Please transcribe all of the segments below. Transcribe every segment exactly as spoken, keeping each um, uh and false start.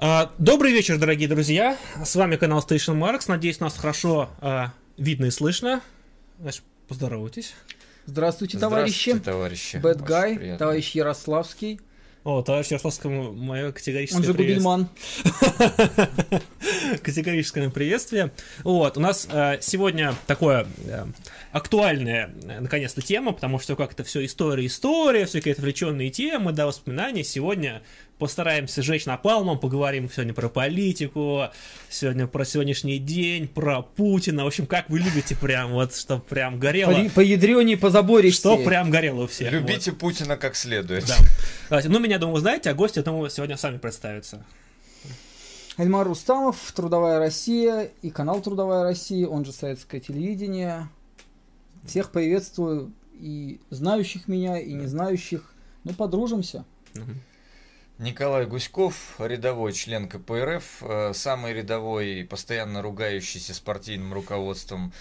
А, Добрый вечер, дорогие друзья. С вами канал Station Marks. Надеюсь, нас хорошо а, видно и слышно. Значит, поздоровайтесь. Здравствуйте, товарищи. Здравствуйте, товарищи. Bad Guy, товарищ Ярославский. О, товарищ Ярославскому мое категорическое Он же приветствие. Губельман. Категорическое приветствие. Вот, у нас э, сегодня такое э, актуальная, э, наконец-то, тема, потому что как-то все история, история, все какие-то отвлеченные темы, да, воспоминания. Сегодня постараемся жечь напалмом, поговорим сегодня про политику, сегодня про сегодняшний день, про Путина. В общем, как вы любите прям, вот, чтобы прям горело. По, по ядрёне, по заборе. Что прям горело у всех. Любите вот. Путина как следует. Да. Давайте, ну, меня, думаю, знаете, а гости, я думаю, сегодня сами представятся. Эльмар Рустамов, Трудовая Россия и канал Трудовая Россия, он же Советское телевидение. Всех приветствую, и знающих меня, и не знающих. Ну, подружимся. Николай Гуськов, рядовой член ка пэ эр эф, самый рядовой, постоянно ругающийся спортивным руководством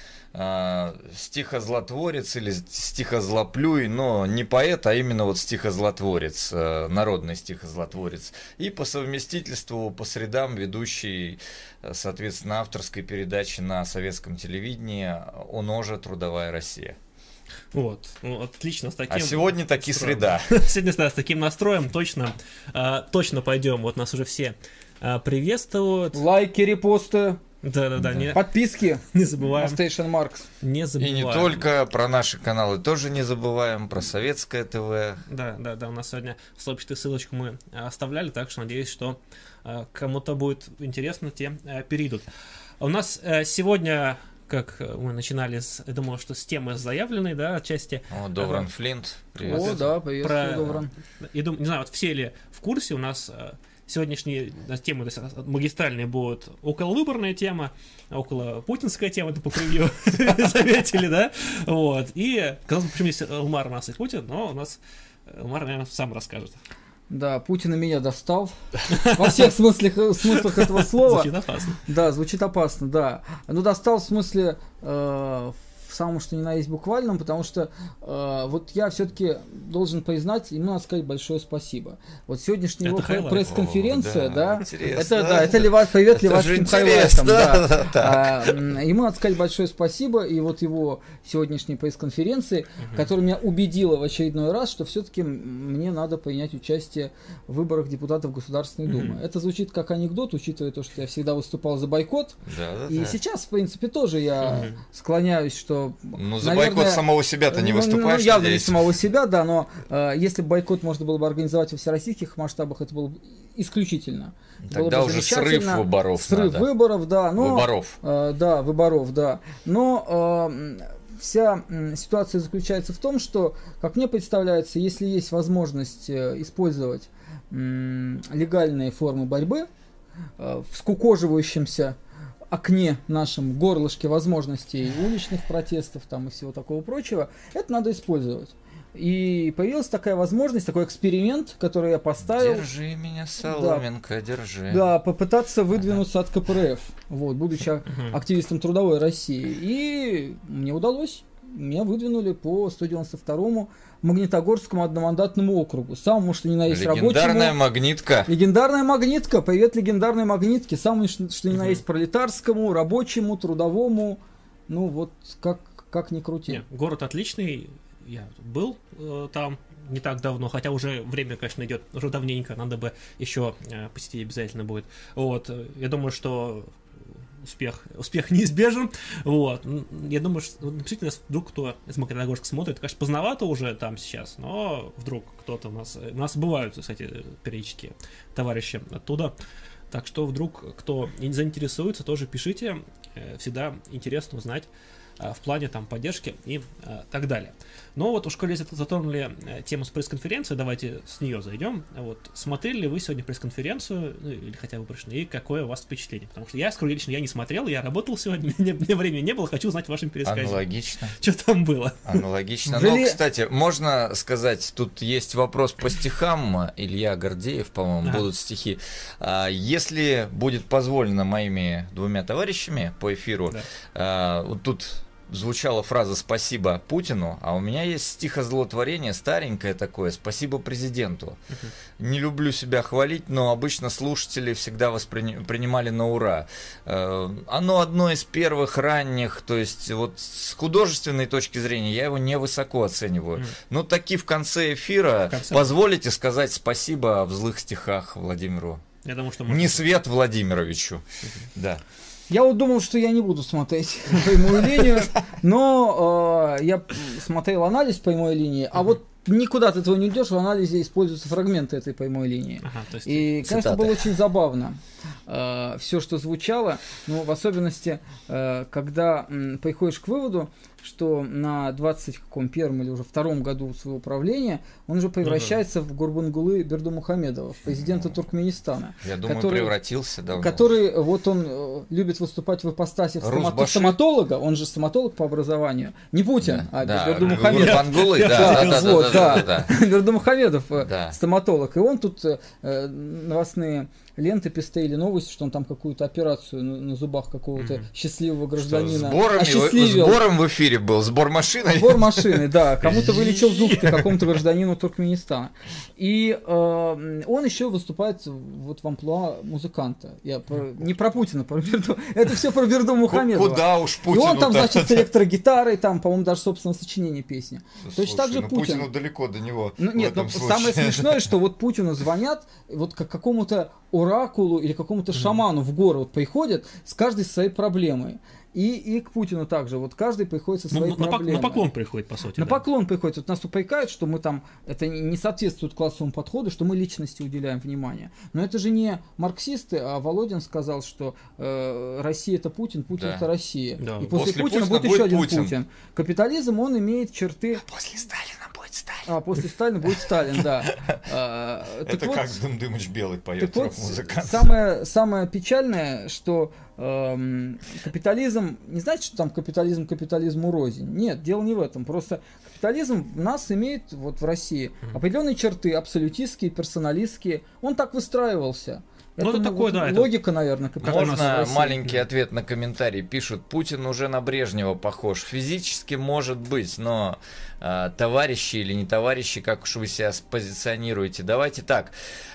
стихозлотворец или стихозлоплюй, но не поэт, а именно вот стихозлотворец, народный стихозлотворец. И по совместительству, по средам ведущий, соответственно, авторской передачи на советском телевидении «Оно же Трудовая Россия». Вот, ну, отлично, с таким. А сегодня таки настроем. среда. Сегодня да, с таким настроем точно, э, точно пойдем. Вот нас уже все э, приветствуют. Лайки, репосты, Да-да-да, не, подписки не на забываем. Station Marks. Не И забываем. не только, про наши каналы тоже не забываем, про Советское ТВ. Да, да, да, у нас сегодня в сообществе ссылочку мы э, оставляли, так что надеюсь, что э, кому-то будет интересно, те э, перейдут. У нас э, сегодня... Как мы начинали, с, я думаю, что с темы заявленной, да, отчасти. О, Довран Флинт, привет. О, да, привет, Про, Довран. Я думаю, не знаю, вот все ли в курсе, у нас сегодняшние темы магистральные будут околовыборная тема, около путинская тема, это по превью заметили, да, вот, и, казалось бы, почему есть Эльмар, у нас и Путин, но у нас Эльмар, наверное, сам расскажет. Да, Путин и меня достал. Во всех смыслах, смыслах этого слова. Звучит опасно. Да, звучит опасно, да. Ну, достал в смысле, э, в самом что ни на есть буквальном, потому что э, вот я все-таки должен признать, ему надо сказать большое спасибо. Вот сегодняшняя его пресс-конференция, О, да, да, это, да, это Лева, привет это левацким хайлайтам. Да. Да, А, ему надо сказать большое спасибо, и вот его сегодняшней пресс-конференции, угу. которая меня убедила в очередной раз, что все-таки мне надо принять участие в выборах депутатов Государственной Думы. Угу. Это звучит как анекдот, учитывая то, что я всегда выступал за бойкот, да, да, и да. сейчас, в принципе, тоже я угу. склоняюсь, что... Ну, за наверное, бойкот самого себя ты не выступаешь, ну, явно надеюсь. не самого себя, да, но э, если бы бойкот можно было бы организовать во всероссийских масштабах, это было бы исключительно. Тогда было бы уже срыв выборов Срыв надо. выборов, да. Но, выборов. Э, да, выборов, да. Но э, вся э, ситуация заключается в том, что, как мне представляется, если есть возможность э, использовать э, легальные формы борьбы э, в скукоживающемся окне нашем, горлышке возможностей уличных протестов там и всего такого прочего, это надо использовать. И появилась такая возможность, такой эксперимент, который я поставил. Держи меня, соломинка, да, держи. Да, попытаться выдвинуться ага. от ка пэ эр эф, вот, будучи uh-huh. активистом Трудовой России. И мне удалось. Меня выдвинули по сто девяносто второму Магнитогорскому одномандатному округу. Самому, что ни на есть, рабочему. Легендарная магнитка. Легендарная магнитка. Привет легендарной магнитке. Самому, что, что ни на есть, пролетарскому, рабочему, трудовому. Ну вот, как, как ни крути. Нет, город отличный. Я был э, там не так давно, хотя уже время, конечно, идет уже давненько. Надо бы еще э, посетить обязательно будет. Вот. Я думаю, что успех, успех неизбежен. Вот. Я думаю, что напишите нас, вдруг кто из Магнитогорска смотрит. Конечно, поздновато уже там сейчас, но вдруг кто-то у нас... У нас бывают, кстати, периодически товарищи оттуда. Так что вдруг кто заинтересуется, тоже пишите. Всегда интересно узнать в плане там поддержки и а, так далее. Но вот уж коли затронули тему с пресс-конференцией, давайте с нее зайдем. Вот, смотрели ли вы сегодня пресс-конференцию, ну, или хотя бы пришли, и какое у вас впечатление? Потому что я, скоро лично, я не смотрел, я работал сегодня, мне, мне времени не было, хочу узнать в вашем пересказе. Аналогично. Что там было? Аналогично. Но, кстати, можно сказать, тут есть вопрос по стихам. Илья Гордеев, по-моему, а. будут стихи. Если будет позволено моими двумя товарищами по эфиру, да. вот тут звучала фраза «спасибо Путину», а у меня есть стихозлотворение старенькое такое «спасибо президенту». Uh-huh. Не люблю себя хвалить, но обычно слушатели всегда воспринимали на ура. Оно одно из первых ранних, то есть вот с художественной точки зрения я его невысоко оцениваю. Uh-huh. Но таки в конце эфира в конце... позволите сказать спасибо в злых стихах Владимиру. Я думаю, что не Свет Владимировичу. Uh-huh. Да. Я вот думал, что я не буду смотреть прямую линию, но э, я смотрел анализ прямой линии, а вот никуда от этого не уйдешь, в анализе используются фрагменты этой прямой линии. Ага, то есть и, конечно, было очень забавно э, все, что звучало, но в особенности, э, когда э, приходишь к выводу, что на двадцать первом или уже втором году своего правления он уже превращается в Гурбангулы Бердымухамедова, в президента Туркменистана. Я думаю, который, превратился давно. Который, вот он э, любит выступать в ипостаси стомато- стоматолога, он же стоматолог по образованию. Не Путин, да, а да, Бердымухамедов. Гурбангулы, да, да, вот, да, да, да. Бердымухамедов, да. Стоматолог. И он тут э, новостные ленты пестрили новости, что он там какую-то операцию на, на зубах какого-то mm-hmm. счастливого гражданина осчастливил. Сбором в эфире был, сбор машины. Сбор машины, да. Кому-то вылечил зубки, какому-то гражданину Туркменистана. И э, он еще выступает вот в амплуа музыканта. Я про, не про Путина, про Берду. Это все про Бердымухамедова. Куда уж Путину? И он там, значит, с электрогитарой, там, по-моему, даже собственное сочинение песни. Точно так же ну, Путин. Путину далеко до него. Ну, нет, но самое смешное, что вот Путину звонят, вот как какому-то оракулу или какому-то шаману в горы вот приходят с каждой своей проблемой. И, и к Путину также. Вот каждый приходит со своей ну, проблемой. На поклон приходит, по сути. На да. поклон приходит. Вот нас упрекают, что мы там, это не соответствует классовому подходу, что мы личности уделяем внимание. Но это же не марксисты, а Володин сказал, что э, Россия это Путин, Путин да. это Россия. Да. И после, после Путина, Путина будет, будет еще один Путин. Путин. Капитализм, он имеет черты... А после Сталина будет Сталин. А после Сталина будет Сталин, да. Это как Дым Дымыч Белый поет рок-музыкант. Самое печальное, что капитализм, не значит, что там капитализм капитализму рознь. Нет, дело не в этом. Просто капитализм в нас имеет, вот в России, определенные черты, абсолютистские, персоналистские. Он так выстраивался. Ну, это, это такое, вот, да. Логика, это... наверное. Можно маленький ответ на комментарий. Пишут, Путин уже на Брежнева похож. Физически может быть, но э, товарищи или не товарищи, как уж вы себя позиционируете. Давайте так.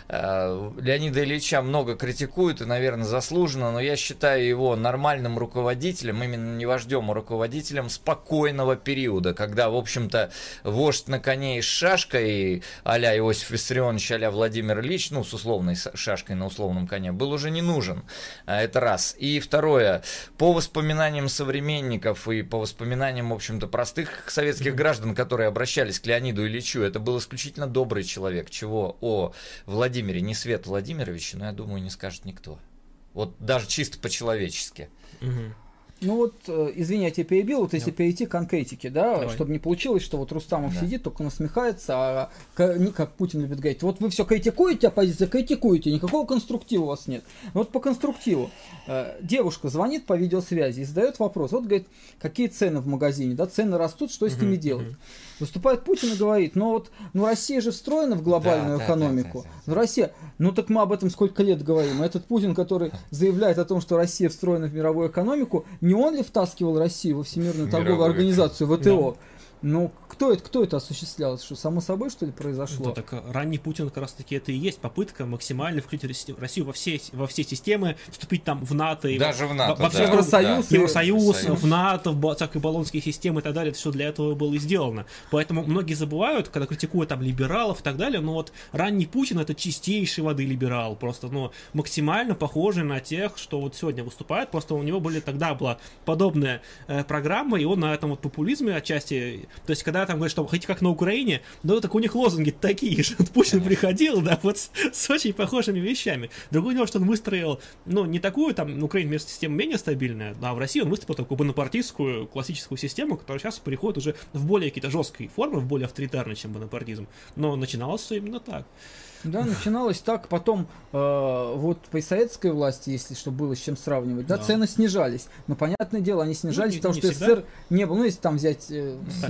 Э, Леонида Ильича много критикуют, и, наверное, заслуженно, но я считаю его нормальным руководителем, именно не вождем, а руководителем спокойного периода, когда, в общем-то, вождь на коне и с шашкой, а-ля Иосиф Виссарионович, а-ля Владимир Ильич, ну, с условной шашкой на условном коне, был уже не нужен. Это раз. И второе. По воспоминаниям современников и по воспоминаниям, в общем-то, простых советских mm-hmm. граждан, которые обращались к Леониду Ильичу, это был исключительно добрый человек, чего о Владимире не Свет Владимировиче, но, я думаю, не скажет никто. Вот даже чисто по-человечески. Mm-hmm. Ну вот, извини, я тебя перебил, вот если перейти к конкретике, да, Давай. Чтобы не получилось, что вот Рустамов да. сидит, только насмехается, а как Путин любит говорить, вот вы все критикуете, оппозиция, критикуете, никакого конструктива у вас нет. Вот по конструктиву. Девушка звонит по видеосвязи и задает вопрос, вот говорит, какие цены в магазине, да, цены растут, что с ними uh-huh, делать? Uh-huh. Выступает Путин и говорит, ну вот, ну Россия же встроена в глобальную да, экономику, да, да, да, да. ну Россия, ну так мы об этом сколько лет говорим, этот Путин, который заявляет о том, что Россия встроена в мировую экономику, не он ли втаскивал Россию во Всемирную торговую организацию, вэ тэ о? Да. Ну, кто это, кто это осуществлял? Что, само собой, что ли, произошло? Да, так ранний Путин как раз-таки это и есть попытка максимально включить Россию во все, во все системы, вступить там в НАТО. И Даже в НАТО, во, да. В Евросоюз. Да. Евросоюз, Евросоюз, в НАТО, в всякие баллонские системы и так далее. Это все для этого было и сделано. Поэтому многие забывают, когда критикуют там либералов и так далее, но вот ранний Путин это чистейшей воды либерал. Просто, ну, максимально похожий на тех, что вот сегодня выступают. Просто у него были, тогда была подобная э, программа, и он на этом вот популизме отчасти... То есть, когда там говорят, что хотите как на Украине, ну, так у них лозунги такие же. Вот Путин приходил, да, вот с, с очень похожими вещами. Другое дело, что он выстроил, ну, не такую, там, на Украине система менее стабильная, а в России он выстроил такую бонапартистскую классическую систему, которая сейчас переходит уже в более какие-то жесткие формы, в более авторитарные, чем бонапартизм. Но начиналось все именно так. Да, начиналось так, потом э, вот при советской власти, если что было с чем сравнивать, да, да. цены снижались. Но понятное дело, они снижались, ну, не, потому не что всегда. СССР не было, ну если там взять э, снижение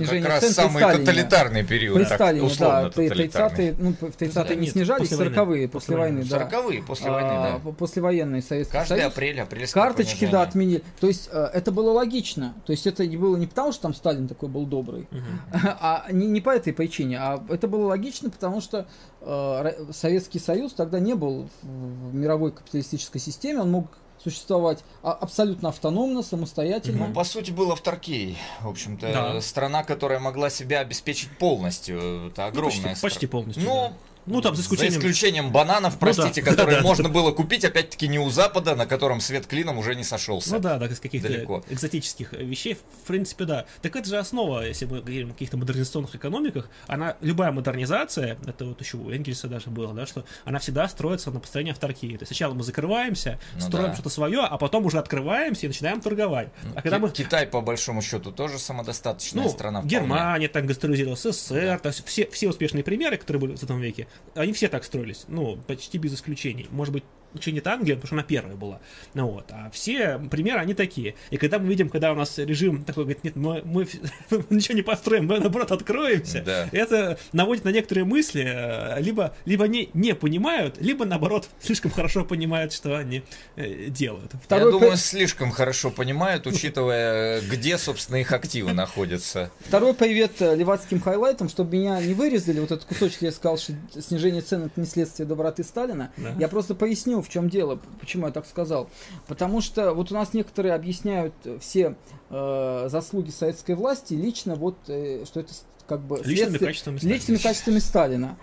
снижение как раз цен самый при Сталине. тоталитарный период, При так, Сталине, условно да, тоталитарный. тридцатые, ну, в тридцатые не Нет, снижались, после войны. сороковые, после После войны, войны. да. сороковые, после войны, А, да. Послевоенный Советский Каждый Союз. апрель, апрельское Карточки, понижение. да, отменили. То есть э, это было логично. То есть это не было не потому, что там Сталин такой был добрый, Мгм. а не, не по этой причине, а это было логично, потому что э, Ро- Советский Союз тогда не был в, в мировой капиталистической системе, он мог существовать а- абсолютно автономно, самостоятельно. Ну, по сути, был авторкей. В общем-то, Да. страна, которая могла себя обеспечить полностью. Это Ну, огромная почти, страна. почти полностью. Ну, да. Ну, там, за исключением... исключением бананов, простите, да, которые да, да. можно было купить, опять-таки, не у Запада, на котором свет клином уже не сошелся. Ну да, да, из каких-то Далеко. экзотических вещей, в принципе, да. Так это же основа, если мы говорим о каких-то модернизационных экономиках, она, любая модернизация, это вот еще у Энгельса даже было, да, что она всегда строится на построении авторкии. То есть сначала мы закрываемся, Ну строим да. что-то свое, а потом уже открываемся и начинаем торговать. А когда Ки- мы... Китай, по большому счету, тоже самодостаточная Ну, страна. вполне. Германия там гастролизировала, СССР, то есть все, все успешные примеры, которые были в двадцатом веке, они все так строились, ну, почти без исключений. Может быть, еще не Англия, потому что она первая была. Ну, вот. А все примеры, они такие. И когда мы видим, когда у нас режим такой, говорит, нет, мы, мы ничего не построим, мы, наоборот, откроемся, Да. это наводит на некоторые мысли, э, либо, либо они не понимают, либо, наоборот, слишком хорошо понимают, что они э, делают. Я Второй думаю, при- слишком хорошо понимают, учитывая, где, собственно, их активы находятся. Второй привет э, левацким хайлайтам, чтобы меня не вырезали, вот этот кусочек, я сказал, что снижение цен это не следствие доброты Сталина. Да. Я просто поясню, в чем дело, почему я так сказал. Потому что вот у нас некоторые объясняют все э, заслуги советской власти лично, вот, э, что это с- как бы Личными следствие- качествами Сталина. личными качествами Сталина.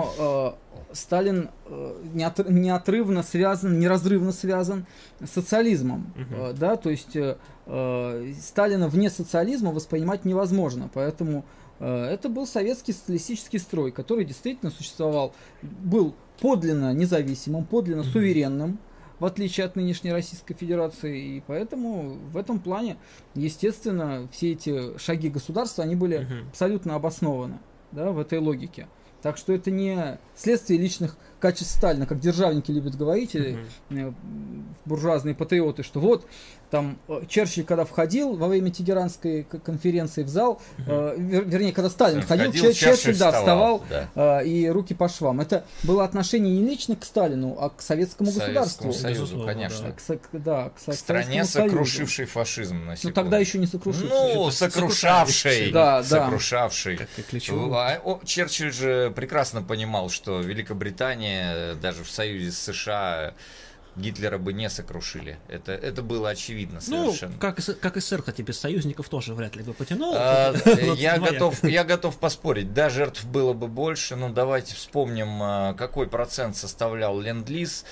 Но э, Сталин э, неотр- неотрывно связан, неразрывно связан с социализмом. Мгм. Э, да, то есть э, э, Сталина вне социализма воспринимать невозможно. Поэтому э, это был советский социалистический строй, который действительно существовал, был подлинно независимым, подлинно Мгм. суверенным, в отличие от нынешней Российской Федерации. И поэтому в этом плане, естественно, все эти шаги государства, они были Мгм. абсолютно обоснованы, да, в этой логике. Так что это не следствие личных качеств Сталина, как державники любят говорить, или, Мгм. э, буржуазные патриоты, что вот там э, Черчилль, когда входил во время Тегеранской к- конференции в зал, э, вер- вернее, когда Сталин входил, Входил, Чер- Черчилль, да, вставал, да. э, и руки по швам. Это было отношение не лично к Сталину, а к советскому государству. Советскому Союзу, Безусловно, конечно. К со- к- да, к со- К стране, Советскому Союзу. сокрушившей фашизм, на Ну секунду. тогда еще не сокрушивший. Ну, сокрушавший. Да, да. Сокрушавший. Как и ключевое. А, о, Черчилль же прекрасно понимал, что Великобритания даже в союзе с США Гитлера бы не сокрушили. Это, это было очевидно Ну, совершенно. как, и с- как и СССР, кстати, без союзников тоже вряд ли бы потянул. А, Вот я, двояко. готов, я готов поспорить. Да, жертв было бы больше, но давайте вспомним, а, какой процент составлял Ленд-лиз.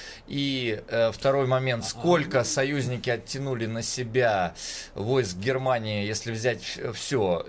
И э, второй момент, сколько союзники оттянули на себя войск Германии, если взять все.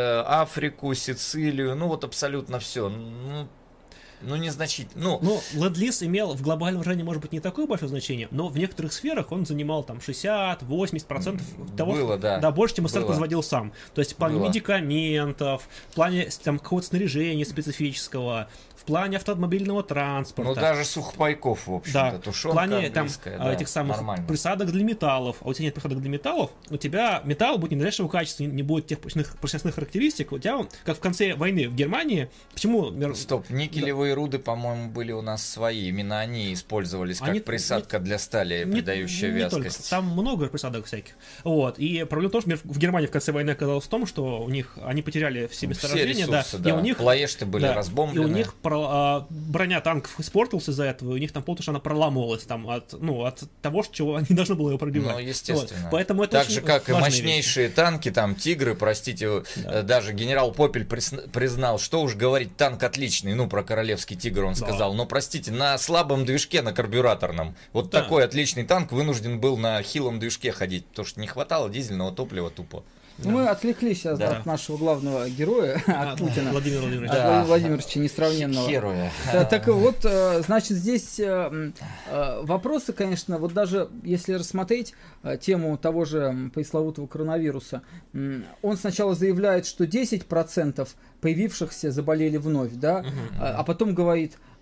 Африку, Сицилию, ну вот абсолютно все. Ну, ну незначительно. Ну, Ну, Ленд-лиз имел в глобальном выражении, может быть, не такое большое значение, но в некоторых сферах он занимал там шестьдесят-восемьдесят процентов того, Было, да. да, больше, чем СССР Было. производил сам. То есть в плане Было. медикаментов, в плане там какого-то снаряжения специфического, в плане автомобильного транспорта. ну даже сухпайков, в общем-то. Да, Тушенка в плане там английская, а, да, этих самых нормально. присадок для металлов. А у тебя нет присадок для металлов, у тебя металл будет недостаточного качества, не будет тех прочных, прочностных характеристик. У тебя, он, как в конце войны в Германии, почему... мер- Стоп, никелевые руды, по-моему, были у нас свои. Именно они использовались как Они- присадка для стали, Не- придающая не только. вязкость. Там много присадок всяких. Вот. И проблема в том, что в Германии в конце войны оказалось в том, что у них они потеряли все Все месторождения, ресурсы, да, да. и у них Плоешты были да, разбомблены. И у них про- а, броня танков испортилась из-за этого, и у них там полтора она проламывалась там от, ну, от того, что чего они не должны были его пробивать. Ну, естественно. Вот. Поэтому это Так очень же, как и важная вещь. мощнейшие танки, там, Тигры, простите, Да. э, даже генерал Попель присн- признал, что уж говорить, танк отличный, ну, про королевский Тигр он Да. сказал, но, простите, на слабом движке, на карбюраторном, вот Да. такой отличный танк вынужден был на хилом движке ходить, потому что не хватало дизельного топлива тупо. Ну, мы отвлеклись от, Да. от нашего главного героя, А, от Путина, Владимир Владимирович. от Да. Владимира Владимировича несравненного. Херуя. Да, так вот, э, значит, здесь э, м, э, вопросы, конечно, вот даже если рассмотреть э, тему того же м, пресловутого коронавируса, м, он сначала заявляет, что десять процентов появившихся заболели вновь, да, Мгм. а, а потом говорит,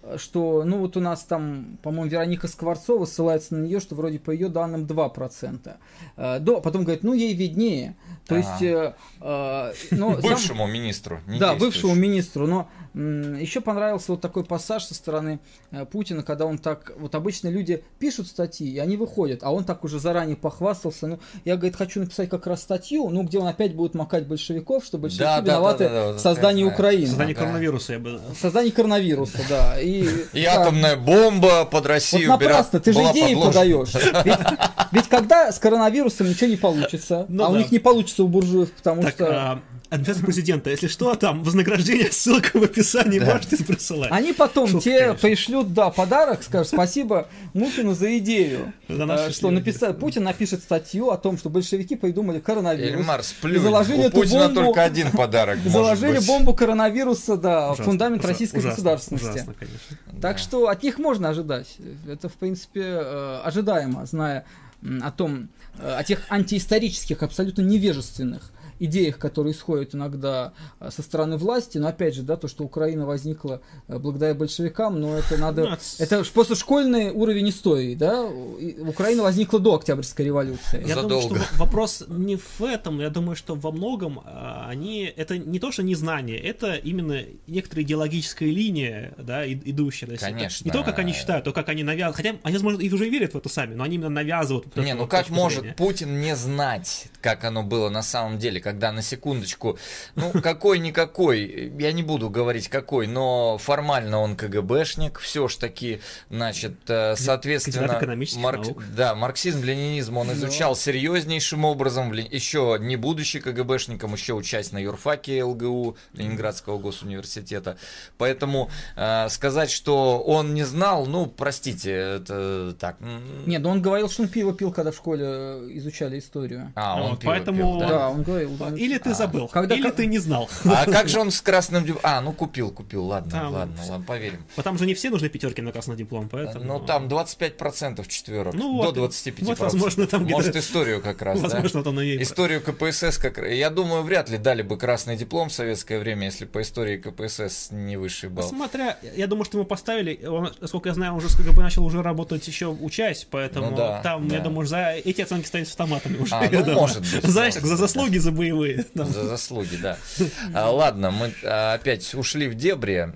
что, ну вот у нас там, по-моему, Вероника Скворцова ссылается на нее, что вроде по ее данным два процента. До, потом говорит, ну ей виднее. То есть... Э, э, но бывшему сам, министру. Да, бывшему министру. Но м, еще понравился вот такой пассаж со стороны э, Путина, когда он так... Вот обычно люди пишут статьи, и они выходят, а он так уже заранее похвастался. Ну, я, говорит, хочу написать как раз статью, ну, где он опять будет макать большевиков, что большевики да, виноваты да, да, да, в создании да, Украины. В создании да. коронавируса, я бы... В создании коронавируса, да. И, и да. атомная бомба под Россию вот напрасно, ты же идеи подаешь. Ведь, ведь когда с коронавирусом ничего не получится, ну, а да. у них не получится у буржуев, потому так, что... А... Администрация президента, если что, там вознаграждение, ссылка в описании, да. можете присылать. Они потом Шутка, тебе конечно. пришлют, да, подарок, скажут спасибо Мухину за идею. За что написал, Путин напишет статью о том, что большевики придумали коронавирус. Эльмар, сплюнь, заложили у Путина бомбу, только один подарок заложили быть. бомбу коронавируса, да, ужасно, фундамент ужасно, российской ужасно, государственности. Ужасно, конечно. Так да. что от них можно ожидать. Это, в принципе, ожидаемо, зная о том, о тех антиисторических, абсолютно невежественных идеях, которые исходят иногда со стороны власти, но опять же, да, то, что Украина возникла благодаря большевикам, но это надо, ну, это просто школьный уровень истории, да, Украина возникла до Октябрьской революции. Я Задолго. думаю, что вопрос не в этом, я думаю, что во многом они, это не то, что незнание, это именно некоторая идеологическая линия, да, идущая. Конечно. Не то, как они считают, то, как они навязывают, хотя они, возможно, и уже верят в это сами, но они именно навязывают. Не, ну как может Путин не знать, как оно было на самом деле, когда на секундочку, ну какой-никакой, я не буду говорить какой, но формально он КГБшник, все ж таки, значит, соответственно, марк... да, марксизм-ленинизм он изучал серьезнейшим образом, еще не будучи КГБшником, еще учась на юрфаке ЛГУ, Ленинградского госуниверситета, поэтому э, сказать, что он не знал, ну, простите, это так. Нет, но он говорил, что он пиво пил, когда в школе изучали историю. А, он вот, пиво поэтому... пил, да? Да, он говорил. Или ты а, забыл, когда, или как... ты не знал. А как же он с красным дипломом? А, ну купил, купил, ладно, там, ладно, ладно, поверим. Потому что не все нужны пятерки на красный диплом, поэтому... Ну, там двадцать пять процентов четверок, ну, до вот, двадцати пяти процентов. Вот, возможно, там Может, историю как раз, возможно, да? Там и... Историю КПСС как раз. Я думаю, вряд ли дали бы красный диплом в советское время, если по истории КПСС не высший балл. Смотря, я думаю, что ему поставили, он, насколько я знаю, он уже КГБ начал уже работать еще учась, поэтому ну, да, там, да. я думаю, за эти оценки ставить автоматами уже. А, ну, может быть. Знаешь, может, за заслуги, да. за боевые. Там. За заслуги, да. А, ладно, мы а, опять ушли в дебри.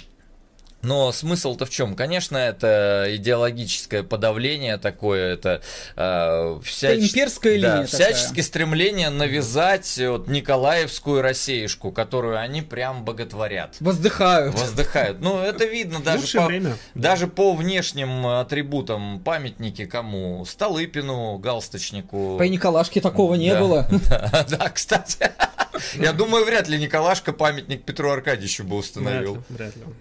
Но смысл-то в чем? Конечно, это идеологическое подавление такое, это, э, всяч... это имперская линия да, всяческие стремления навязать вот, николаевскую Россиюшку, которую они прям боготворят. Воздыхают. Воздыхают. Ну, это видно даже по, даже по внешним атрибутам. Памятники кому? Столыпину, галстучнику. По Николашке такого не да, было. Да, да, кстати. Я думаю, вряд ли Николашка памятник Петру Аркадьевичу бы установил. Вряд ли.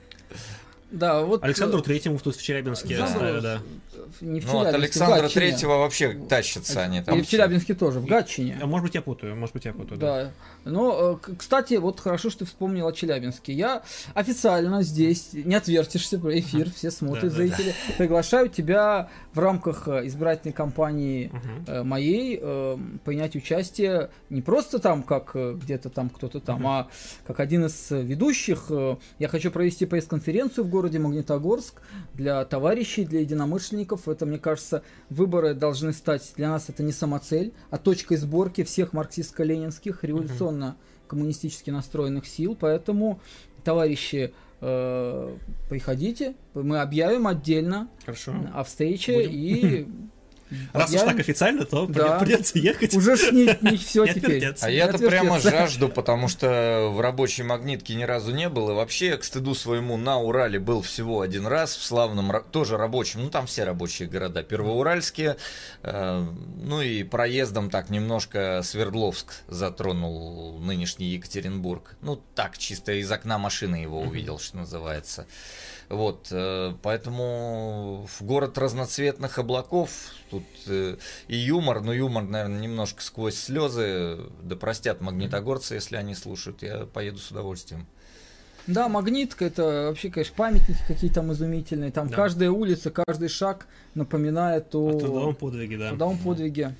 Да, вот... Александру Третьему тут в Челябинске да, оставили, да. Не в ну, от Александра Третьего вообще тащатся они там. И в Челябинске тоже, в Гатчине. А может быть, я путаю, может быть, я путаю, да. да. Но, кстати, вот хорошо, что ты вспомнил о Челябинске. Я официально здесь, не отвертишься про эфир, все смотрят, зрители. Приглашаю тебя в рамках избирательной кампании моей принять участие не просто там, как где-то там кто-то там, а как один из ведущих. Я хочу провести пресс-конференцию в городе Магнитогорск для товарищей, для единомышленников. Это, мне кажется, выборы должны стать для нас это не самоцель, а точкой сборки всех марксистско-ленинских революционно-коммунистически настроенных сил. Поэтому, товарищи, э, приходите, мы объявим отдельно Хорошо. о встрече. Будем. И раз уж так официально, то да. придется ехать. Уже ж не, не все теперь. А я-то прямо жажду, потому что в рабочей Магнитке ни разу не был. И вообще, к стыду своему, на Урале был всего один раз, в славном, тоже рабочем. Ну, там все рабочие города. Первоуральские. Э, ну и проездом так немножко Свердловск затронул нынешний Екатеринбург. Ну, так, чисто из окна машины его увидел, что называется. Вот, э, поэтому в город разноцветных облаков, тут э, и юмор, но юмор, наверное, немножко сквозь слезы, да простят магнитогорцы, если они слушают, я поеду с удовольствием. Да, Магнитка, это вообще, конечно, памятники какие там изумительные, там да. каждая улица, каждый шаг напоминает о, о трудовом подвиге, да. трудовом подвиге.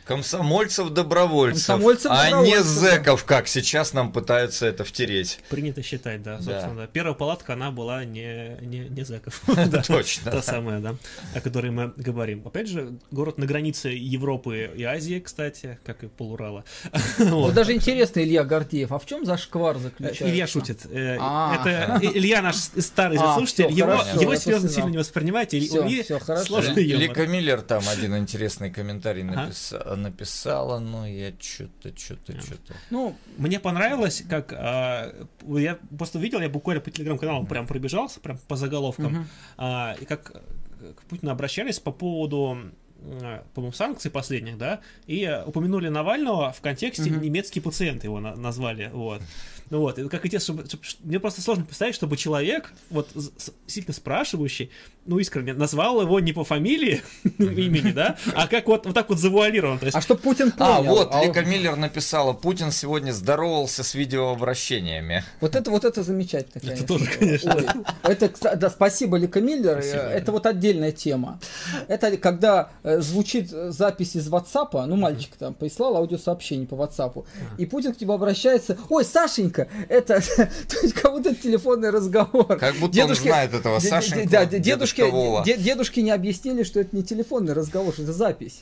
Комсомольцев-добровольцев, Комсомольцев а не добровольцев, зэков, как сейчас нам пытаются это втереть. Принято считать, да, собственно, Да. да. Первая палатка, она была не, не, не зэков. Точно. Та самая, да, о которой мы говорим. Опять же, город на границе Европы и Азии, кстати, как и полурала. Вот даже интересно, Илья Гордеев, а в чем зашквар заключается? Илья шутит. Э, А. Это Илья наш старый А, слушатель. всё, Его, хорошо, его я серьезно просто сильно знал. не воспринимайте. Всё, У Ильи всё, хорошо. сложный юмор. Лика Миллер там один интересный комментарий Ага. написа- написала, но я что-то, что-то, что-то. Ну, Мне понравилось, как а, я просто видел, я буквально по телеграм-каналу прям пробежался, прям по заголовкам, Мгм. а, и как к Путину обращались по поводу, а, по-моему, санкций последних, да, и а, упомянули Навального в контексте Мгм. немецкий пациент его на- назвали, вот. Ну вот, и как интересно, чтобы, чтобы- мне просто сложно представить, чтобы человек, вот, с- с- сильно спрашивающий, ну, искренне, назвал его не по фамилии, имени, да, а как вот, вот так вот завуалирован, то есть а что Путин А, понял? вот, А Лика Миллер написала, Путин сегодня здоровался с видеообращениями. Вот это вот это замечательно, Это конечно. тоже, конечно. Ой, это, кста- да, спасибо, Лика Миллер. Спасибо, это да. вот отдельная тема. Это когда э, звучит э, запись из WhatsApp, ну, мальчик там прислал аудиосообщение по WhatsApp, и Путин к тебе обращается: ой, Сашенька, это, то есть, как будто это телефонный разговор. Как будто Дедушки- он знает этого де- де- Сашеньку, Да, де- дедушки, дедушка Вова. де- дедушки не объяснили, что это не телефонный разговор, что это запись.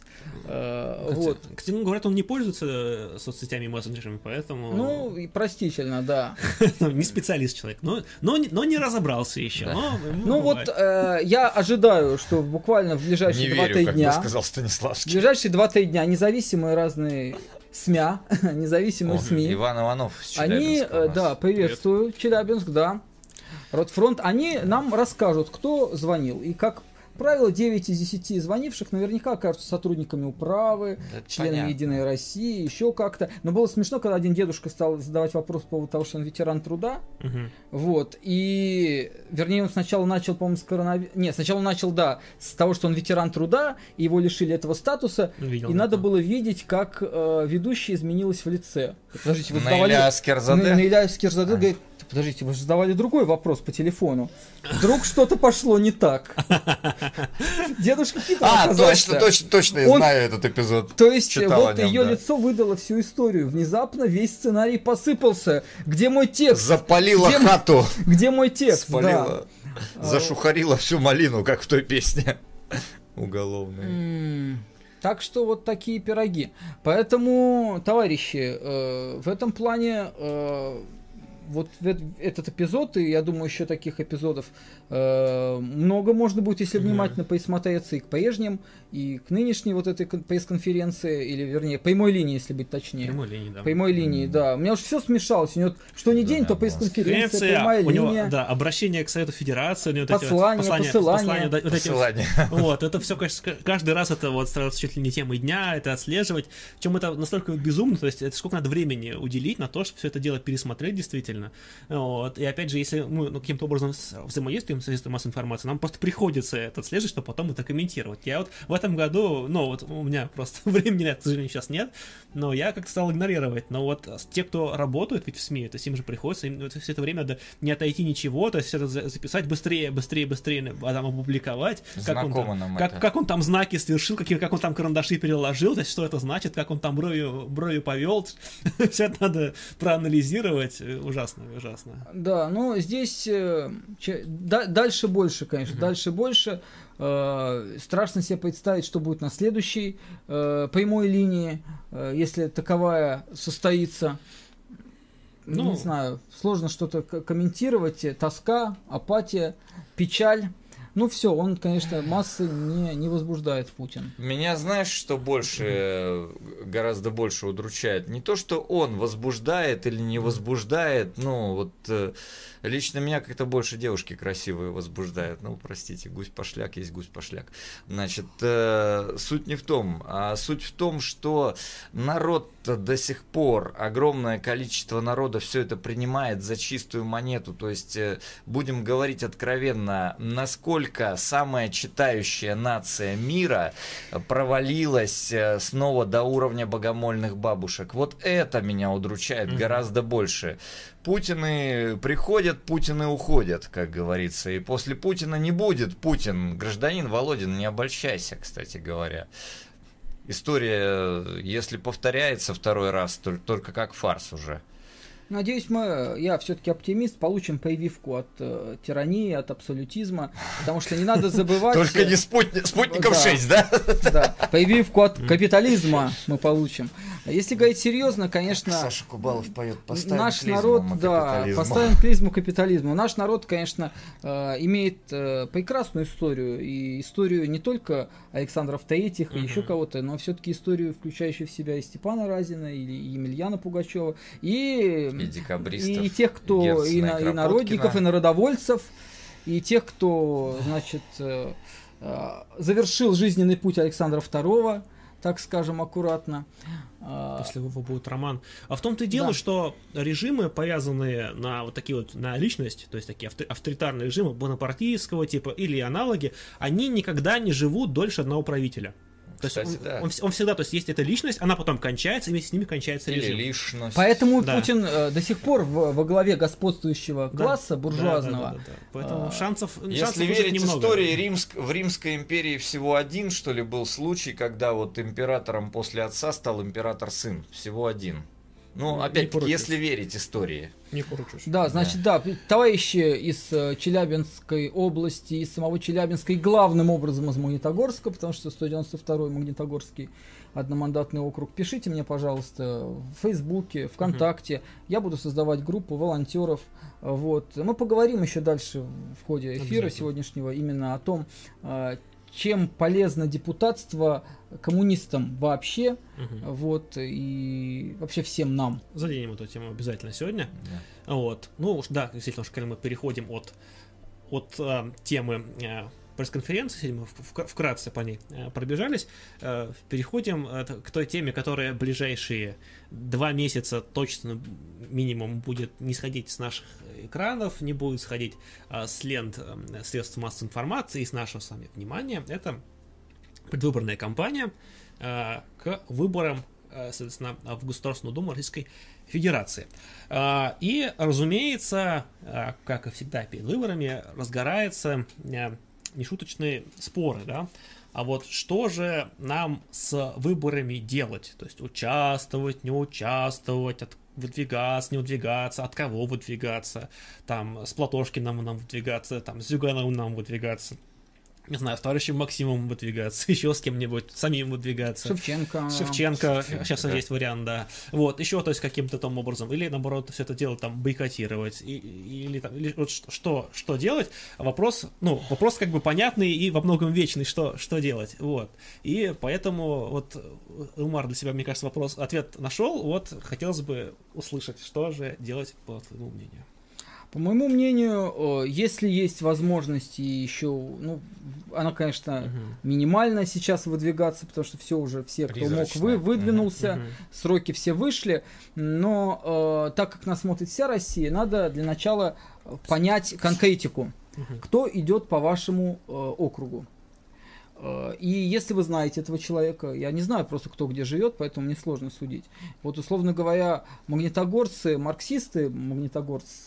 Э, Вот. Кстати, ну, говорят, он не пользуется э, соцсетями и мессенджерами, поэтому Ну, и простительно, да. не специалист человек, но, но, не- но не разобрался еще. Да. но, ему Ну вот бывает. э, я ожидаю, что буквально в Не ближайшие верю, два-три как бы дня, сказал в Станиславский. ближайшие два-три дня независимые разные СМИ, независимые О, СМИ, Иван Иванов с они, Челябинска у э, нас. да, приветствую, Челябинск, да, Ротфронт, они нам расскажут, кто звонил и как правило, девять из десяти звонивших наверняка окажутся сотрудниками управы, Да это членами понятно. Единой России, еще как-то. Но было смешно, когда один дедушка стал задавать вопрос по поводу того, что он ветеран труда. Мгм. Вот, и, вернее, он сначала начал, по-моему, с коронавируса... Нет, сначала он начал, да, с того, что он ветеран труда, и его лишили этого статуса, Видел и это. надо было видеть, как э, ведущая изменилась в лице. Подождите, вы задавали... Наиля Аскерзаде. На- Наиля Аскерзаде говорит: подождите, вы же задавали другой вопрос по телефону. Вдруг что-то пошло не так. Дедушка хитро А, оказался. точно, точно, точно, я Он- знаю этот эпизод. То есть Читал вот о нем, ее да. лицо выдало всю историю. Внезапно весь сценарий посыпался. Где мой текст? Запалила Где- хату, Где мой текст? Да. спалила, зашухарила всю малину, как в той песне уголовной. М, Так что вот такие пироги. Поэтому, товарищи, э, в этом плане э, вот в эт- этот эпизод, и я думаю, еще таких эпизодов э, много можно будет, если Мгм. внимательно присмотреться и к прежним, и к нынешней вот этой кон- пресс-конференции, или вернее, прямой линии, если быть точнее. Прямой линии, да. Прямой линии, да. У меня уже все смешалось. У него что ни Да, день, то да, пресс-конференция, Конференция, прямая у него, линия, да, обращение к Совету Федерации, у него вот эти вот Послание, послания, посылания. послания, да, вот эти вот- Посылание. Вот, это все, конечно, каждый раз это вот становится чуть ли не темой дня, это отслеживать. Причем это настолько безумно, то есть это сколько надо времени уделить на то, чтобы все это дело пересмотреть действительно. Вот. И опять же, если мы ну, каким-то образом с- взаимодействуем с средством массовой информации, нам просто приходится это отслеживать, чтобы потом это комментировать. Я вот в этом году, ну вот у меня просто времени на это, к сожалению, сейчас нет, но я как-то стал игнорировать. Но вот те, кто работают ведь в СМИ, то есть им же приходится, им вот все это время надо не отойти ничего, то есть все это за- записать быстрее, быстрее, быстрее, а там опубликовать. Как он, Знакомо там, нам как, это. как он там знаки совершил, какие, как он там карандаши переложил, то есть что это значит, как он там бровью, бровью повел. Все это надо проанализировать. Ужасно, ужасно. Да, но здесь э, че- да- дальше больше, конечно, дальше больше. Э, страшно себе представить, что будет на следующей э, прямой линии, э, если таковая состоится. Ну, не знаю, сложно что-то к- комментировать. э, Тоска, апатия, печаль. Ну все, он, конечно, массы не, не возбуждает Путин. Меня знаешь, что больше, э, гораздо больше удручает? Не то, что он возбуждает или не возбуждает, ну вот э, лично меня как-то больше девушки красивые возбуждают. Ну, простите, гусь-пошляк есть гусь-пошляк. Значит, э, суть не в том, а суть в том, что народ до сих пор, огромное количество народа все это принимает за чистую монету. То есть, э, будем говорить откровенно, насколько самая читающая нация мира провалилась э, снова до уровня богомольных бабушек. Вот это меня удручает Мгм. гораздо больше. Путины приходят, Путины уходят, как говорится. И после Путина не будет Путин. Гражданин Володин, не обольщайся, кстати говоря. история, если повторяется второй раз, то только как фарс уже. Надеюсь, мы, я все-таки оптимист, получим прививку от э, тирании, от абсолютизма, потому что не надо забывать... Только не спутни, спутников шесть, да? Да, прививку от капитализма мы получим. Если говорить серьезно, конечно... Саша Кубалов поет «Поставим наш клизму народ, мы да, капитализму». поставим клизму капитализму. Наш народ, конечно, э, имеет э, прекрасную историю, и историю не только Александров Третьих и Мгм. еще кого-то, но все-таки историю, включающую в себя и Степана Разина, и, и Емельяна Пугачева, и... И декабристов, и тех, кто Герцена и, и на, и Кропоткина. народников, и народовольцев, и тех, кто, значит, э, э, завершил жизненный путь Александра Второго, так скажем, аккуратно. А, После его будет роман. А в том-то и дело, Да. что режимы, повязанные на вот такие вот, на личность, то есть такие авто- авторитарные режимы бонапартийского типа или аналоги, они никогда не живут дольше одного правителя. То есть Кстати, он, да. он, вс- он всегда, то есть есть эта личность, она потом кончается, и вместе с ними кончается Или режим. личность. Поэтому Да. Путин э, до сих пор в- во главе господствующего Да. класса буржуазного. Да, да, да, да. Поэтому А, шансов, шансов Если уже верить немного. истории, Римск, в Римской империи всего один, что ли, был случай, когда вот императором после отца стал император-сын. Всего один. Ну, Не опять-таки, поручусь. если верить истории. Не поручусь. Да, значит, да, товарищи из э, Челябинской области, из самого Челябинска, и главным образом из Магнитогорска, потому что сто девяносто второй Магнитогорский одномандатный округ, пишите мне, пожалуйста, в Фейсбуке, ВКонтакте. Я буду создавать группу волонтеров. Вот. Мы поговорим еще дальше в ходе эфира Обязательно. сегодняшнего именно о том, э, чем полезно депутатство коммунистам вообще, Мгм. вот, и вообще всем нам. Заденем эту тему обязательно сегодня. Да. Вот. Ну, уж да, действительно, уж когда мы переходим от, от а, темы а, пресс-конференции, мы в- в- вкратце по ней а, пробежались, а, переходим а, т- к той теме, которая ближайшие два месяца точно минимум будет не сходить с наших экранов, не будет сходить а, с лент а, средств массовой информации и с нашего с вами внимания. Это предвыборная кампания а, к выборам, а, соответственно, в Государственную Думу Российской Федерации. А, И, разумеется, а, как и всегда перед выборами, разгораются а, нешуточные споры, да. А вот что же нам с выборами делать? То есть участвовать, не участвовать, от- выдвигаться, не выдвигаться, от кого выдвигаться, там, с Платошкиным нам выдвигаться, там, с Зюгановым нам выдвигаться. Не знаю, с товарищем Максимом выдвигаться, еще с кем-нибудь, самим выдвигаться. Шевченко. Шевченко, Шевченко, сейчас да. есть вариант, да. Вот, еще, то есть, каким-то там образом. Или, наоборот, все это дело там бойкотировать. И- или, там, или вот ш- что, что делать? Вопрос, ну, вопрос как бы понятный и во многом вечный, что, что делать. Вот. И поэтому вот Илмар для себя, мне кажется, вопрос, ответ нашел. Вот, хотелось бы услышать, что же делать, по твоему мнению. По моему мнению, э, если есть возможность и еще, ну, она, конечно, Мгм. минимальная сейчас выдвигаться, потому что все уже, все, кто мог, Призрачная. вы, выдвинулся, Мгм. сроки все вышли, но э, так как нас смотрит вся Россия, надо для начала э, понять конкретику, Мгм. кто идет по вашему э, округу. Э, И если вы знаете этого человека, я не знаю просто, кто где живет, поэтому мне сложно судить. Вот, условно говоря, магнитогорцы, марксисты Магнитогорска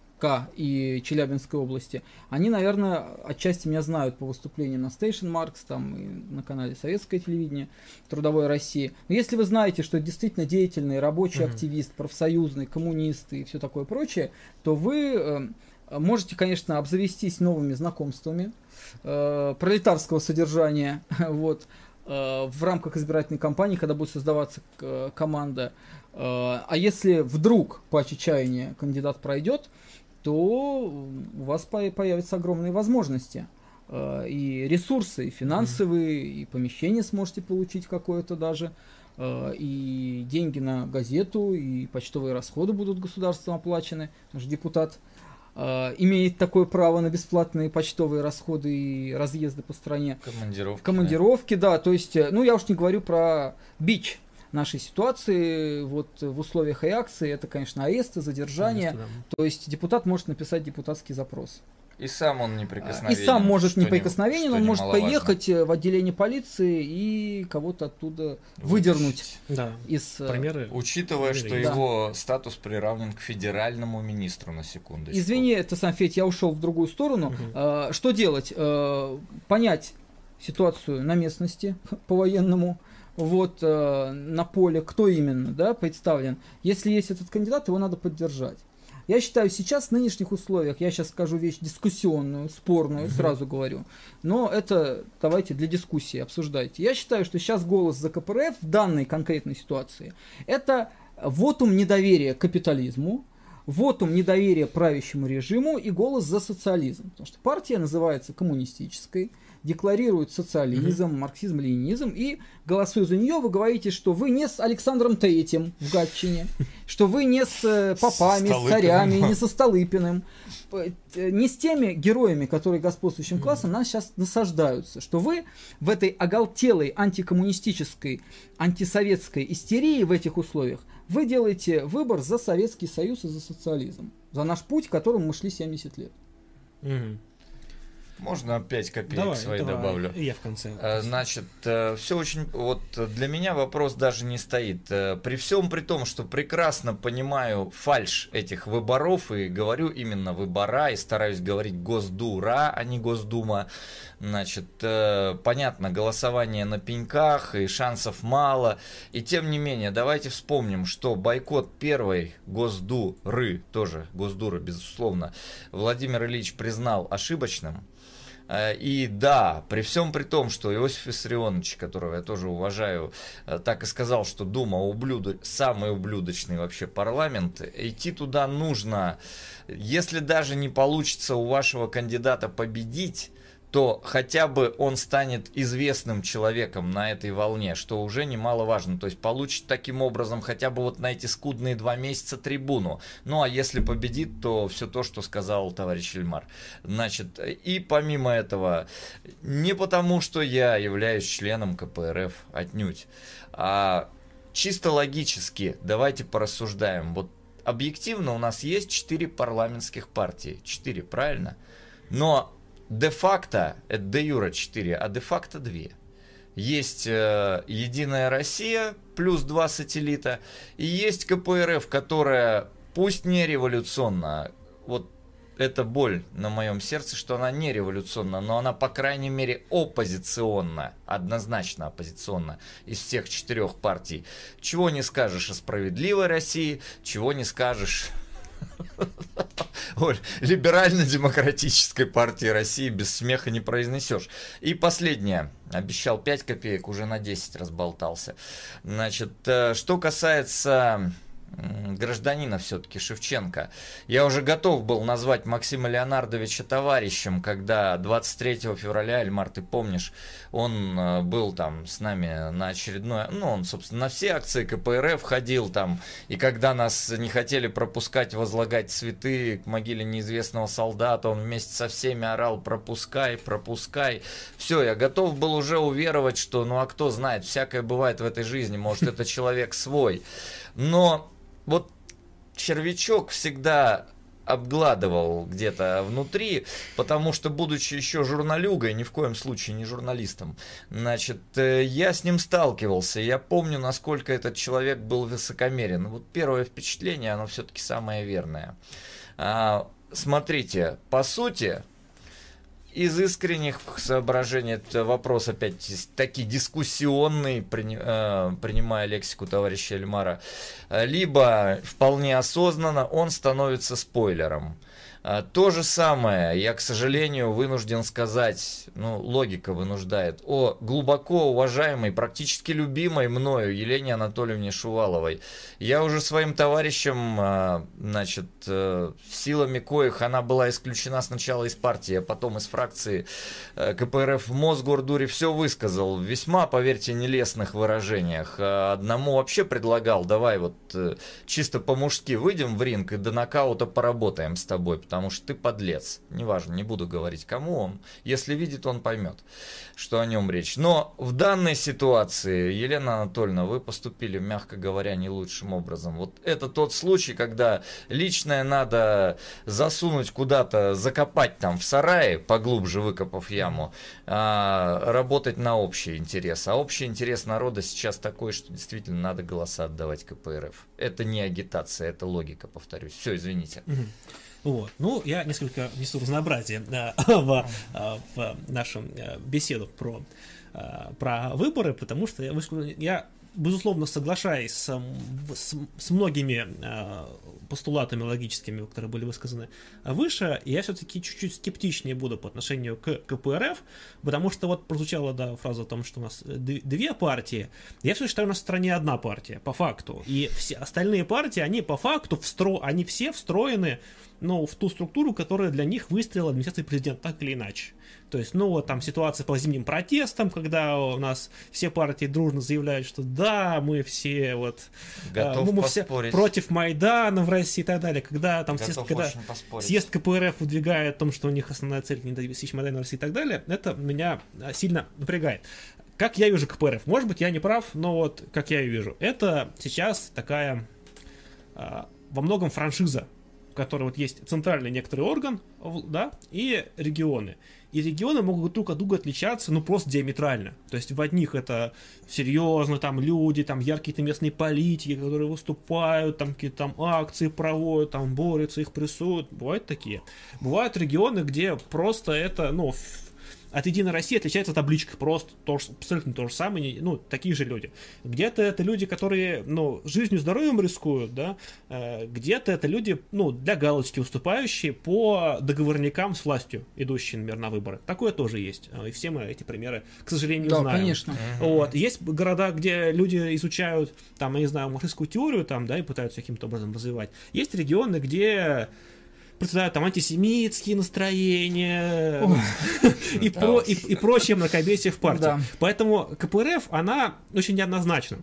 и Челябинской области, они, наверное, отчасти меня знают по выступлениям на Station Marks, там и на канале Советское телевидение, Трудовой России. Но если вы знаете, что это действительно деятельный рабочий Мгм. активист, профсоюзный, коммунист и все такое прочее, то вы э, можете, конечно, обзавестись новыми знакомствами э, пролетарского содержания, вот, э, в рамках избирательной кампании, когда будет создаваться э, команда. Э, а если вдруг по чаяния кандидат пройдет, то у вас по- появятся огромные возможности. Э, и ресурсы, и финансовые, и помещение сможете получить какое-то даже, э, и деньги на газету, и почтовые расходы будут государством оплачены, потому что депутат э, имеет такое право на бесплатные почтовые расходы и разъезды по стране. Командировки. Командировки, да, то есть, э, ну я уж не говорю про бич нашей ситуации, вот в условиях реакции, это, конечно, аресты, задержания, Конечно, да. то есть депутат может написать депутатский запрос. Да. И сам он И неприкосновенен. сам может что не- неприкосновенен, что он может немаловажно. поехать э, в отделение полиции и кого-то оттуда выдернуть Да. из... э, Примеры. Учитывая, что Да. его статус приравнен к федеральному министру, на секундочку. Извини, это сам Федь, я ушел в другую сторону. Мгм. Э, Что делать? Э, Понять ситуацию на местности по-военному, вот э, на поле, кто именно, да, представлен. Если есть этот кандидат, его надо поддержать. Я считаю, сейчас в нынешних условиях, я сейчас скажу вещь дискуссионную, спорную, mm-hmm. сразу говорю, но это давайте для дискуссии обсуждайте. Я считаю, что сейчас голос за ка пэ эр эф в данной конкретной ситуации это вотум недоверия к капитализму, вотум недоверия правящему режиму и голос за социализм. Потому что партия называется коммунистической, декларирует социализм, mm-hmm. марксизм, ленинизм, и голосуя за нее, вы говорите, что вы не с Александром Третьим в Гатчине, что вы не с попами, с царями, не со Столыпиным, не с теми героями, которые господствующим классом нас сейчас насаждаются, что вы в этой оголтелой антикоммунистической, антисоветской истерии в этих условиях вы делаете выбор за Советский Союз и за социализм, за наш путь, к которому мы шли семьдесят лет. Mm-hmm. Можно пять копеек давай, свои давай, добавлю? Я в конце. Значит, все очень... Вот для меня вопрос даже не стоит. При всем при том, что прекрасно понимаю фальшь этих выборов, и говорю именно выбора, и стараюсь говорить Госдура, а не Госдума. Значит, понятно, голосование на пеньках, и шансов мало. И тем не менее, давайте вспомним, что бойкот первой Госдуры, тоже Госдуры, безусловно, Владимир Ильич признал ошибочным. И да, при всем при том, что Иосиф Виссарионович, которого я тоже уважаю, так и сказал, что Дума ублюдо... самый ублюдочный вообще парламент, идти туда нужно, если даже не получится у вашего кандидата победить, то хотя бы он станет известным человеком на этой волне, что уже немаловажно. То есть получит таким образом хотя бы вот на эти скудные два месяца трибуну. Ну а если победит, то все то, что сказал товарищ Ильмар. Значит, и помимо этого, не потому, что я являюсь членом ка пэ эр эф, отнюдь, а чисто логически давайте порассуждаем. Вот объективно у нас есть четыре парламентских партии. четыре, правильно? Но де-факто, это де-юра четыре, а де-факто два. Есть э, Единая Россия, плюс два сателлита, и есть ка пэ эр эф, которая, пусть не революционна, вот это боль на моем сердце, что она не революционна, но она, по крайней мере, оппозиционна, однозначно оппозиционна из всех четырех партий. Чего не скажешь о Справедливой России, чего не скажешь... Оль, либерально-демократической партии России без смеха не произнесешь. И последнее. Обещал пять копеек, уже на десять разболтался. Значит, что касается гражданина все-таки Шевченко. Я уже готов был назвать Максима Леонардовича товарищем, когда двадцать третьего февраля, Эльмар, ты помнишь, он был там с нами на очередной, ну, он, собственно, на все акции ка пэ эр эф ходил там, и когда нас не хотели пропускать, возлагать цветы к могиле неизвестного солдата, он вместе со всеми орал: пропускай, пропускай. Все, я готов был уже уверовать, что, ну, а кто знает, всякое бывает в этой жизни, может, это человек свой. Но вот червячок всегда обгладывал где-то внутри, потому что, будучи еще журналюгой, ни в коем случае не журналистом, значит, я с ним сталкивался, я помню, насколько этот человек был высокомерен. Вот первое впечатление, оно все-таки самое верное. А, смотрите, по сути... Из искренних соображений, это вопрос опять таки дискуссионный, принимая лексику товарища Эльмара, либо вполне осознанно он становится спойлером. То же самое, я, к сожалению, вынужден сказать, ну, логика вынуждает, о глубоко уважаемой, практически любимой мною Елене Анатольевне Шуваловой. Я уже своим товарищам, значит, силами коих она была исключена сначала из партии, а потом из фракции ка пэ эр эф в Мосгордуре, все высказал в весьма, поверьте, нелестных выражениях. Одному вообще предлагал: давай вот чисто по-мужски выйдем в ринг и до нокаута поработаем с тобой, потому что ты подлец. Неважно, не буду говорить, кому он. Если видит, он поймет, что о нем речь. Но в данной ситуации, Елена Анатольевна, вы поступили, мягко говоря, не лучшим образом. Вот это тот случай, когда личное надо засунуть куда-то, закопать там в сарае, поглубже выкопав яму, а работать на общий интерес. А общий интерес народа сейчас такой, что действительно надо голоса отдавать ка пэ эр эф. Это не агитация, это логика, повторюсь. Все, извините. Вот. Ну, я несколько внесу разнообразия да, в, в нашу беседу про, про выборы, потому что я, я безусловно, соглашаюсь с, с, с многими э, постулатами логическими, которые были высказаны выше, я все-таки чуть-чуть скептичнее буду по отношению к КПРФ, потому что вот прозвучала, да, фраза о том, что у нас две партии. Я все считаю, у нас в стране одна партия, по факту. И все остальные партии, они по факту, встро... они все встроены, ну, в ту структуру, которая для них выстроила администрация президента, так или иначе. То есть, ну, вот там ситуация по зимним протестам, когда у нас все партии дружно заявляют, что да, мы все вот Готов мы, мы все поспорить. Против Майдана в России и так далее. Когда там съезд, когда поспорить. съезд КПРФ выдвигает о том, что у них основная цель не достичь Майдана в России и так далее, это меня сильно напрягает. Как я вижу КПРФ? Может быть, я не прав, но вот как я ее вижу. Это сейчас такая а, во многом франшиза, в которой вот есть центральный некоторый орган, да, и регионы. И регионы могут друг от друга отличаться, ну, просто диаметрально. То есть в одних это серьезно, там люди, там яркие местные политики, которые выступают, там какие-то там акции проводят, там борются, их прессуют. Бывают такие. Бывают регионы, где просто это, ну, от Единой России отличается табличка, просто то, абсолютно то же самое, ну, такие же люди. Где-то это люди, которые, ну, жизнью, здоровьем рискуют, да, где-то это люди, ну, для галочки выступающие по договорникам с властью, идущие, например, на выборы. Такое тоже есть, и все мы эти примеры, к сожалению, да, знаем. Конечно. Вот. Есть города, где люди изучают, там, я не знаю, марксистскую теорию, там, да, и пытаются каким-то образом развивать. Есть регионы, где процветают там антисемитские настроения и, про, и, и прочее мракобесие в партии. Да. Поэтому КПРФ, она очень неоднозначна.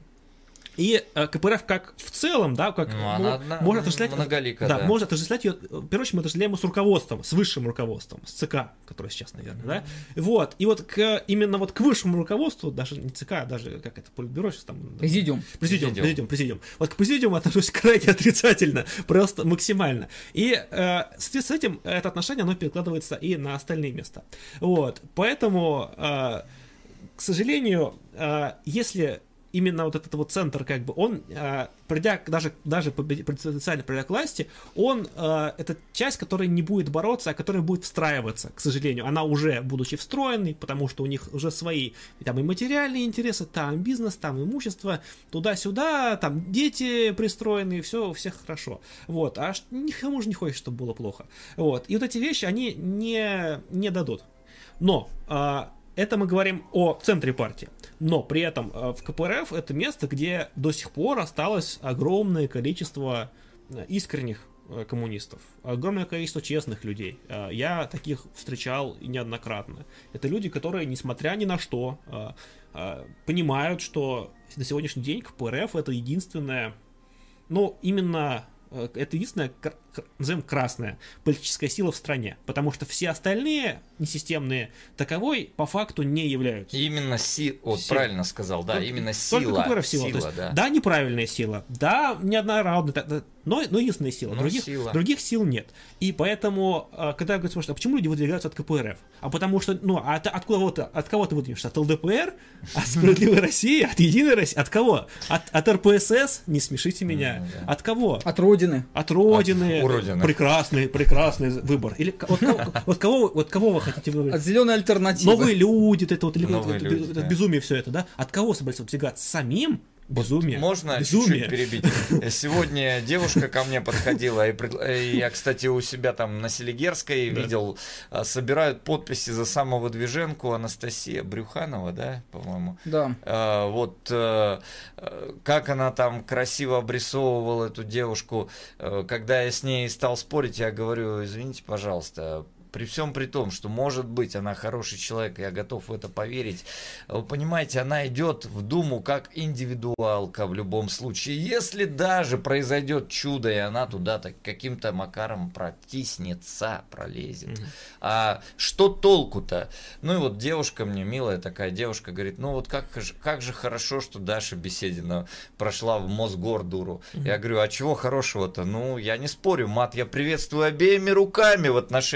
И э, КПРФ как в целом, да, как ну, ну, она может отождествлять, многолика, да, да. может отождествлять ее, в первую очередь мы отождествляем с руководством, с высшим руководством, с ЦК, которое сейчас, наверное, да. Вот, и вот к, именно вот к высшему руководству, даже не ЦК, а даже как это, Политбюро сейчас там... Президиум. Президиум, президиум, президиум. Вот к президиуму отношусь крайне отрицательно, просто максимально. И э, с этим это отношение, оно перекладывается и на остальные места. Вот, поэтому, э, к сожалению, э, если... именно вот этот вот центр, как бы, он, э, придя, даже, даже потенциально придя к власти, он, э, это часть, которая не будет бороться, а которая будет встраиваться, к сожалению. Она уже, будучи встроенной, потому что у них уже свои, там, и материальные интересы, там, имущество, там, имущество, туда-сюда, там, дети пристроены, все у всех хорошо. Вот, а никому же не хочется, чтобы было плохо. Вот, и вот эти вещи, они не, не дадут. Но... Э, это мы говорим о центре партии. Но при этом в КПРФ это место, где до сих пор осталось огромное количество искренних коммунистов, огромное количество честных людей. Я таких встречал неоднократно. Это люди, которые, несмотря ни на что, понимают, что на сегодняшний день КПРФ это единственная, ну, именно... это единственная, назовем, красная политическая сила в стране, потому что все остальные несистемные таковой по факту не являются. Именно сила, вот сила. Правильно сказал, да, только, именно сила. Только сила, сила есть, да. Да, неправильная сила, да, неоднородная, но, но единственная сила, других, сила. других сил нет. И поэтому, когда я говорю, а почему люди выдвигаются от КПРФ? А потому что, ну, а от, от кого-то, от кого ты выдвинешься? От ЛДПР? От Справедливой России? От Единой России? От кого? От, от РПСС? Не смешите меня. Mm, да. От кого? От Родины. От Родины. От прекрасный, прекрасный выбор. Или вот, вот, кого, вот кого вы хотите выбрать? От зеленой альтернативы. Новые люди, это вот, Новые это, люди, это, да. это безумие все это, да? От кого собрались выдвигаться? Самим? Безумие. Можно Безумие. чуть-чуть перебить? Сегодня девушка ко мне подходила, и пред... я, кстати, у себя там на Селигерской да. видел, собирают подписи за самовыдвиженку Анастасия Брюханова, да, по-моему? Да. А, вот как она там красиво обрисовывала эту девушку, когда я с ней стал спорить, я говорю, извините, пожалуйста, при всем при том, что, может быть, она хороший человек, я готов в это поверить. Вы понимаете, она идет в Думу как индивидуалка в любом случае. Если даже произойдет чудо, и она туда-то каким-то макаром протиснется, пролезет. Mm-hmm. А что толку-то? Ну и вот девушка мне, милая такая девушка, говорит, ну вот как, как же хорошо, что Даша Беседина прошла в Мосгордуру. Mm-hmm. Я говорю, а чего хорошего-то? Ну, я не спорю, мат, я приветствую обеими руками в отношении буржуазии.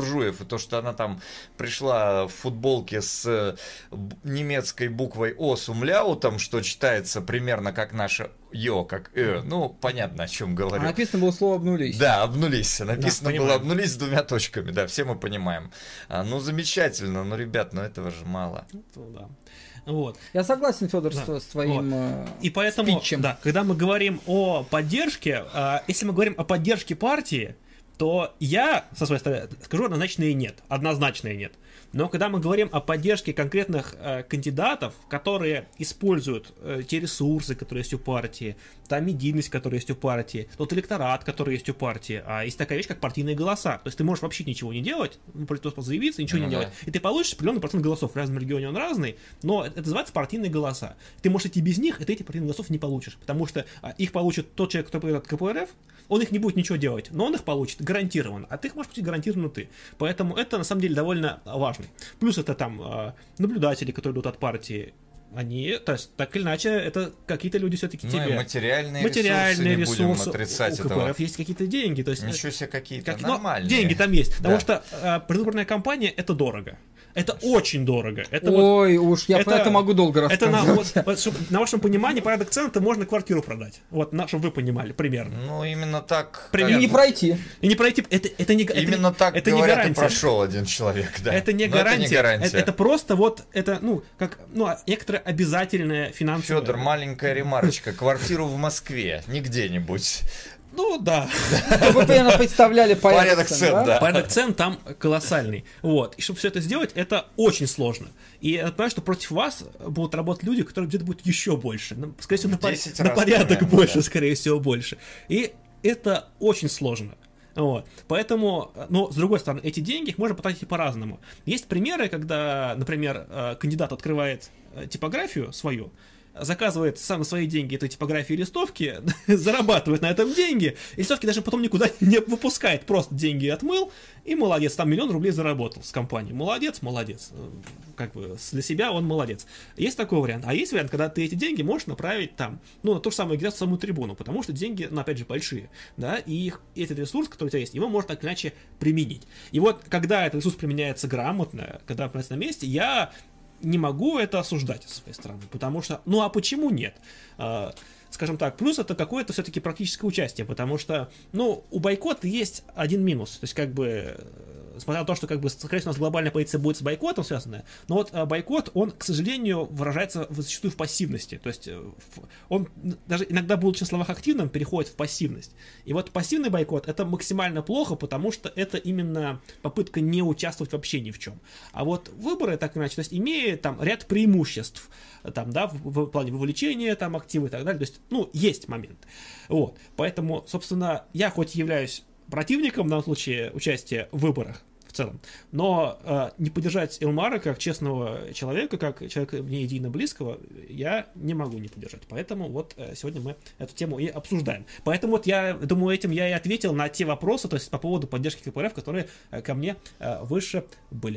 буржуев, и то, что она там пришла в футболке с немецкой буквой О с умляутом, что читается примерно как наша Ё, как Э, ну, понятно, о чем говорю. А написано было слово «обнулись». Да, обнулись. Написано да, было «обнулись» с двумя точками, да, все мы понимаем. А, ну, замечательно, ну, ребят, ну, этого же мало. Ну, да. Вот. Я согласен, Федор, Да. с, с твоим Вот. э, И поэтому, спичем. да, когда мы говорим о поддержке, э, если мы говорим о поддержке партии, то я, со своей стороны, скажу однозначно и нет. Однозначно и нет. Но когда мы говорим о поддержке конкретных э, кандидатов, которые используют э, те ресурсы, которые есть у партии, та медийность, которая есть у партии, тот электорат, который есть у партии, а есть такая вещь, как партийные голоса. То есть ты можешь вообще ничего не делать, ну, просто заявиться, ничего Ну не да. делать, и ты получишь определенный процент голосов. В разном регионе он разный, но это называется партийные голоса. Ты можешь идти без них, и ты эти партийные голосов не получишь, потому что а, их получит тот человек, который придет к ка пэ эр эф, он их не будет ничего делать, но он их получит гарантированно, а ты их можешь получить гарантированно ты. Поэтому это на самом деле довольно важно. Плюс это там э, наблюдатели, которые идут от партии, они, то есть, так или иначе, это какие-то люди все-таки Ну, тебе. и материальные, Материальные ресурсы, не ресурсы, будем отрицать у ка пэ эр этого. эф есть какие-то деньги. То есть, Ничего себе, какие-то как, ну, нормальные. деньги там есть, потому Да. что э, предвыборная кампания — это дорого. Это очень дорого. Это вот, Ой, уж я это- про это могу долго это на, рассказывать. вот, вот, чтоб на вашем понимании порядок цен, это можно квартиру продать. Вот, на, чтобы вы понимали, примерно. Ну, именно так. Примерно. И как- не пройти. И не пройти, это, это не, это Именно не, так, это не говорят, и гарантия. прошел один человек, да. Это не Но гарантия. Это, не гарантия. Это, это просто вот, это, ну, как, ну, некоторое обязательное финансовое. Федор, маленькая ремарочка. Квартиру в Москве, не где-нибудь. Ну, да. Вы примерно представляли порядок Порядок цен, цен, да? да. Порядок цен там колоссальный. Вот. И чтобы все это сделать, это очень сложно. И я понимаю, что против вас будут работать люди, которые где-то будет еще больше. Ну, Скорее всего, на, пор- десять на раз порядок примерно, больше, да. скорее всего, больше. И это очень сложно. Вот. Поэтому, но с другой стороны, эти деньги их можно потратить по-разному. Есть примеры, когда, например, э, кандидат открывает э, типографию свою, заказывает сам на свои деньги эту типографию и листовки, зарабатывает на этом деньги, и листовки даже потом никуда не выпускает, просто деньги отмыл, и молодец, там миллион рублей заработал с компанией. Молодец, молодец. Как бы для себя он молодец. Есть такой вариант. А есть вариант, когда ты эти деньги можешь направить там, ну, на то же самое, где-то в самую трибуну, потому что деньги, ну, опять же, большие, да, и их, и этот ресурс, который у тебя есть, его можно так или иначе применить. И вот, когда этот ресурс применяется грамотно, когда применяется на месте, я не могу это осуждать со своей стороны, потому что, ну а почему нет? А, скажем так, плюс это какое-то все-таки практическое участие, потому что, ну, у бойкота есть один минус, то есть как бы, смотря на то, что как бы, скорее всего, у нас глобальная позиция будет с бойкотом связанная, но вот а, бойкот, он, к сожалению, выражается зачастую в пассивности, то есть в, он даже иногда, будучи в словах активным, переходит в пассивность. И вот пассивный бойкот — это максимально плохо, потому что это именно попытка не участвовать вообще ни в чем. А вот выборы, так иначе, то есть имея там ряд преимуществ, там, да, в, в плане вовлечения там активы и так далее, то есть, ну, есть момент. Вот, поэтому, собственно, я хоть являюсь противником, в данном случае, участия в выборах в целом, но э, не поддержать Илмара как честного человека, как человека мне едино близкого, я не могу не поддержать. Поэтому вот э, сегодня мы эту тему и обсуждаем. Поэтому вот я думаю, этим я и ответил на те вопросы, то есть по поводу поддержки ка пэ эр эф, которые э, ко мне э, выше были.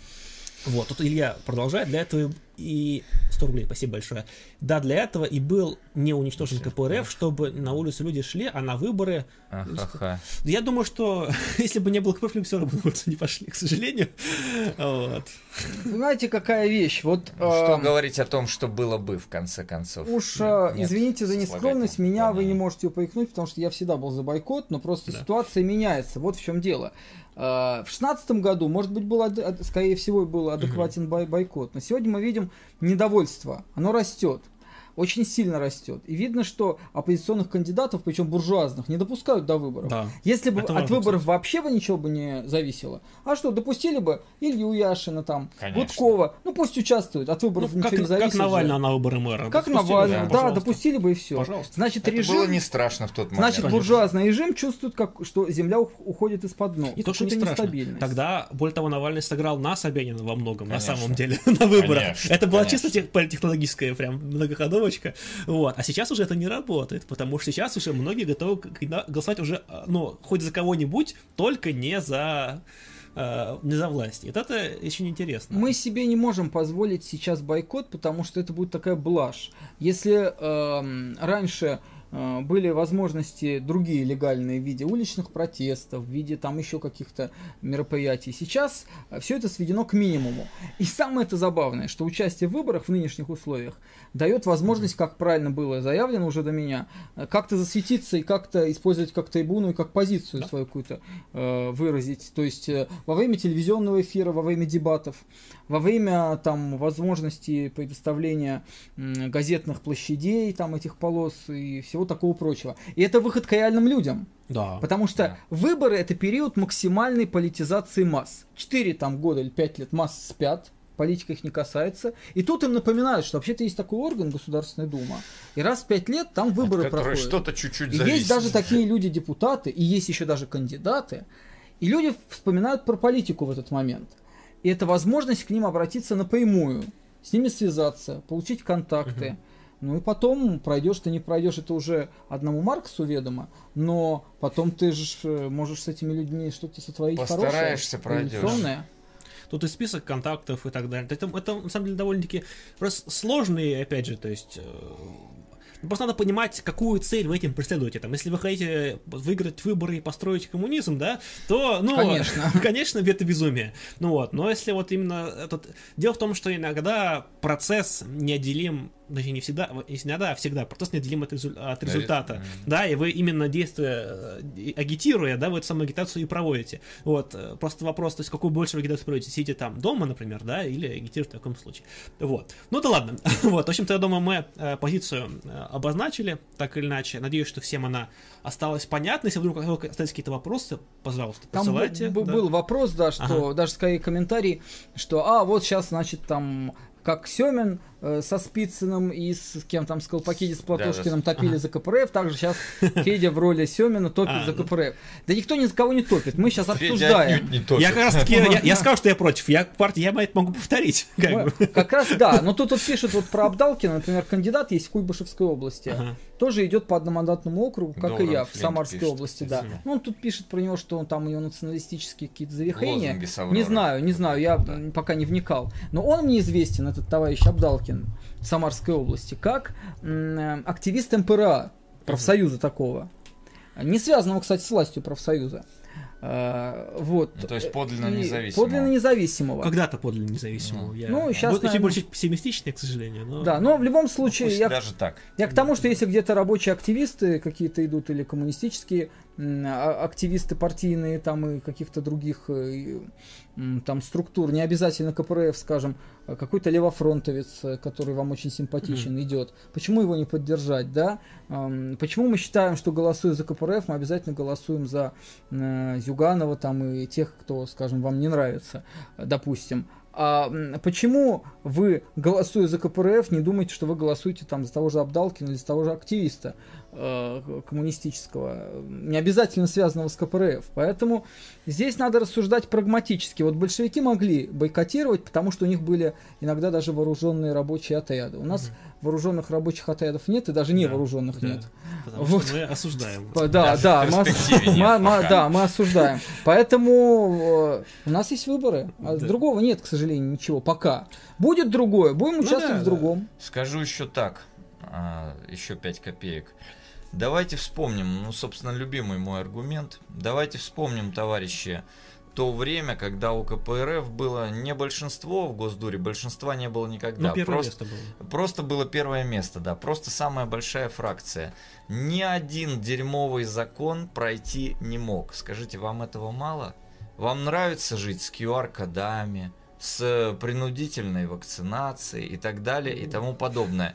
Вот, тут Илья продолжает, для этого и сто рублей, спасибо большое. Да, для этого и был не уничтожен ка пэ эр эф, чтобы на улицу люди шли, а на выборы... Ахаха. Я думаю, что если бы не было ка пэ эр эф, люди все равно бы на улицу не пошли, к сожалению. Вот. Понимаете, какая вещь? Вот, Что э, говорить о том, что было бы, в конце концов? уж, Нет, э, нет извините за нескромность, сослагательного меня вы не наклонения. можете упрекнуть, потому что я всегда был за бойкот, но просто Да. ситуация меняется. Вот в чем дело. Э, В шестнадцатом году, может быть, был, ад- ад- скорее всего, был адекватен бой- бойкот, но сегодня мы видим недовольство. Оно растет. Очень сильно растет. И видно, что оппозиционных кандидатов, причем буржуазных, не допускают до выборов. Да. Если бы Это от важно, выборов кстати. вообще бы ничего бы не зависело, а что, допустили бы Илью Яшина, там, Конечно. Гудкова, ну пусть участвуют, от выборов Ну, ничего как, не зависит. как Навального же. на выборы мэра. Как Допустили, Навального, да, пожалуйста. допустили бы и все. Пожалуйста. Значит, Это режим, было не страшно в тот момент. значит, Конечно. буржуазный режим чувствует, как, что земля ух- уходит из-под ног. И то, что не Какую-то страшно. нестабильность. Тогда, более того, Навальный сыграл на Собянина во многом, Конечно. на самом деле, на выборах. Конечно, это была конечно. чисто тех- политтехнологическая прям многоходовочка. Вот. А сейчас уже это не работает, потому что сейчас уже многие готовы к- голосовать уже, ну, хоть за кого-нибудь, только не за, э, не за власть. И вот это очень интересно. Мы себе не можем позволить сейчас бойкот, потому что это будет такая блажь. Если эм, раньше э, были возможности другие легальные в виде уличных протестов, в виде там еще каких-то мероприятий. Сейчас все это сведено к минимуму. И самое это забавное, что участие в выборах в нынешних условиях дает возможность, как правильно было заявлено уже до меня, как-то засветиться и как-то использовать как трибуну и как позицию да. свою какую-то э, выразить. То есть э, во время телевизионного эфира, во время дебатов, во время там возможности предоставления м, газетных площадей, там этих полос и всего такого прочего. И это выход к реальным людям. Да. Потому что Да. выборы это период максимальной политизации масс. Четыре там года или пять лет массы спят, политика их не касается. И тут им напоминают, что вообще-то есть такой орган, Государственная Дума. И раз в пять лет там выборы От которой проходят. что-то чуть-чуть И зависит. есть даже такие люди-депутаты, и есть еще даже кандидаты. И люди вспоминают про политику в этот момент. И это возможность к ним обратиться напрямую, с ними связаться, получить контакты. Угу. Ну и потом пройдешь ты, не пройдешь, это уже одному Марксу ведомо, но потом ты же можешь с этими людьми что-то сотворить хорошее. Постараешься, пройдешь. Тут и список контактов и так далее. Это, это на самом деле довольно-таки просто сложные, опять же, то есть... Просто надо понимать, какую цель вы этим преследуете. Там, если вы хотите выиграть выборы и построить коммунизм, да, то, ну, конечно, конечно, это безумие. Ну вот, но если вот именно этот... Дело в том, что иногда процесс неотделим, даже не всегда, не всегда, а всегда, процесс неотделим от, резу... от результата, mm-hmm. да, и вы именно действуя, агитируя, да, вы эту самую агитацию и проводите. Вот, просто вопрос, то есть, какую больше вы агитацию проводите, сидите там дома, например, да, или агитируете в таком случае. Вот. Ну да ладно. Вот, в общем-то, я думаю, мы позицию обозначили, так или иначе. Надеюсь, что всем она осталась понятна. Если вдруг остались какие-то вопросы, пожалуйста, присылайте. Там да. был вопрос, да, что ага. даже скорее комментарий, что, а, вот сейчас, значит, там, как Семин э, со Спицыным и с кем там, с Колпакидис с Платошкиным да, топили ага. за ка пэ эр эф, также сейчас Федя в роли Семина топит а, за ка пэ эр эф. Да никто ни за кого не топит, мы сейчас обсуждаем. Я как раз таки, я, я сказал, что я против, я партии, я это могу повторить. Как, мы, бы. как раз, да, но тут вот пишут вот про Абдалкина, например, кандидат есть в Куйбышевской области, ага. тоже идет по одномандатному округу, как Добрым и я, в Самарской пишет, области, да. Ну, он тут пишет про него, что он там у него националистические какие-то завихрения. Не знаю, не знаю, я да. пока не вникал. Но он мне известен, этот товарищ Абдалкин в Самарской области, как м- активист эм пэ эр а, профсоюза uh-huh. такого. Не связанного, кстати, с властью профсоюза. А, вот. Ну, то есть подлинно независимого. Подлинно независимого. Когда-то подлинно независимого. Ну, я... ну сейчас, вот, наверное... больше пессимистичнее, к сожалению. Но... Да, но в любом случае... Ну, я... даже так. Я к тому, что если где-то рабочие активисты какие-то идут или коммунистические активисты партийные там и каких-то других там структур, не обязательно ка пэ эр эф, скажем, какой-то левофронтовец, который вам очень симпатичен, mm-hmm. идет. Почему его не поддержать, да? Почему мы считаем, что голосуя за ка пэ эр эф, мы обязательно голосуем за Зюганова там и тех, кто, скажем, вам не нравится, допустим. А почему вы, голосуя за ка пэ эр эф, не думаете, что вы голосуете там за того же Абдалкина или за того же активиста э, коммунистического, не обязательно связанного с ка пэ эр эф? Поэтому здесь надо рассуждать прагматически. Вот большевики могли бойкотировать, потому что у них были иногда даже вооруженные рабочие отряды. У нас mm-hmm. вооруженных рабочих отрядов нет и даже не да, вооруженных да. нет. Потому вот. Что мы осуждаем. Да, даже да, мы, мы, мы, да, мы осуждаем. Поэтому у нас есть выборы. А да. Другого нет, к сожалению, ничего пока. Будет другое, будем участвовать ну, да, в другом. Да. Скажу еще так, а, еще пять копеек. Давайте вспомним, ну, собственно, любимый мой аргумент. Давайте вспомним, товарищи, то время, когда у ка пэ эр эф было не большинство в Госдуре, большинства не было никогда. Ну, первое просто, место было. Просто было первое место, да. Просто самая большая фракция. Ни один дерьмовый закон пройти не мог. Скажите, вам этого мало? Вам нравится жить с ку ар-кодами, с принудительной вакцинацией и так далее и тому подобное.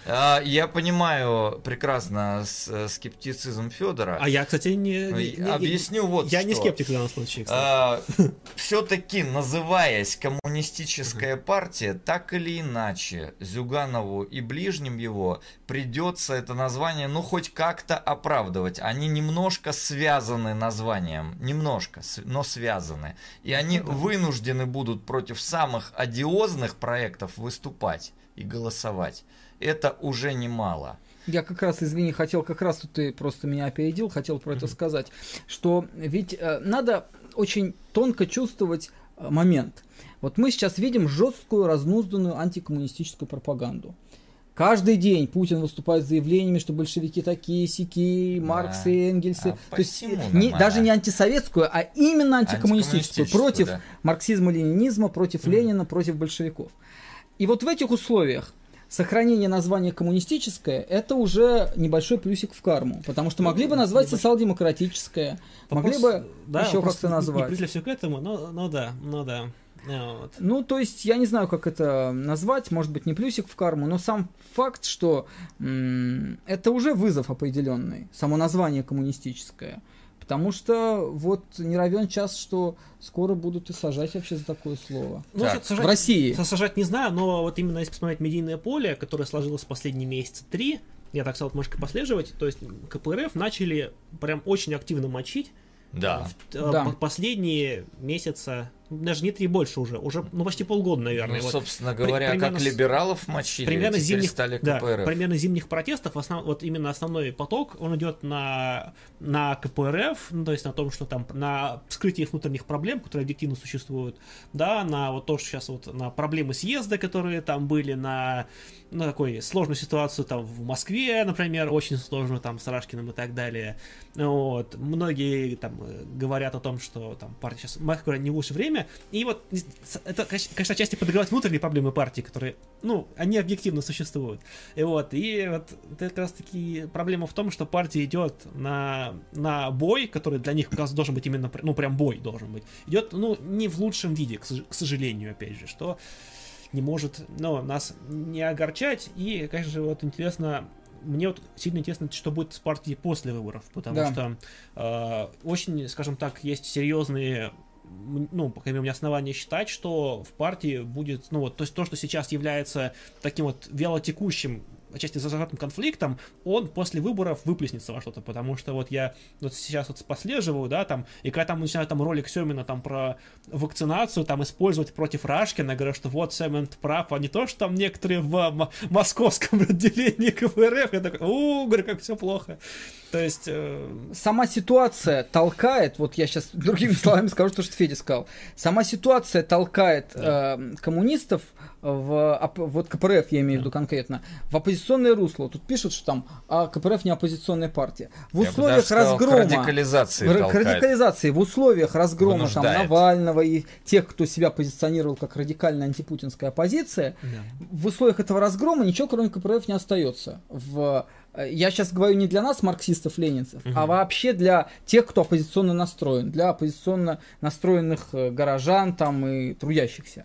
Я понимаю прекрасно скептицизм Федора. А я, кстати, не... не Объясню вот Я что. не скептик в данном случае, а, все-таки, называясь коммунистическая партия, так или иначе, Зюганову и ближним его придется это название, ну, хоть как-то оправдывать. Они немножко связаны названием. Немножко, но связаны. И они вынуждены будут против самых одиозных проектов выступать и голосовать. Это уже немало. Я как раз, извини, хотел как раз, тут ты просто меня опередил, хотел про это сказать, что ведь э, надо очень тонко чувствовать э, момент. Вот мы сейчас видим жесткую, разнузданную антикоммунистическую пропаганду. Каждый день Путин выступает с заявлениями, что большевики такие, сякие, Маркс Да. и Энгельсы. А То есть посему не, нормально. даже не антисоветскую, а именно антикоммунистическую. Антикоммунистическую, Против да. марксизма-ленинизма, против Ленина, против большевиков. И вот в этих условиях сохранение названия коммунистическое — это уже небольшой плюсик в карму. Потому что могли бы назвать Небольшой. социал-демократическое, могли Вопрос, бы да, еще вопрос как-то не- назвать. Не пришли все к этому, но, но да, ну да. А, вот. Ну, то есть, я не знаю, как это назвать, может быть, не плюсик в карму, но сам факт, что м- это уже вызов определенный, само название коммунистическое. Потому что вот не равен час, что скоро будут и сажать вообще за такое слово. Ну, Так, насчет сажать, В России. сажать не знаю, но вот именно если посмотреть медийное поле, которое сложилось в последние месяца три, я так стал немножко послеживать, то есть КПРФ начали прям очень активно мочить. Да. В- Да. по- Последние месяца, даже не три, больше уже, уже ну, почти полгода, наверное. Ну, Вот. собственно При- говоря, примерно как с- либералов мочили, примерно теперь зимних, стали да, КПРФ. примерно зимних протестов, основ, вот именно основной поток, он идет на, на КПРФ, ну, то есть на том, что там, на вскрытие их внутренних проблем, которые объективно существуют, да, на вот то, что сейчас вот, на проблемы съезда, которые там были, на, ну, такой сложную ситуацию там в Москве, например, очень сложную там с Рашкиным и так далее. Вот. Многие там э, говорят о том, что там партия сейчас, мягко говоря, не в лучшее время, и вот это, конечно, отчасти подогревать внутренние проблемы партии, которые, ну, они объективно существуют. И вот, и вот это как раз таки проблема в том, что партия идет на, на бой, который для них, кажется, должен быть именно, ну, прям бой должен быть, идет, ну, не в лучшем виде, к, сож- к сожалению, опять же, что не может, ну, нас не огорчать, и, конечно же, вот интересно, мне вот сильно интересно, что будет с партией после выборов, потому Да. что э, очень, скажем так, есть серьезные, м, ну, по крайней мере, у меня основания считать, что в партии будет, ну, вот, то есть то, что сейчас является таким вот вялотекущим, отчасти зажатым конфликтом, он после выборов выплеснется во что-то, потому что вот я вот сейчас вот послеживаю, да, там, и когда там начинают там ролик Семина там про вакцинацию там использовать против Рашкина, говорю, что вот Семен прав, а не то, что там некоторые в м- московском отделении КПРФ, я такой, у, говорю, как все плохо. То есть... э, Сама ситуация толкает, вот я сейчас другими словами скажу то, что Федя сказал, сама ситуация толкает э, коммунистов в, оп- вот КПРФ, я имею в виду конкретно, в оппозиционное русло. Тут пишут, что там а КПРФ не оппозиционная партия. В Я бы условиях даже сказал, разгрома... к радикализации Р- К толкает. радикализации в условиях разгрома там, Вынуждает. Навального и тех, кто себя позиционировал как радикальная антипутинская оппозиция, да. в условиях этого разгрома ничего кроме КПРФ не остается. В... Я сейчас говорю не для нас, марксистов-ленинцев, Мгм. а вообще для тех, кто оппозиционно настроен, для оппозиционно настроенных э, горожан там и трудящихся.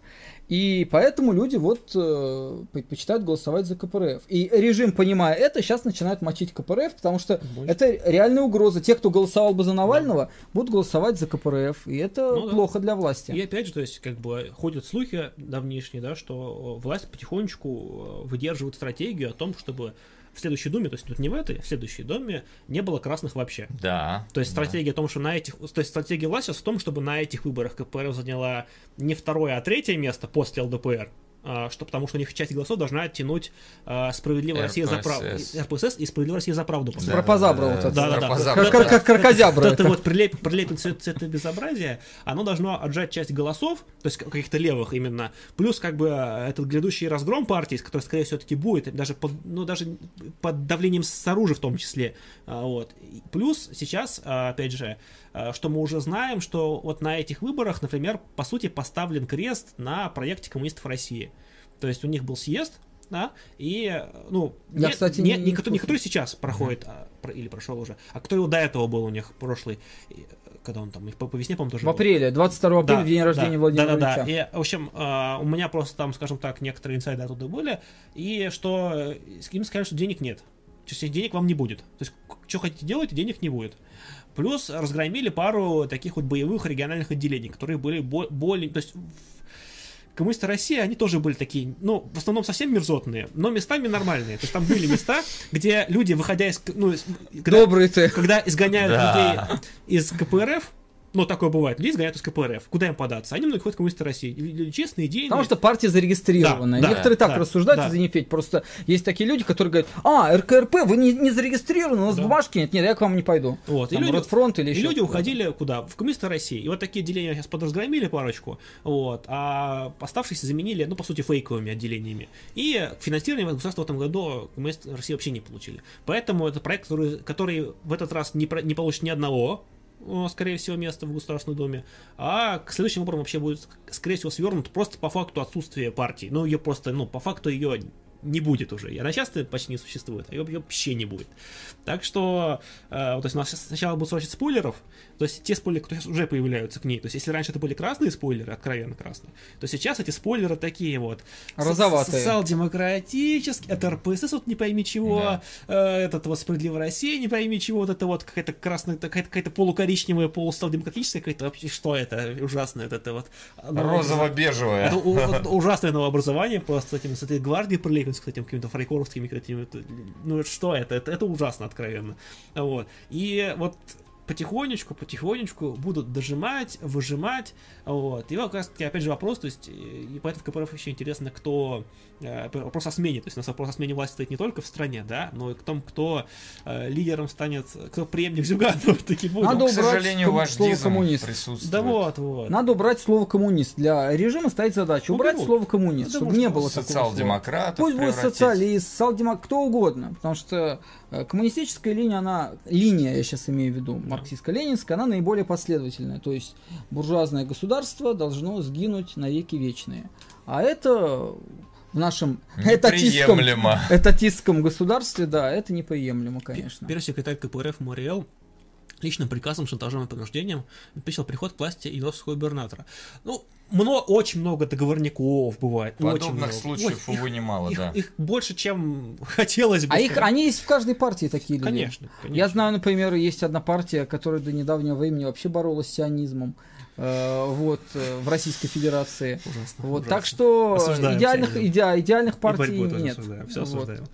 И поэтому люди вот э, предпочитают голосовать за КПРФ. И режим, понимая это, сейчас начинает мочить КПРФ, потому что Больше. это реальная угроза. Те, кто голосовал бы за Навального, будут голосовать за КПРФ. И это Ну да. плохо для власти. И опять же, то есть, как бы ходят слухи давнишние, да, что власть потихонечку э, выдерживает стратегию о том, чтобы в следующей думе, то есть тут не в этой, в следующей думе не было красных вообще. Да. То есть да. стратегия о том, что на этих, то есть стратегия власти сейчас в том, чтобы на этих выборах КПРФ заняла не второе, а третье место после ЛДПР. а, что потому что у них часть голосов должна оттянуть а, «Справедливая Россия за правду». РПСС. РПСС и «Справедливая Россия за правду». после Про Позабра вот это. Да-да-да. Позабра. Как- как- как крокозябра Вот это это. вот прилеп- прилепит все это безобразие, оно должно отжать часть голосов, то есть каких-то левых именно, плюс как бы этот грядущий разгром партии, который, скорее всего, таки будет, даже под, ну, даже под давлением снаружи в том числе. А, вот. И плюс сейчас, а, опять же, а, что мы уже знаем, что вот на этих выборах, например, по сути, поставлен крест на проекте коммунистов России. То есть у них был съезд, да, и, ну, Я, не, кстати, не, не- не, не который, не слушал. который сейчас проходит, а, про- или прошел уже, а который до этого был у них прошлый, и, когда он там, и по, по весне, по-моему, тоже В был. апреле, двадцать второго апреля, Да, день рождения да, Владимира да, да, да. Ильича. И, в общем, э, у меня просто там, скажем так, некоторые инсайды оттуда были, и что э, им сказали, что денег нет. То есть денег вам не будет. То есть, что хотите делать, денег не будет. Плюс разгромили пару таких вот боевых региональных отделений, которые были бо- более... То есть коммунисты России, они тоже были такие, ну, в основном совсем мерзотные, но местами нормальные. То есть там были места, где люди, выходя из... Ну, из- когда, Добрый ты. когда изгоняют Да. людей из КПРФ, Ну, такое бывает. Людей сгоняют из ка пэ эр эф. Куда им податься? Они многие ходят в коммунисты России. Честные, идейные. Потому что партия зарегистрирована. Да, некоторые да, так да, рассуждают, да. извини, Федь. Просто есть такие люди, которые говорят, а, эр ка эр пэ, вы не, не зарегистрированы, у нас да. бумажки нет. Нет, я к вам не пойду. Вот. Там, и люди, Ротфронт или и еще люди уходили куда? В коммунисты России. И вот такие отделения сейчас подразгромили парочку, вот, а оставшиеся заменили, ну, по сути, фейковыми отделениями. И финансирование государства в этом году коммунисты России вообще не получили. Поэтому это проект, который, который в этот раз не, про, не получит ни одного, скорее всего, место в Государственной Думе, а к следующим выборам вообще будет, скорее всего, свернут просто по факту отсутствия партии. Ну, ее просто, ну, по факту ее не будет уже. И она часто почти не существует, а ее вообще не будет. Так что, э, вот, то есть у нас сейчас сначала будет срочить спойлеров, то есть те спойлеры, которые сейчас уже появляются к ней. То есть если раньше это были красные спойлеры, откровенно красные, то сейчас эти спойлеры такие вот розоватые, социал-демократические, это эр пэ эс эс, вот не пойми чего, да. э, этот вот Справедливая Россия, не пойми чего, вот это вот какая-то красная, какая-то, какая-то полукоричневая, полусоциал-демократическая, какая-то вообще, что это, ужасное, вот это вот. Розово-бежевое. Это у, у, ужасное новообразование, просто с, этим, с этой гвардией прилепим, с этим какими-то фрейкоровскими, какими-то, ну что это, это, это ужасно, откровенно. Вот. И вот потихонечку, потихонечку будут дожимать, выжимать, вот. И вот, как раз таки, опять же, вопрос, то есть, и поэтому в ка пэ эр эф еще интересно, кто, э, вопрос о смене, то есть, у нас вопрос о смене власти стоит не только в стране, да, но и к тому, кто э, лидером станет, кто преемник Зюганова, таки будет. Надо, к сожалению, вождизм присутствует. Да вот, вот. Надо убрать слово коммунист. Для режима стоит задача убрать уберут. слово коммунист, да, чтобы не было такого социал-демократов. Пусть будет социалист, социал-демократ, кто угодно, потому что коммунистическая линия, она, линия, я сейчас имею в виду, марксистско-ленинская, она наиболее последовательная, то есть буржуазное государство должно сгинуть навеки вечные. А это в нашем этатистском, этатистском государстве, да, это неприемлемо, конечно. Первый секретарь ка пэ эр эф Мориэл личным приказом, шантажом и принуждением обеспечил приход к власти Егоровского губернатора. Ну, много, очень много договорников бывает. Подобных случаев, увы, немало, их, да. Их больше, чем хотелось бы. А их, они есть в каждой партии, такие люди. Конечно, конечно. Я знаю, например, есть одна партия, которая до недавнего времени вообще боролась с сионизмом. Вот, в Российской Федерации. Ужасно, вот, ужасно. Так что осуждаем идеальных, иде, идеальных партий нет. Осуждаем, все вот. осуждаем.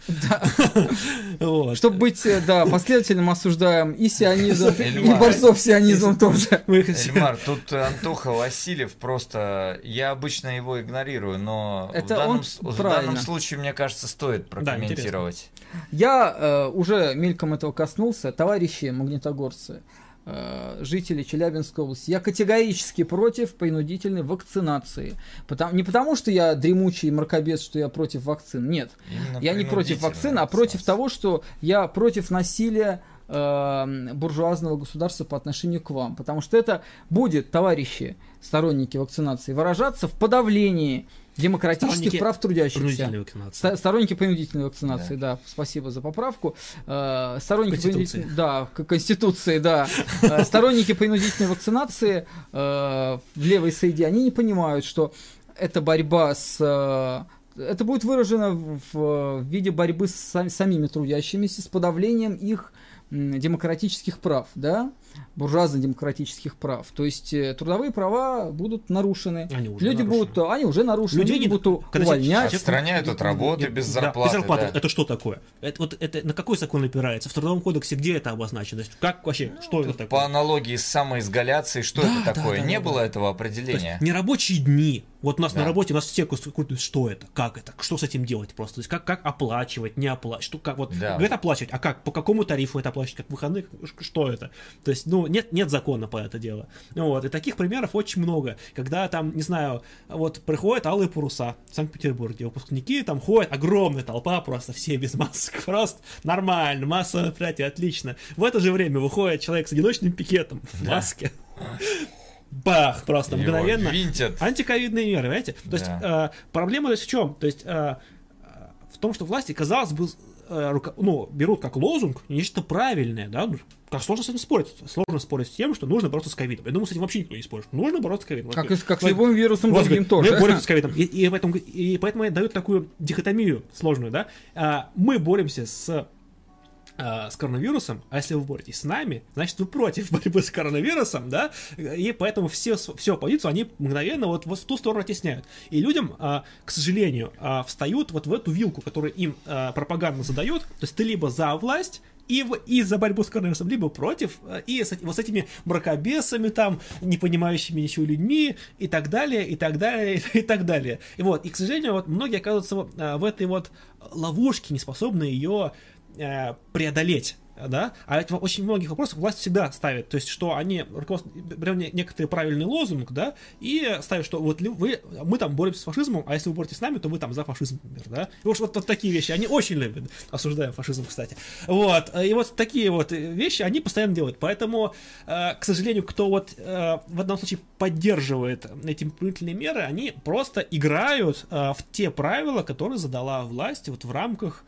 Да. Чтобы быть, да, последовательным, осуждаем и сионизм, и борцов с сионизмом тоже. Эльмар, тут Антоха Васильев просто, я обычно его игнорирую, но в данном, в данном случае, мне кажется, стоит прокомментировать. Да, я э, уже мельком этого коснулся. Товарищи магнитогорцы, жители Челябинской области, я категорически против принудительной вакцинации. Потому, не потому, что я дремучий мракобес, что я против вакцин. Нет. Именно я не против вакцин, а против того, что я против насилия э, буржуазного государства по отношению к вам. Потому что это будет, товарищи, сторонники вакцинации, выражаться в подавлении демократических сторонники прав трудящихся. Сторонники принудительной вакцинации, да. да, спасибо за поправку. Э, сторонники принудительной, да, Конституции, да. Э, сторонники принудительной вакцинации э, в левой среде, они не понимают, что это борьба с... Э, это будет выражено в, в виде борьбы с сам, самими трудящимися, с подавлением их демократических прав, да, буржуазно-демократических прав. То есть э, трудовые права будут нарушены. Они уже люди нарушены. будут, они уже нарушены. Люди, люди будут увольнять. Отстраняют от работы без зарплаты. Да, без зарплаты. Да. Это что такое? Это, вот, это на какой закон опирается? В Трудовом кодексе где это обозначено? Как вообще? Что это такое? По аналогии с самоизоляцией, что да, это такое? Да, да, Не да, было да. этого определения. Нерабочие дни. Вот у нас да. на работе, у нас все курсуют, что это, как это, что с этим делать просто. То есть как, как оплачивать, не оплачивать, что, как вот, да. говорят оплачивать, а как, по какому тарифу это оплачивать, как выходных, что это? То есть, ну, нет, нет закона по это дело. Вот, и таких примеров очень много, когда там, не знаю, вот приходят алые паруса в Санкт-Петербурге, выпускники, там ходят, огромная толпа, просто все без масок, просто нормально, массовое мероприятие, отлично. В это же время выходит человек с одиночным пикетом в маске. Бах, просто его мгновенно. Винтят. Антиковидные меры, понимаете? То да. есть э, проблема здесь в чем? То есть э, в том, что власти, казалось бы, э, руко... ну, берут как лозунг нечто правильное, да? Ну, как сложно с этим спорить? Сложно спорить с тем, что нужно бороться с ковидом. Я думаю, с этим вообще никто не спорит. Нужно бороться с ковидом. Как, вот, как с любым вирусом другим тоже. Мы боремся с ковидом. И, и, поэтому, и поэтому дают такую дихотомию сложную, да? А, мы боремся с с коронавирусом, а если вы боретесь с нами, значит вы против борьбы с коронавирусом, да, и поэтому все, всю оппозицию они мгновенно вот, вот в ту сторону оттесняют. И людям, а, к сожалению, а, встают вот в эту вилку, которую им а, пропаганда задает, то есть ты либо за власть, и, в, и за борьбу с коронавирусом, либо против, и с, вот с этими мракобесами там, не понимающими ничего людьми, и так далее, и так далее, и так далее. И вот, и, к сожалению, вот многие оказываются в этой вот ловушке, не способны ее э, преодолеть. Да? А ведь в очень многих вопросах власть всегда ставит, то есть, что они берут некоторый правильный лозунг, да, и ставят, что вот вы, мы там боремся с фашизмом, а если вы боретесь с нами, то вы там за фашизм, например, да. И вот, вот, вот такие вещи, они очень любят, осуждая фашизм, кстати. Вот, и вот такие вот вещи они постоянно делают, поэтому, к сожалению, кто вот в одном случае поддерживает эти принудительные меры, они просто играют в те правила, которые задала власть вот в рамках...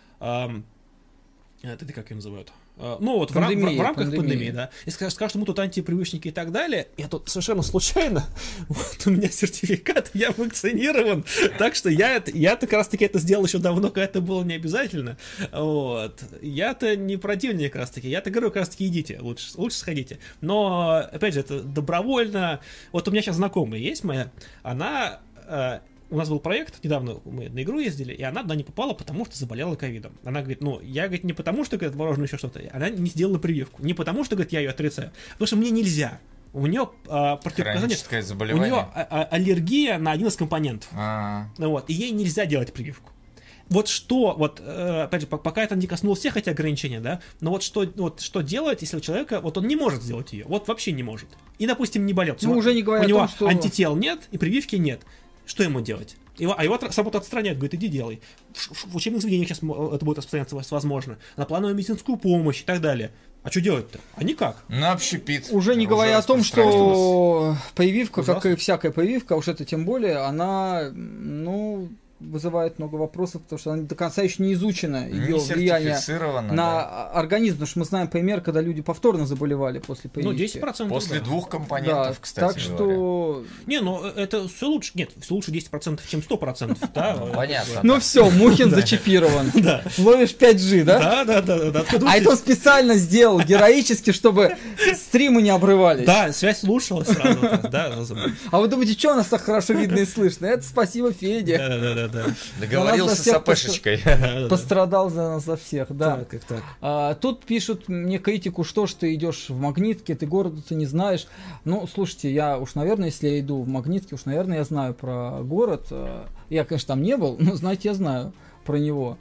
Это как ее называют? Ну вот пандемия, в, в, в рамках пандемии, пандемии да. Если скажешь, скажешь, что мы тут антипривычники и так далее, я тут совершенно случайно, вот у меня сертификат, я вакцинирован, так что я, я как раз таки это сделал еще давно, когда это было не обязательно, вот. Я-то не противник как раз таки, я-то говорю, как раз таки идите, лучше, лучше сходите. Но, опять же, это добровольно, вот у меня сейчас знакомая есть моя, она... У нас был проект, недавно мы на игру ездили, и она туда не попала, потому что заболела ковидом. Она говорит, ну, я, говорит, не потому что, говорит, мороженое еще что-то, она не сделала прививку. Не потому что, говорит, я ее отрицаю, потому что мне нельзя. У нее а, противопоказания, у нее а, а, аллергия на один из компонентов. А-а-а. Вот, и ей нельзя делать прививку. Вот что, вот, опять же, пока это не коснулось всех эти ограничения, да, но вот что, вот что делать, если у человека, вот он не может сделать ее, вот вообще не может. И, допустим, не болел. Ну, уже не говоря у него о том, что... антител нет и прививки нет. Что ему делать? Его, а его с работы отстраняют, говорит, иди делай. В, в учебных заведениях сейчас это будет распространяться возможно. На плановую медицинскую помощь и так далее. А что делать-то? А никак. На общепит. Уже не говоря о том, что прививка, ужасно. Как и всякая прививка, уж это тем более, она, ну... вызывает много вопросов, потому что она до конца еще не изучена, ее влияние на да. организм, потому что мы знаем пример, когда люди повторно заболевали после прививки. Ну, десять процентов. После да. двух компонентов, да, кстати так что... говоря. Не, ну это все лучше, нет, все лучше десять процентов, чем сто процентов, да? Понятно. Ну все, Мухин зачипирован. Ловишь пять джи, да? Да, да, да. А это он специально сделал, героически, чтобы стримы не обрывались. Да, связь слушалась сразу. А вы думаете, что у нас так хорошо видно и слышно? Это спасибо Феде. Да, да, да, да. Договорился с АПшечкой. Пострадал за нас, за всех, да. Так, как так. А, тут пишут мне критику, что ж ты идешь в Магнитке, ты города-то не знаешь. Ну, слушайте, я уж, наверное, если я иду в Магнитке, уж, наверное, я знаю про город. Я, конечно, там не был, но, знаете, я знаю про него.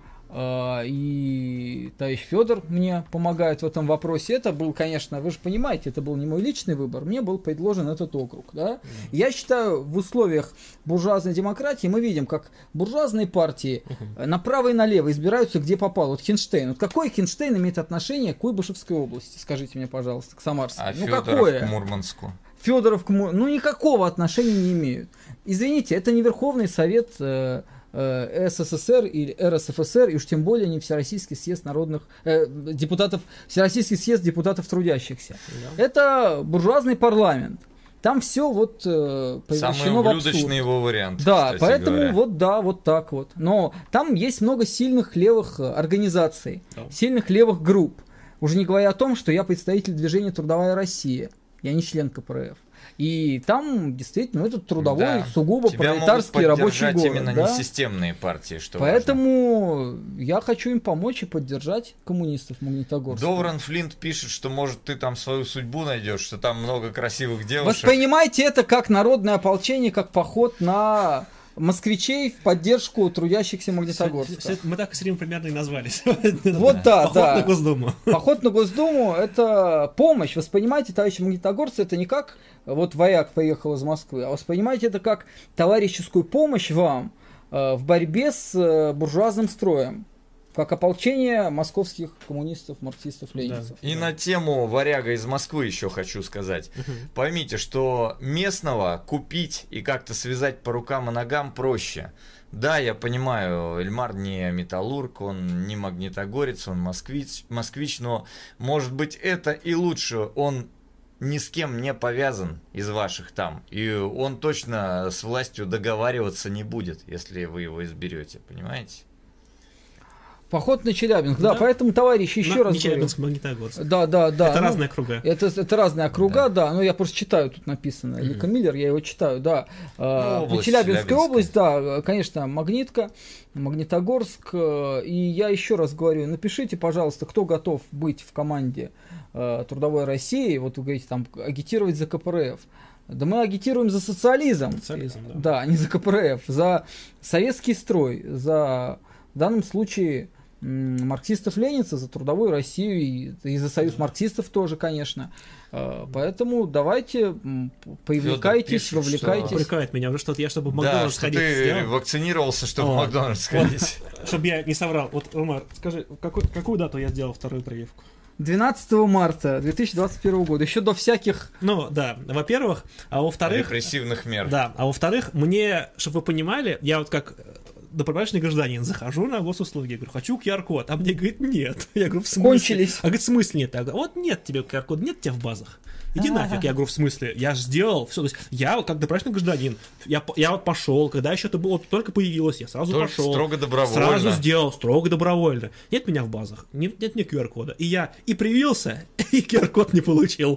И товарищ Федор мне помогает в этом вопросе. Это был, конечно, вы же понимаете, это был не мой личный выбор, мне был предложен этот округ. Да? Mm-hmm. Я считаю, в условиях буржуазной демократии мы видим, как буржуазные партии mm-hmm. направо и налево избираются где попало. Вот Хинштейн. Вот какой Хинштейн имеет отношение к Куйбышевской области? Скажите мне, пожалуйста, к Самарской. А ну, Федоров какое? к Мурманску. Федоров к Мурманску. Ну, никакого отношения не имеют. Извините, это не Верховный Совет э, СССР или РСФСР, и уж тем более не Всероссийский съезд народных э, депутатов, Всероссийский съезд депутатов трудящихся. Да. Это буржуазный парламент. Там все вот э, превращено в абсурд. Самый ублюдочный его вариант. Да, поэтому говоря. вот да, вот так вот. Но там есть много сильных левых организаций, да. сильных левых групп. Уже не говоря о том, что я представитель движения «Трудовая Россия». Я не член ка пэ эр эф. И там действительно ну, это трудовой, да. сугубо тебя пролетарский рабочий город. Именно да? несистемные партии, что Поэтому важно. Я хочу им помочь и поддержать коммунистов Магнитогорска. Довран Флинт пишет, что может ты там свою судьбу найдешь, что там много красивых девушек. Воспринимайте это как народное ополчение, как поход на москвичей в поддержку трудящихся Магнитогорска. Мы так с Римом примерно и назвались. Вот да, Поход да. на Госдуму. Поход на Госдуму – это помощь. Воспринимайте, товарищи магнитогорцы, это не как вот вояк поехал из Москвы, а воспринимайте это как товарищескую помощь вам э, в борьбе с э, буржуазным строем. Как ополчение московских коммунистов, марксистов, ленинцев. Да. И да. на тему варяга из Москвы еще хочу сказать. Угу. Поймите, что местного купить и как-то связать по рукам и ногам проще. Да, я понимаю, Эльмар не металлург, он не магнитогорец, он москвич, москвич, но может быть это и лучше. Он ни с кем не повязан из ваших там. И он точно с властью договариваться не будет, если вы его изберете, понимаете? Поход на Челябинск, да, Да. поэтому, товарищи, еще На- раз не говорю. Челябинск, Магнитогорск. Да, да, да. Это ну, разные округа. Это, это разные округа, да. но я просто читаю, тут написано. Мгм. Лика Миллер, я его читаю, да. А, Ну, область Челябинская Челябинская. область, да, конечно, Магнитка, Магнитогорск. э, И я еще раз говорю, напишите, пожалуйста, кто готов быть в команде э, Трудовой России, вот вы говорите, там, агитировать за ка пэ эр эф. Да мы агитируем за социализм. Социализм, да. Да, а не за ка пэ эр эф, за советский строй, за, в данном случае, м, марксистов-ленинцев, за Трудовую Россию и, и за союз марксистов тоже, конечно. Э, Поэтому давайте м, поивлекайтесь, пишет, вовлекайтесь. что- Упрекает меня уже что-то, я чтобы в Да, Макдональдс что сходить ты сделал. вакцинировался, чтобы в Вот. Макдональдс сходить. Чтобы я не соврал. Вот, Ромар, скажи, какой- какую дату я сделал вторую прививку? двенадцатого марта две тысячи двадцать первого года, еще до всяких... Ну, да, во-первых, а во-вторых... Репрессивных мер. Да, а во-вторых, мне, чтобы вы понимали, я вот как добровольный гражданин захожу на госуслуги, говорю, хочу ку ар код, а мне говорит, нет. Я говорю, в смысле? Кончились. А говорит, в смысле нет? Я говорю, вот нет тебе ку ар кода, нет тебя в базах. Иди Ага. нафиг, я говорю, в смысле? Я же сделал все. То есть я вот как добровольный гражданин, я, по- я вот пошел, когда еще это было, только появилось, я сразу Только пошел. строго добровольно. Сразу сделал, строго добровольно. Нет меня в базах, нет, нет мне ку ар кода. И я и привился, и ку ар код не получил.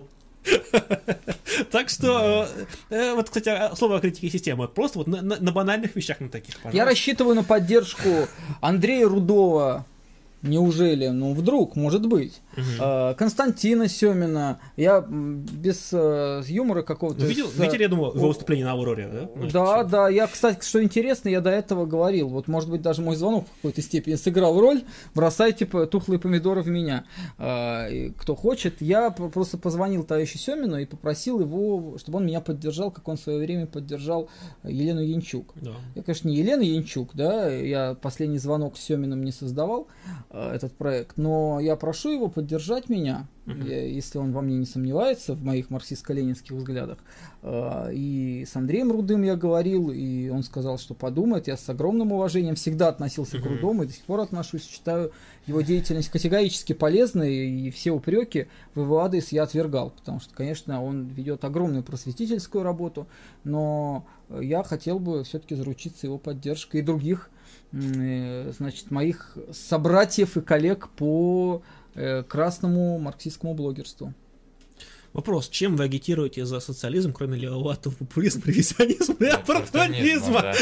Так что, э, э, вот, кстати, слово о критике системы. Просто вот на, на- на банальных вещах на таких, Я пожалуйста. рассчитываю на поддержку Андрея Рудова. Неужели? Ну, вдруг, может быть. Мгм. Э, Константина Семина. Я м, без э, юмора какого-то... Ну, видел, с- видели, я думаю, у- его выступление на Авроре, да? Ну, Да, это да. Я, кстати, что интересно, я до этого говорил. Вот, может быть, даже мой звонок в какой-то степени сыграл роль. Бросайте по- тухлые помидоры в меня. А, и кто хочет. Я п- просто позвонил товарищу Семину и попросил его, чтобы он меня поддержал, как он в свое время поддержал Елену Янчук. Да. Я, конечно, не Елена Янчук, да, я последний звонок с Семиным не создавал, э, этот проект, но я прошу его поддержать меня, Мгм. я- если он во мне не сомневается, в моих марксистско-ленинских взглядах. Э, И с Андреем Рудым я говорил, и он сказал, что подумает. Я с огромным уважением всегда относился к Мгм. Рудому и до сих пор отношусь, считаю его деятельность категорически полезной, и все упреки в его адрес я отвергал, потому что, конечно, он ведет огромную просветительскую работу, но я хотел бы все-таки заручиться его поддержкой и других, м, э, значит, моих собратьев и коллег по э, красному марксистскому блогерству. Вопрос, чем вы агитируете за социализм, кроме левоватого популизма, ревизионизма и оппортунизма? Да.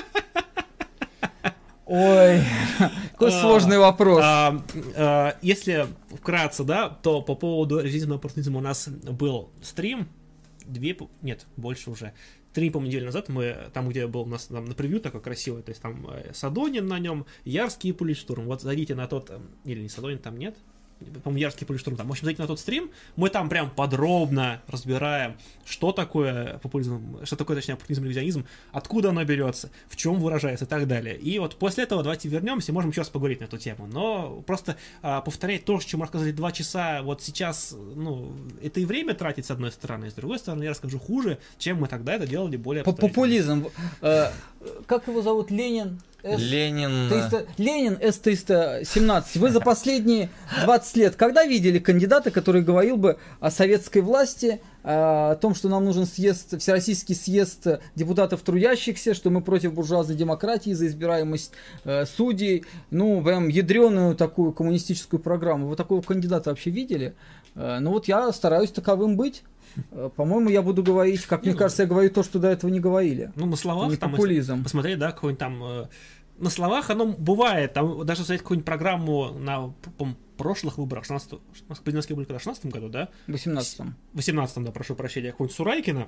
Ой, какой А, сложный вопрос. А, а, Если вкратце, да, то по поводу ревизионного оппортунизма у нас был стрим, две, по- нет, больше уже, три, по-моему, недели назад мы, там, где был у нас там, на превью такой красивый, то есть там э, Садонин на нем, Ярский и Политштурм. Вот зайдите на тот, э, или не Садонин, там нет, по-моему, Ярский и Политштурм там. В общем, зайдите на тот стрим, мы там прям подробно разбираем, что такое популизм, что такое, точнее, оппортунизм, ревизионизм, откуда оно берется, в чем выражается и так далее. И вот после этого давайте вернемся, можем еще раз поговорить на эту тему. Но просто а, повторять то, что мы рассказали два часа, вот сейчас, ну, это и время тратить с одной стороны, с другой стороны, я расскажу хуже, чем мы тогда это делали более По- обстоятельно. Популизм. Э, Как его зовут? Ленин? С- Ленин. триста Ленин эс триста семнадцать. Вы за последние двадцать лет когда видели кандидата, который говорил бы о советской власти, о том, что нам нужен съезд, всероссийский съезд депутатов трудящихся, что мы против буржуазной демократии за избираемость э, судей, ну, прям ядреную такую коммунистическую программу. Вы такого кандидата вообще видели? Э, ну вот я стараюсь таковым быть. Э, По-моему, я буду говорить, как мне Ну, кажется, я говорю то, что до этого не говорили. Ну, на словах Не там, если популизм. посмотреть, да, какой-нибудь там... э, на словах оно бывает, там даже взять какую-нибудь программу на по-моему, прошлых выборах, шестнадцатом, президентские были когда, в шестнадцатом году, да? В восемнадцатом. В восемнадцатом, да, прошу прощения, какого-нибудь Сурайкина.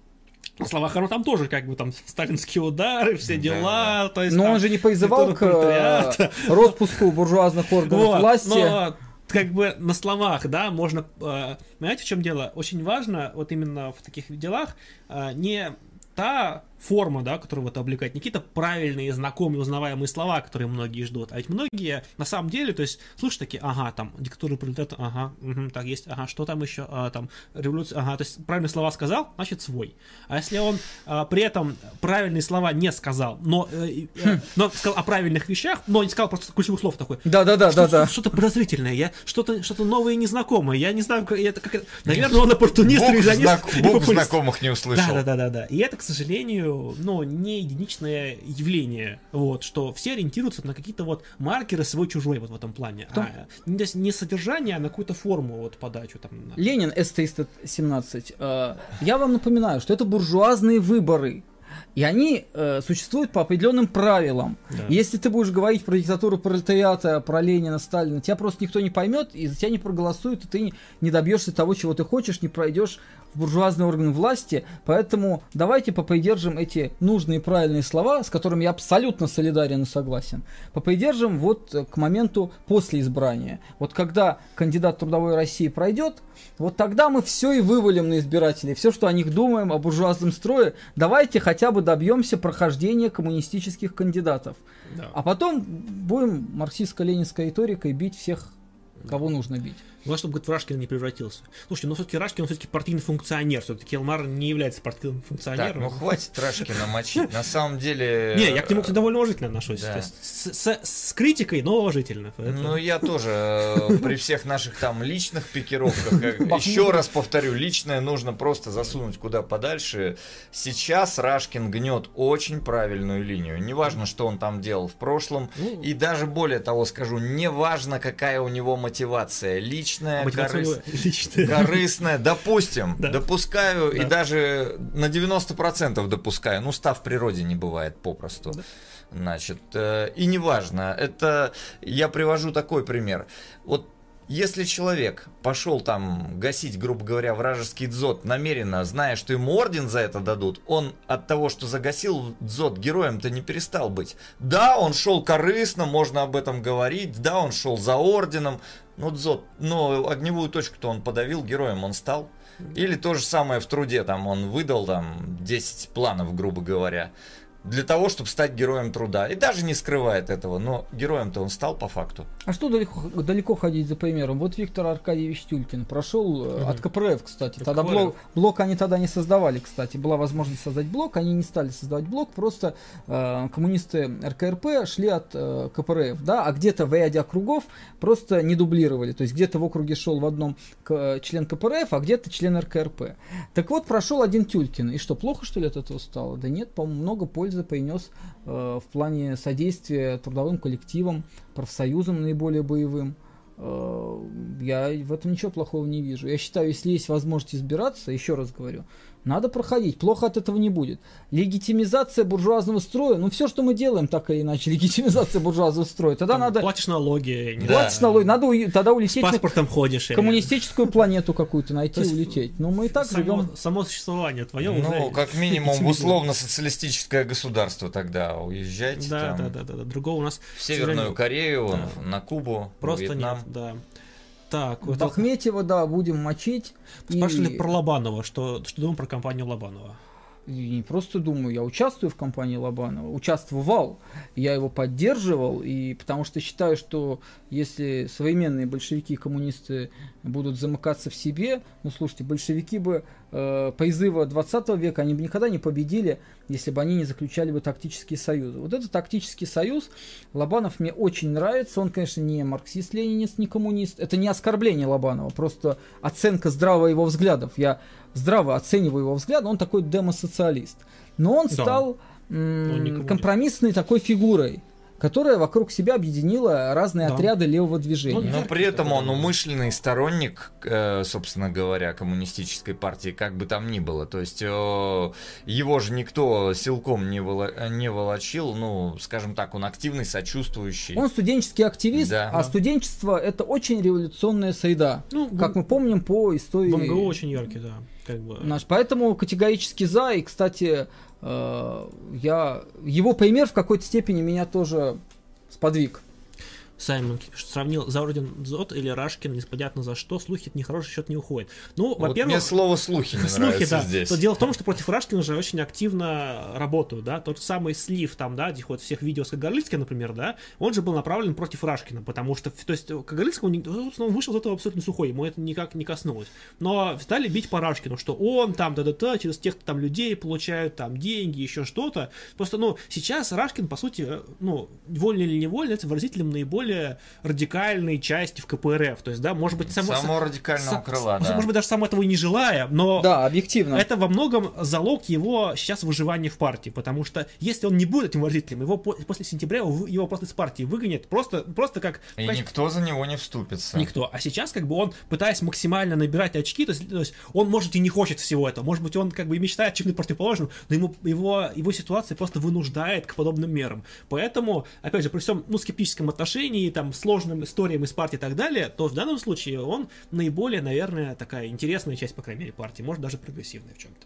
На словах оно там тоже, как бы, там, сталинские удары, все Да. дела, то есть... Но там он же не призывал диктатура к э, пролетариата. распуску буржуазных органов Вот, власти. но как бы на словах, да, можно... э, Понимаете, в чем дело? Очень важно, вот именно в таких делах, э, не та форма, да, которую вот облекать, не какие-то правильные, знакомые, узнаваемые слова, которые многие ждут, а ведь многие, на самом деле, то есть, слушай, такие, ага, там, диктатура пролетариата, ага, угу, так есть, ага, что там еще, а, там, революция, ага, то есть, правильные слова сказал, значит, свой. А если он а, при этом правильные слова не сказал, но, э, э, но сказал о правильных вещах, но не сказал просто ключевых слов такой, Да, да, да, да, что-то, да. что-то подозрительное, я что-то, что-то новое и незнакомое. Я не знаю, как это, как это- наверное, он оппортунист, Бог, ревизионист знак- и Бог популист. знакомых не услышал. Да, да, да, да, да. И это, к сожалению, наблюдаю, ну, не единичное явление, вот, что все ориентируются на какие-то вот маркеры свой-чужой вот в этом плане, Том... а не, не содержание, а на какую-то форму вот подачу. Там, на... Ленин, эс триста семнадцать, э, я вам напоминаю, что это буржуазные выборы. И они э, существуют по определенным правилам. Да. Если ты будешь говорить про диктатуру пролетариата, про Ленина, Сталина, тебя просто никто не поймет, и за тебя не проголосуют, и ты не, не добьешься того, чего ты хочешь, не пройдешь в буржуазные органы власти. Поэтому давайте попридержим эти нужные и правильные слова, с которыми я абсолютно солидарен и согласен. Попридержим вот к моменту после избрания. Вот когда кандидат Трудовой России пройдет, вот тогда мы все и вывалим на избирателей. Все, что о них думаем, о буржуазном строе. Давайте хотя бы добьемся прохождения коммунистических кандидатов. Да. А потом будем марксистско-ленинской риторикой бить всех, кого нужно бить. Главное, чтобы говорит, Рашкин не превратился. Слушайте, но все-таки Рашкин, он все-таки партийный функционер. Все-таки Элмар не является партийным функционером. Так, ну хватит Рашкина мочить. На самом деле... Не, я к нему довольно уважительно отношусь. С критикой, но уважительно. Ну, я тоже при всех наших там личных пикировках, еще раз повторю, личное нужно просто засунуть куда подальше. Сейчас Рашкин гнет очень правильную линию. Неважно, что он там делал в прошлом. И даже более того скажу, неважно, какая у него мотивация. Личная. Корыс... корыстная, допустим, да. допускаю да. и даже на девяносто процентов допускаю, ну, став в природе не бывает попросту. Да. Значит, э, и неважно, это я привожу такой пример. Вот если человек пошел там гасить, грубо говоря, вражеский дзот намеренно, зная, что ему орден за это дадут, он от того, что загасил дзот, героем-то не перестал быть. Да, он шел корыстно, можно об этом говорить, да, он шел за орденом, ну, дзот, но огневую точку-то он подавил, героем он стал. Или то же самое в труде, там он выдал там десять планов, грубо говоря, для того, чтобы стать героем труда. И даже не скрывает этого, но героем-то он стал по факту. А что далеко, далеко ходить за примером? Вот Виктор Аркадьевич Тюлькин прошел угу. от ка пэ эр эф, кстати. Как тогда блок, блок они тогда не создавали, кстати. Была возможность создать блок, они не стали создавать блок, просто э, коммунисты эр ка эр пэ шли от э, ка пэ эр эф, да, а где-то в ряде округов просто не дублировали. То есть где-то в округе шел в одном к, член ка пэ эр эф, а где-то член эр ка эр пэ. Так вот, прошел один Тюлькин. И что, плохо, что ли, от этого стало? Да нет, по-моему, много пользы принес э, в плане содействия трудовым коллективам, профсоюзам наиболее боевым. Э, я в этом ничего плохого не вижу. Я считаю, если есть возможность избираться, еще раз говорю, надо проходить, плохо от этого не будет. Легитимизация буржуазного строя, ну все, что мы делаем, так или иначе, легитимизация буржуазного строя, тогда там надо... Платишь налоги. Да. Платишь налоги, надо у... тогда улететь... С паспортом ходишь. Коммунистическую планету какую-то найти и улететь. Ну мы и так само, живем... Само существование твое ну, уже... Ну, как минимум, в условно-социалистическое государство тогда уезжайте. Да, там, да, да, да. Другого у нас... В Северную Корею, да. на Кубу, просто Вьетнам. Нет, да. Так, вот Бахметьева, да, будем мочить. Спрашивали и... про Лобанова, что, что думаем про компанию Лобанова? И не просто думаю, я участвую в компании Лобанова, участвовал, я его поддерживал, и потому что считаю, что если современные большевики и коммунисты будут замыкаться в себе, ну слушайте, большевики бы э, призыва двадцатого века, они бы никогда не победили, если бы они не заключали бы тактические союзы. Вот этот тактический союз Лобанов мне очень нравится, он, конечно, не марксист-ленинец, не коммунист, это не оскорбление Лобанова, просто оценка здравого его взглядов, я здраво оцениваю его взгляд, он такой демосоциалист. Но он да. стал м- компромиссной такой фигурой, которая вокруг себя объединила разные да. отряды левого движения. Но при этом он умышленный сторонник, собственно говоря, коммунистической партии, как бы там ни было. То есть его же никто силком не, воло- не волочил, ну, скажем так, он активный, сочувствующий. Он студенческий активист, да. а студенчество — это очень революционная среда, ну, как мы помним по истории. В эм гэ у очень яркий, да. Как бы... Наш, поэтому категорически за, и, кстати, э, я, его пример в какой-то степени меня тоже сподвиг. Саймон сравнил за орден дзот или Рашкин, непонятно за что, слухи от нехороший счет не уходит. Ну, вот во-первых... мне слово слухи не слухи, нравится да. здесь. То дело в том, что против Рашкина же очень активно работают, да, тот самый слив там, да, где вот всех видео с Кагарлицким, например, да, он же был направлен против Рашкина, потому что, то есть, Кагарлицкого, он вышел из этого абсолютно сухой, ему это никак не коснулось. Но стали бить по Рашкину, что он там, да-да-да, через тех там людей получают там деньги, еще что-то. Просто, ну, сейчас Рашкин, по сути, ну, вольно или невольно, это выразителем наиболее наиболее радикальной части в ка пэ эр эф. То есть, да, может быть, само, само радикального сам, крыла, да. Может быть, даже сам этого и не желая, но да, объективно. Это во многом залог его сейчас выживания в партии, потому что если он не будет этим выразителем, его по, после сентября его, его просто из партии выгонят, просто, просто как... И как, никто за него не вступится. Никто. А сейчас как бы он, пытаясь максимально набирать очки, то есть, то есть он, может, и не хочет всего этого, может быть, он как бы и мечтает чем-то противоположным, но ему, его, его ситуация просто вынуждает к подобным мерам. Поэтому, опять же, при всем ну, скептическом отношении, там, сложным историям из партии и так далее, то в данном случае он наиболее, наверное, такая интересная часть, по крайней мере, партии, может, даже прогрессивная в чем-то.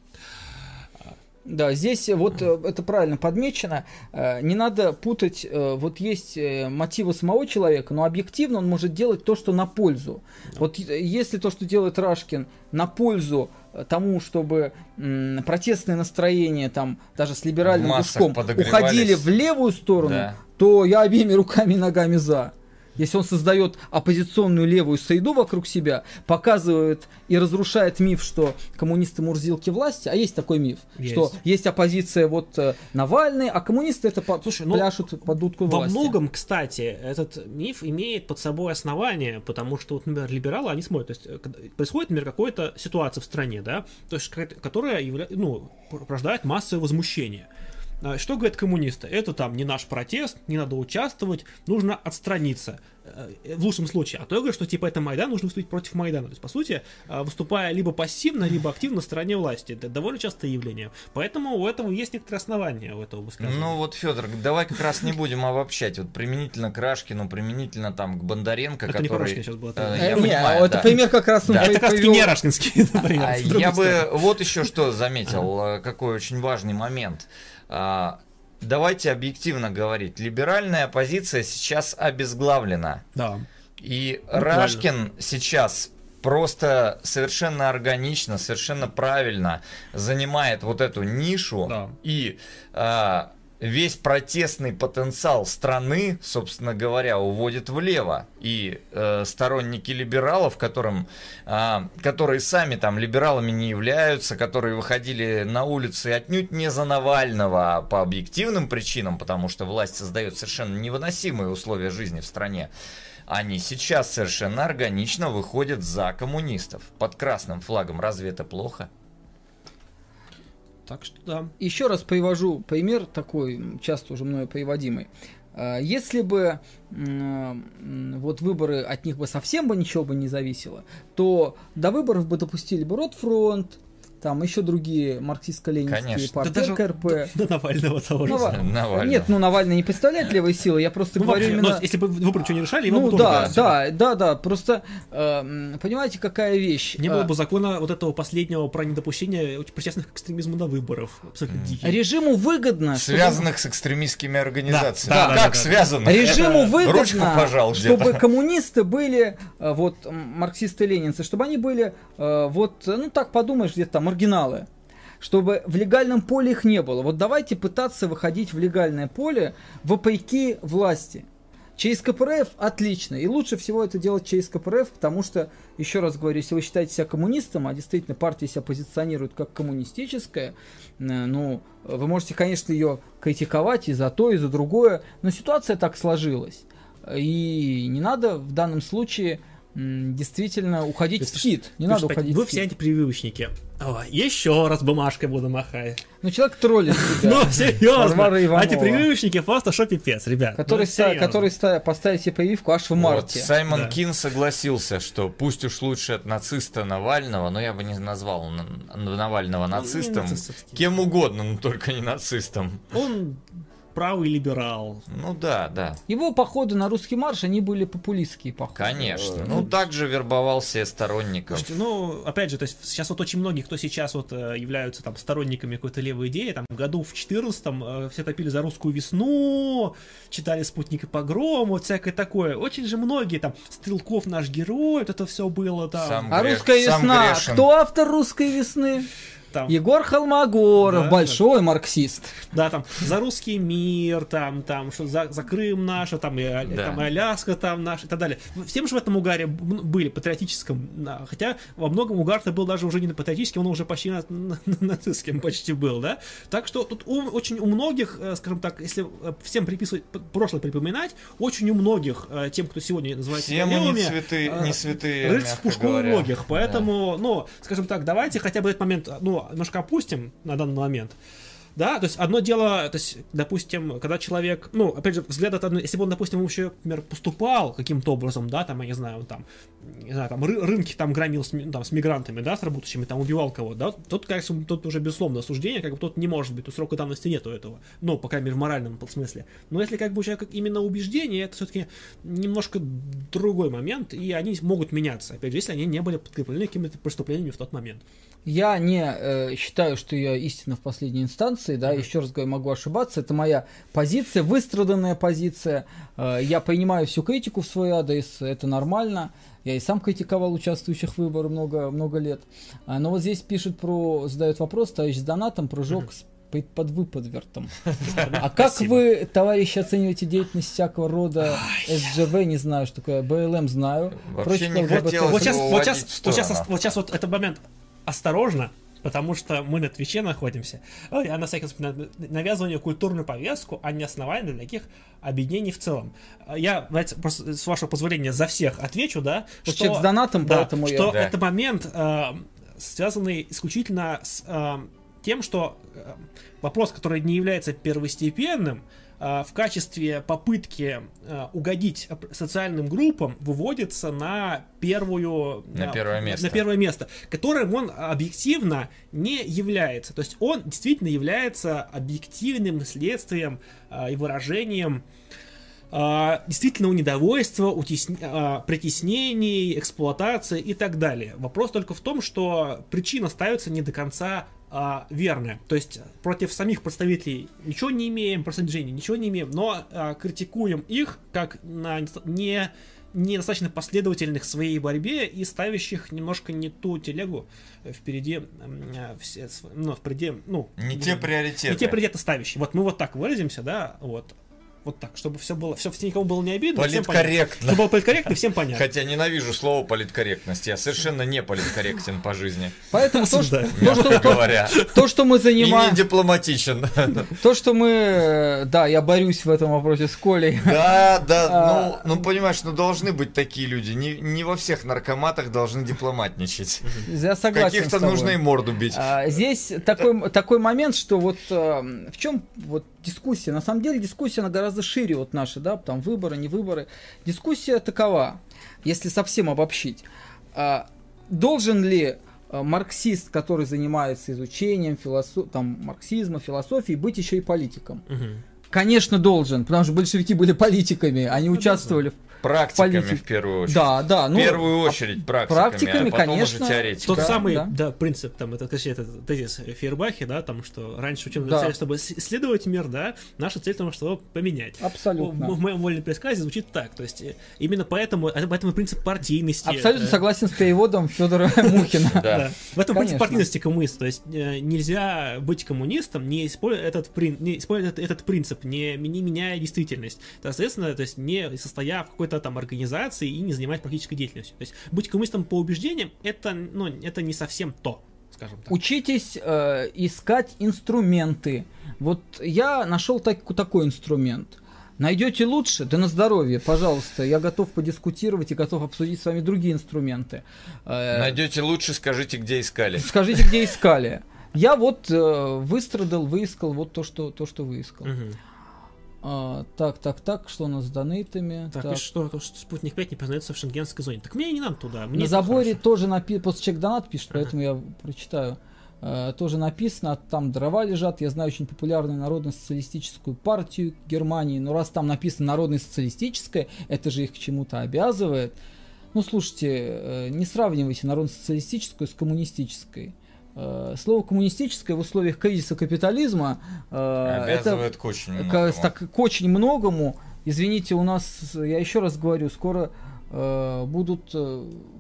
Да, здесь вот это правильно подмечено. Не надо путать, вот есть мотивы самого человека, но объективно он может делать то, что на пользу. Да. Вот если то, что делает Рашкин, на пользу тому, чтобы м, протестные настроения, там, даже с либеральным душком уходили в левую сторону, да. то я обеими руками и ногами за. Если он создает оппозиционную левую среду вокруг себя, показывает и разрушает миф, что коммунисты мурзилки власти, а есть такой миф, есть. Что есть оппозиция вот Навальный, а коммунисты это Слушай, пляшут ну, под дудку власти. Во многом, кстати, этот миф имеет под собой основание, потому что, вот, например, либералы, они смотрят, то есть происходит, например, какая-то ситуация в стране, да, то есть, которая явля... ну, порождает массовое возмущение. Что говорят коммунисты? Это там не наш протест, не надо участвовать, нужно отстраниться. В лучшем случае. А то я говорю, что типа это Майдан, нужно выступить против Майдана. То есть, по сути, выступая либо пассивно, либо активно на стороне власти. Это довольно частое явление. Поэтому у этого есть некоторые основания, у этого высказывания. Ну вот, Федор, давай как раз не будем обобщать. Вот применительно к Рашкину, применительно там к Бондаренко, это который... не про Рашкина сейчас было. Это, я понимаю, это пример как раз... Это как раз таки не рашкинский. Я бы вот еще что заметил, какой очень важный момент. Давайте объективно говорить. Либеральная оппозиция сейчас обезглавлена. Да. И буквально. Рашкин сейчас просто совершенно органично, совершенно правильно занимает вот эту нишу. Да. И а, весь протестный потенциал страны, собственно говоря, уводит влево. И э, сторонники либералов, которым, э, которые сами там либералами не являются, которые выходили на улицы отнюдь не за Навального, а по объективным причинам, потому что власть создает совершенно невыносимые условия жизни в стране, они сейчас совершенно органично выходят за коммунистов под красным флагом. Разве это плохо? Так что да. Еще раз привожу пример такой, часто уже мною приводимый. Если бы вот выборы, от них бы совсем бы ничего бы не зависело, то до выборов бы допустили бы Ротфронт, там еще другие марксистско-ленинские партии, да ка эр пэ. До Навального того же. Нав... Навального. Нет, ну Навальный не представляет левой силы, я просто ну, говорю вообще, именно... Но если бы выборы ничего не решали, его ну, бы тоже да, допустили. да, да, да, просто э, понимаете, какая вещь? Не было бы закона вот этого последнего про недопущение причастных к экстремизму на выборов. Абсолютно дикий. Режиму выгодно... Связанных чтобы... с экстремистскими организациями. Да, Да, да, как да, связано? Режиму Это... выгодно, Ручку пожал, чтобы коммунисты были, вот, марксисты-ленинцы, чтобы они были, вот, ну так подумаешь, где-то там, маргиналы. Чтобы в легальном поле их не было. Вот давайте пытаться выходить в легальное поле вопреки власти. Через ка пэ эр эф отлично. И лучше всего это делать через ка пэ эр эф, потому что, еще раз говорю, если вы считаете себя коммунистом, а действительно партия себя позиционирует как коммунистическая, ну, вы можете, конечно, ее критиковать и за то, и за другое, но ситуация так сложилась. И не надо в данном случае действительно уходить это в щит. Не ты надо ж, уходить вы в все щит. антипрививочники. О, еще раз бумажкой буду махать. Ну, человек троллит себя. Ну, серьезно. Антипрививочники просто шо пипец, ребят. Который, ста- который ста- поставит себе прививку аж в марте. Вот, Саймон Да. Кин согласился, что пусть уж лучше от нациста Навального, но я бы не назвал Навального нацистом, нацистовский. кем угодно, но только не нацистом. Он правый либерал. Ну да, да. Его походы на русский марш, они были популистские походы. Конечно. Ну, также вербовал себе сторонников. Слушайте, ну, опять же, то есть сейчас вот очень многие, кто сейчас вот э, являются там сторонниками какой-то левой идеи, там, году в четырнадцатом э, все топили за русскую весну, читали «Спутник и погром», вот всякое такое. Очень же многие, там, Стрелков наш герой, вот это все было, там. Сам А грех- русская сам весна, грешен. кто автор русской весны? там... Егор Холмогоров, Да, большой марксист. Да, там, за русский мир, там, там, что за, за Крым наш, там, и, Да. там, и Аляска там наш, и так далее. Всем же в этом угаре б- были, патриотическом, да, хотя во многом угар-то был даже уже не на патриотическом, он уже почти на, на- на нацистском почти был, да. Так что тут у- очень у многих, э, скажем так, если э, всем приписывать, п- прошлое припоминать, очень у многих, э, тем, кто сегодня называется Все мы не левыми, святые, э, не святые, рыльца в мягко пушку у говоря. многих, поэтому, ну, скажем так, давайте хотя бы этот момент, ну, немножко опустим на данный момент. Да, то есть одно дело, то есть, допустим, когда человек, ну, опять же, взгляд это одно, если бы он, допустим, еще, например, поступал каким-то образом, да, там, я не знаю, он там, не знаю, там, ры- рынки там громил с, ми- там, с мигрантами, да, с работающими, там, убивал кого-то, да, тут, конечно, тут уже безусловно осуждение, как бы тут не может быть, тут срока давности нету этого, ну, по крайней мере, в моральном смысле. Но если, как бы, у человека именно убеждение, это все-таки немножко другой момент, и они могут меняться, опять же, если они не были подкреплены какими-то преступлениями в тот момент. Я не э, считаю, что я истина в последней инстанции, да, Мгм. еще раз говорю, могу ошибаться, это моя позиция, выстраданная позиция, э, я принимаю всю критику в свой адрес, это нормально, я и сам критиковал участвующих в выборах много, много лет, А, но вот здесь пишет про, задает вопрос, товарищ с донатом, прыжок Мгм. с под- под выподвертом. А как Спасибо. вы, товарищи, оцениваете деятельность всякого рода эс джи ви, не знаю, что такое, бэ эл эм знаю, Вообще не эл гэ бэ тэ. хотелось Вот сейчас, его вот уводить сейчас, в вот сейчас, сторону. вот сейчас вот этот момент осторожно, потому что мы на Твиче находимся. Ой, а на всякий случай на- навязывание культурную повестку, а не основание для таких объединений в целом. Я, давайте, просто, с вашего позволения, за всех отвечу, да, Что человек с донатом, да, поэтому что я... Да. это момент, э, связанный исключительно с э, тем, что э, вопрос, который не является первостепенным, э, в качестве попытки э, угодить оп- социальным группам выводится на первую На первое место. на первое место, которым он объективно не является. То есть он действительно является объективным следствием э, и выражением а, действительного недовольства, утесн- а, притеснений, эксплуатации и так далее. Вопрос только в том, что причина ставится не до конца а, верная. То есть против самих представителей ничего не имеем, просто движения ничего не имеем, но а, критикуем их как на не недостаточно последовательных в своей борьбе и ставящих немножко не ту телегу впереди, м, а, все, св- ну, впереди, ну, Не те приоритеты. не те приоритеты ставящие. Вот мы вот так выразимся, да, вот. Вот так, чтобы все было, все никому было не обидно. всем понятно. Политкорректно. Чтобы было политкорректно, всем понятно. Хотя ненавижу слово политкорректность. Я совершенно не политкорректен по жизни. Поэтому то, что, Да. то, что, Мягко то, говоря. то, что мы И занимаем... не дипломатичен. То, что мы... э, Да, я борюсь в этом вопросе с Колей. Да, А, да, ну, ну понимаешь, ну должны быть такие люди. Не, не во всех наркоматах должны дипломатничать. Я согласен с Каких-то тобой. нужно и морду бить. А, Здесь такой, такой момент, что вот э, в чем вот дискуссия? На самом деле дискуссия, она гораздо шире вот наши, да, там выборы, не выборы. Дискуссия такова, если совсем обобщить. А, Должен ли э, марксист, который занимается изучением филосо- там, марксизма, философии, быть еще и политиком? Мгм. Конечно, должен, потому что большевики были политиками, они участвовали в... Практиками политик. в первую очередь. Да, да, В ну... первую очередь практиками, практиками, а потом конечно. уже теоретиками. Тот Да, самый, да. да. принцип, там, это, точнее, это тезис Фейербахе, да, там, что раньше ученые Да. цель, чтобы с- исследовать мир, да, наша цель в том, чтобы его поменять. Абсолютно. В, в моем вольном пересказе звучит так, то есть, э, именно поэтому, это, поэтому принцип партийности. Абсолютно э, согласен с переводом Федора Мухина. Да. Да. В этом принцип Конечно. партийности коммуниста. То есть э, нельзя быть коммунистом, не используя этот, прин- не используя этот, этот принцип, не, не меняя действительность. Соответственно, то есть не состоя в какой-то там организации и не занимаясь практической деятельностью. То есть быть коммунистом по убеждениям, это, ну, это не совсем то, скажем так. Учитесь э, искать инструменты. Вот я нашел так, такой инструмент. Найдете лучше, да на здоровье, пожалуйста. Я готов подискутировать и готов обсудить с вами другие инструменты. Э, Найдете лучше, скажите, где искали. Скажите, где искали. Я вот э, выстрадал, выискал вот то, что, то, что выискал. Мгм. А, так, так, так, что у нас с донейтами? Так, Так. и что, то, что Спутник пять не признается в шенгенской зоне. Так мне и не надо туда. Мне На это заборе хорошо. тоже написано, после человек донат пишет, Ага. поэтому я прочитаю. Э, тоже написано, там дрова лежат. Я знаю очень популярную народно-социалистическую партию Германии, но раз там написано народно-социалистическая, это же их к чему-то обязывает. Ну, слушайте, э, не сравнивайте народно-социалистическую с коммунистической. Э, Слово коммунистическое в условиях кризиса капитализма э, это Обязывает к очень к, многому. так, к очень многому. Извините, у нас, я еще раз говорю, скоро э, будут э,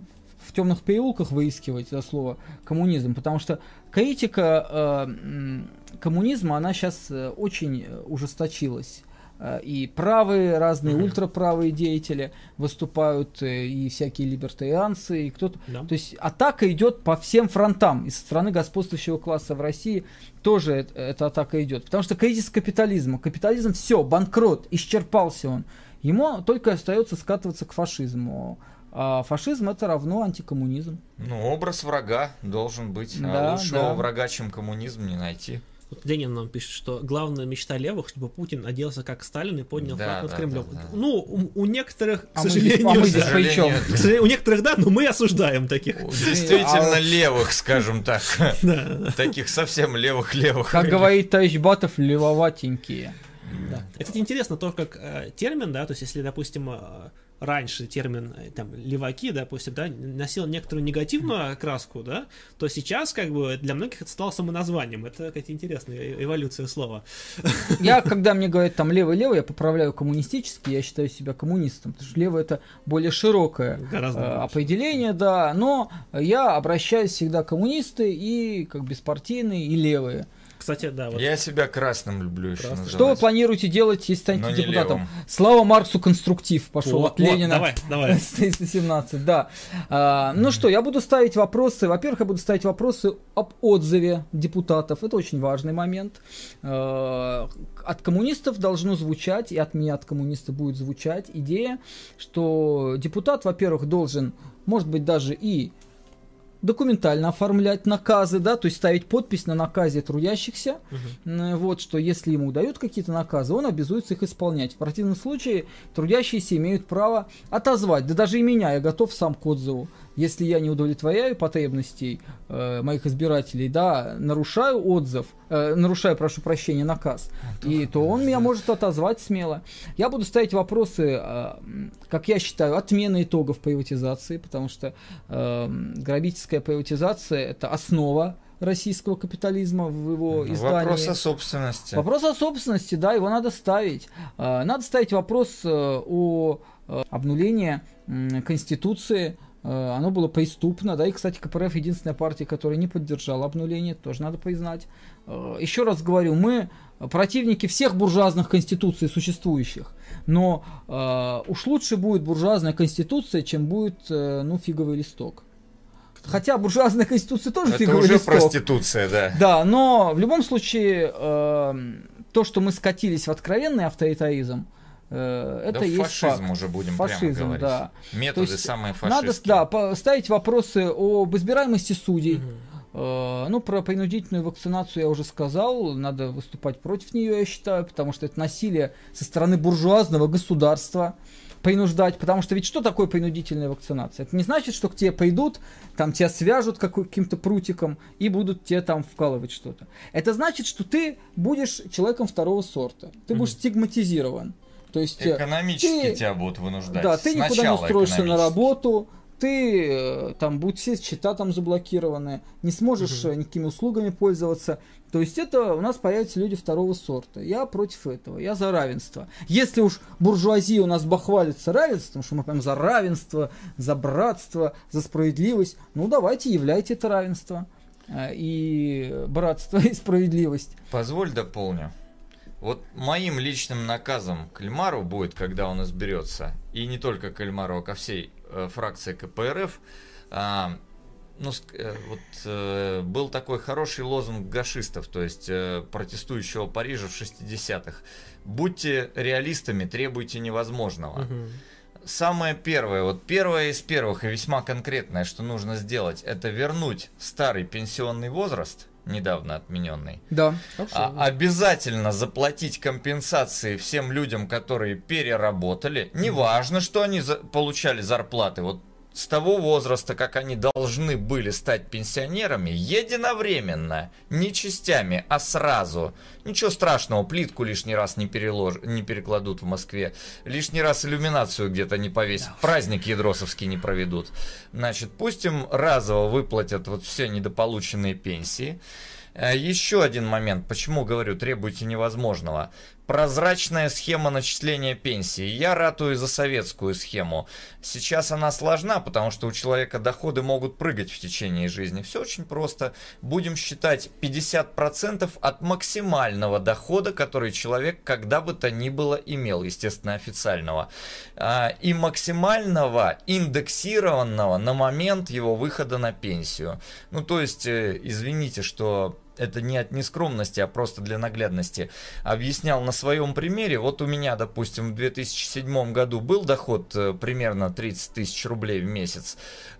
в темных переулках выискивать за слово коммунизм, потому что критика э, коммунизма, она сейчас очень ужесточилась. И правые, разные mm-hmm. ультраправые деятели выступают, и всякие либертарианцы, и кто-то. Да. То есть атака идет по всем фронтам. И со стороны господствующего класса в России тоже эта атака идет. Потому что кризис капитализма. Капитализм все, банкрот, исчерпался он. Ему только остается скатываться к фашизму. А фашизм это равно антикоммунизм. Ну, образ врага должен быть. Да, а лучшего да. врага, чем коммунизм, не найти. Вот Ленин нам пишет, что главная мечта левых, чтобы Путин оделся как Сталин и поднял флаг над да, Кремлем. Да, да. Ну, у, у некоторых, а к сожалению, мы, а мы да. к сожалению, к сожалению, у некоторых да, но мы осуждаем таких. Действительно левых, скажем так. Таких совсем левых-левых. Как говорит товарищ Батов, левоватенькие. Да. Кстати, интересно то, как э, термин, да, то есть если, допустим, э, раньше термин там леваки, допустим, да, носил некоторую негативную окраску, да, то сейчас как бы для многих это стало самоназванием. Это какая-то интересная эволюция слова. Я, когда мне говорят там левый-левый, я поправляю коммунистический, я считаю себя коммунистом, потому что левый это более широкое э, определение, да, но я обращаюсь всегда к коммунисты и как беспартийные, и левые. Кстати, да. Вот. Я себя красным люблю еще называть. Что вы планируете делать, если станете депутатом? Левым. Слава Марксу, конструктив пошел о, от Ленина. О, давай, давай. триста семнадцать, да. А, ну mm-hmm. что, я буду ставить вопросы. Во-первых, я буду ставить вопросы об отзыве депутатов. Это очень важный момент. А, от коммунистов должно звучать, и от меня от коммуниста будет звучать идея, что депутат, во-первых, должен, может быть, даже и документально оформлять наказы, да, то есть ставить подпись на наказе трудящихся, uh-huh. вот, что если ему дают какие-то наказы, он обязуется их исполнять. В противном случае трудящиеся имеют право отозвать, да даже и меня, я готов сам к отзыву. Если я не удовлетворяю потребностей э, моих избирателей, да, нарушаю отзыв, э, нарушаю, прошу прощения, наказ, а, и то он меня может отозвать смело. Я буду ставить вопросы, э, как я считаю, отмены итогов приватизации, потому что э, грабительская приватизация – это основа российского капитализма в его издании. Вопрос о собственности. Вопрос о собственности, да, его надо ставить. Э, надо ставить вопрос э, о э, обнулении э, Конституции. Оно было преступно, да, и, кстати, ка пэ эр эф единственная партия, которая не поддержала обнуление, тоже надо признать. Еще раз говорю, мы противники всех буржуазных конституций существующих, но э, уж лучше будет буржуазная конституция, чем будет, э, ну, фиговый листок. Хотя буржуазная конституция тоже это фиговый уже листок. Проституция, да. Да, но в любом случае э, то, что мы скатились в откровенный авторитаризм, это да есть фашизм факт. Уже будем фашизм, прямо говорить. Да. Методы есть самые фашистские. Надо, да, ставить вопросы об избираемости судей. Угу. Э, ну, про принудительную вакцинацию я уже сказал. Надо выступать против нее, я считаю, потому что это насилие со стороны буржуазного государства. Принуждать, потому что ведь что такое принудительная вакцинация? Это не значит, что к тебе пойдут, там тебя свяжут каким-то прутиком и будут тебе там вкалывать что-то. Это значит, что ты будешь человеком второго сорта. Ты mm-hmm. будешь стигматизирован. То есть, экономически ты, тебя будут вынуждать. Да, ты Сначала никуда не устроишься на работу, ты там будут все счета там заблокированы, не сможешь угу. никакими услугами пользоваться. То есть это у нас появятся люди второго сорта. Я против этого, я за равенство. Если уж буржуазия у нас бахвалится равенством, что мы прям за равенство, за братство, за справедливость, ну давайте являйте это равенство и братство, и справедливость. Позволь дополню. Вот моим личным наказом Кальмару будет, когда он изберется, и не только Кальмару, а ко всей э, фракции ка пэ эр эф, а, ну, э, вот, э, был такой хороший лозунг гашистов, то есть э, протестующего Парижа в шестидесятых. Будьте реалистами, требуйте невозможного. Угу. Самое первое, вот первое из первых и весьма конкретное, что нужно сделать, это вернуть старый пенсионный возраст, недавно отмененный. Да. А, обязательно заплатить компенсации всем людям, которые переработали. Неважно, что они за, получали зарплаты. Вот с того возраста, как они должны были стать пенсионерами, единовременно, не частями, а сразу. Ничего страшного, плитку лишний раз не, перелож... не перекладут в Москве, лишний раз иллюминацию где-то не повесят, праздник ядросовский не проведут. Значит, пусть им разово выплатят вот все недополученные пенсии. Еще один момент, почему говорю, требуйте невозможного. прозрачная схема начисления пенсии. Я ратую за советскую схему. Сейчас она сложна, потому что у человека доходы могут прыгать в течение жизни. Все очень просто. Будем считать пятьдесят процентов от максимального дохода, который человек когда бы то ни было имел, естественно, официального. И максимального индексированного на момент его выхода на пенсию. Ну, то есть, извините, что... это не от нескромности, а просто для наглядности. Объяснял на своем примере. Вот у меня, допустим, в две тысячи седьмом году был доход примерно тридцать тысяч рублей в месяц.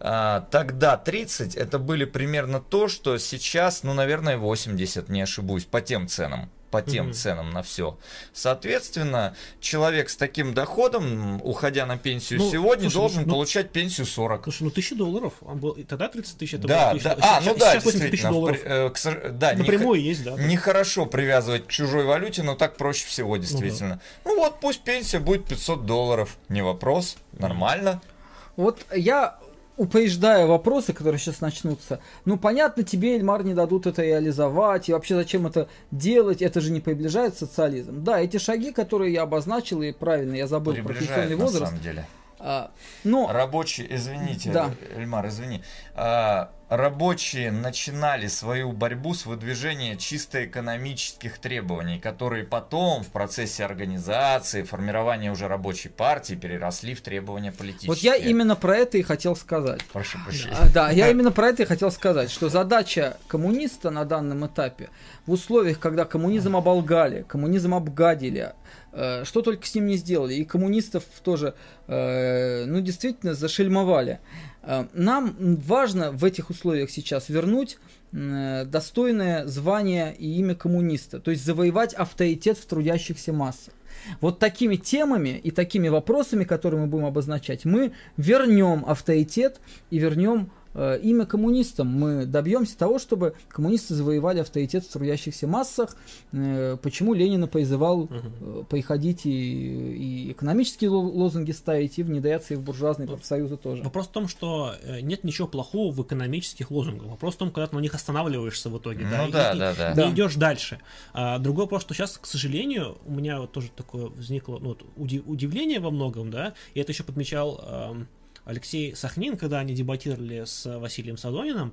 Тогда тридцать это были примерно то, что сейчас, ну, наверное, восемьдесят, не ошибусь, по тем ценам. По тем mm-hmm. ценам на все. Соответственно, человек с таким доходом, уходя на пенсию ну, сегодня, слушай, должен ну, получать пенсию сорок. Слушай, ну тысяча долларов. Он был, тогда тридцать тысяч, это да, было да. А, сейчас, ну да, сейчас восемьдесят тысяч долларов. Э, к, да, напрямую не, есть, да. Нехорошо привязывать к чужой валюте, но так проще всего, действительно. Ну, ну вот, пусть пенсия будет пятьсот долларов. Не вопрос, нормально. Вот я... упреждая вопросы, которые сейчас начнутся, ну, понятно, тебе, Эльмар, не дадут это реализовать, и вообще зачем это делать, это же не приближает социализм. Да, эти шаги, которые я обозначил, и правильно, я забыл про пенсионный возраст. На самом деле. А, но... Рабочие, извините, да. Эльмар, извини. А, рабочие начинали свою борьбу с выдвижения чисто экономических требований, которые потом в процессе организации, формирования уже рабочей партии переросли в требования политические. Вот я именно про это и хотел сказать. Прошу прощения. А, да, я именно про это и хотел сказать, что задача коммуниста на данном этапе, в условиях, когда коммунизм оболгали, коммунизм обгадили, э, что только с ним не сделали, и коммунистов тоже, э, ну, действительно, зашельмовали. Э, нам важно в этих условиях сейчас вернуть э, достойное звание и имя коммуниста, то есть завоевать авторитет в трудящихся массах. Вот такими темами и такими вопросами, которые мы будем обозначать, мы вернем авторитет и вернем э, имя коммунистам. Мы добьемся того, чтобы коммунисты завоевали авторитет в трудящихся массах. Э, почему Ленина призывал э, приходить и, и экономические лозунги ставить, и внедряться и в буржуазные профсоюзы тоже. Вопрос в том, что нет ничего плохого в экономических лозунгах. Вопрос в том, когда ты на них останавливаешься в итоге, ну, да, да, и, да, и, да. и да. не идешь дальше. А, другой вопрос, что сейчас, к сожалению, у меня вот тоже такое возникло ну, вот, удивление во многом, да, и это еще подмечал э, Алексей Сахнин, когда они дебатировали с Василием Садониным,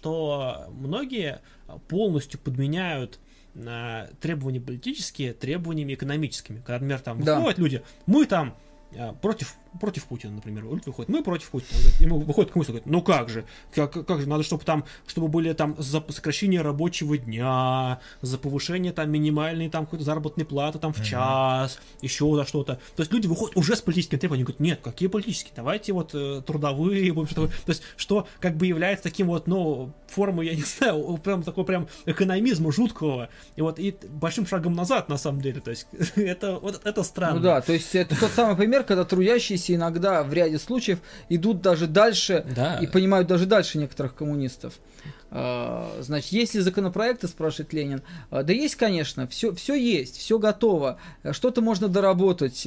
что многие полностью подменяют э, требования политические требованиями экономическими. Когда, например, там да. выходят люди, мы там э, против против Путина, например, выходит, мы против Путина, ему выходит коммунист, говорит, ну как же, как, как же, надо, чтобы там, чтобы были там за сокращение рабочего дня, за повышение там минимальной там какой-то заработной платы там в час, mm-hmm. еще за что-то. То есть люди выходят уже с политическими требованиями, говорят, нет, какие политические, давайте вот э, трудовые, будем что-то. То есть, что как бы является таким вот, ну, формой, я не знаю, прям такой прям экономизма жуткого, и вот и большим шагом назад, на самом деле, то есть, это, вот, это странно. Ну да, то есть, это тот самый пример, когда трудящиеся иногда в ряде случаев идут даже дальше да. и понимают даже дальше некоторых коммунистов. Значит, есть ли законопроекты, спрашивает Ленин? Да есть, конечно, все, все есть, все готово, что-то можно доработать,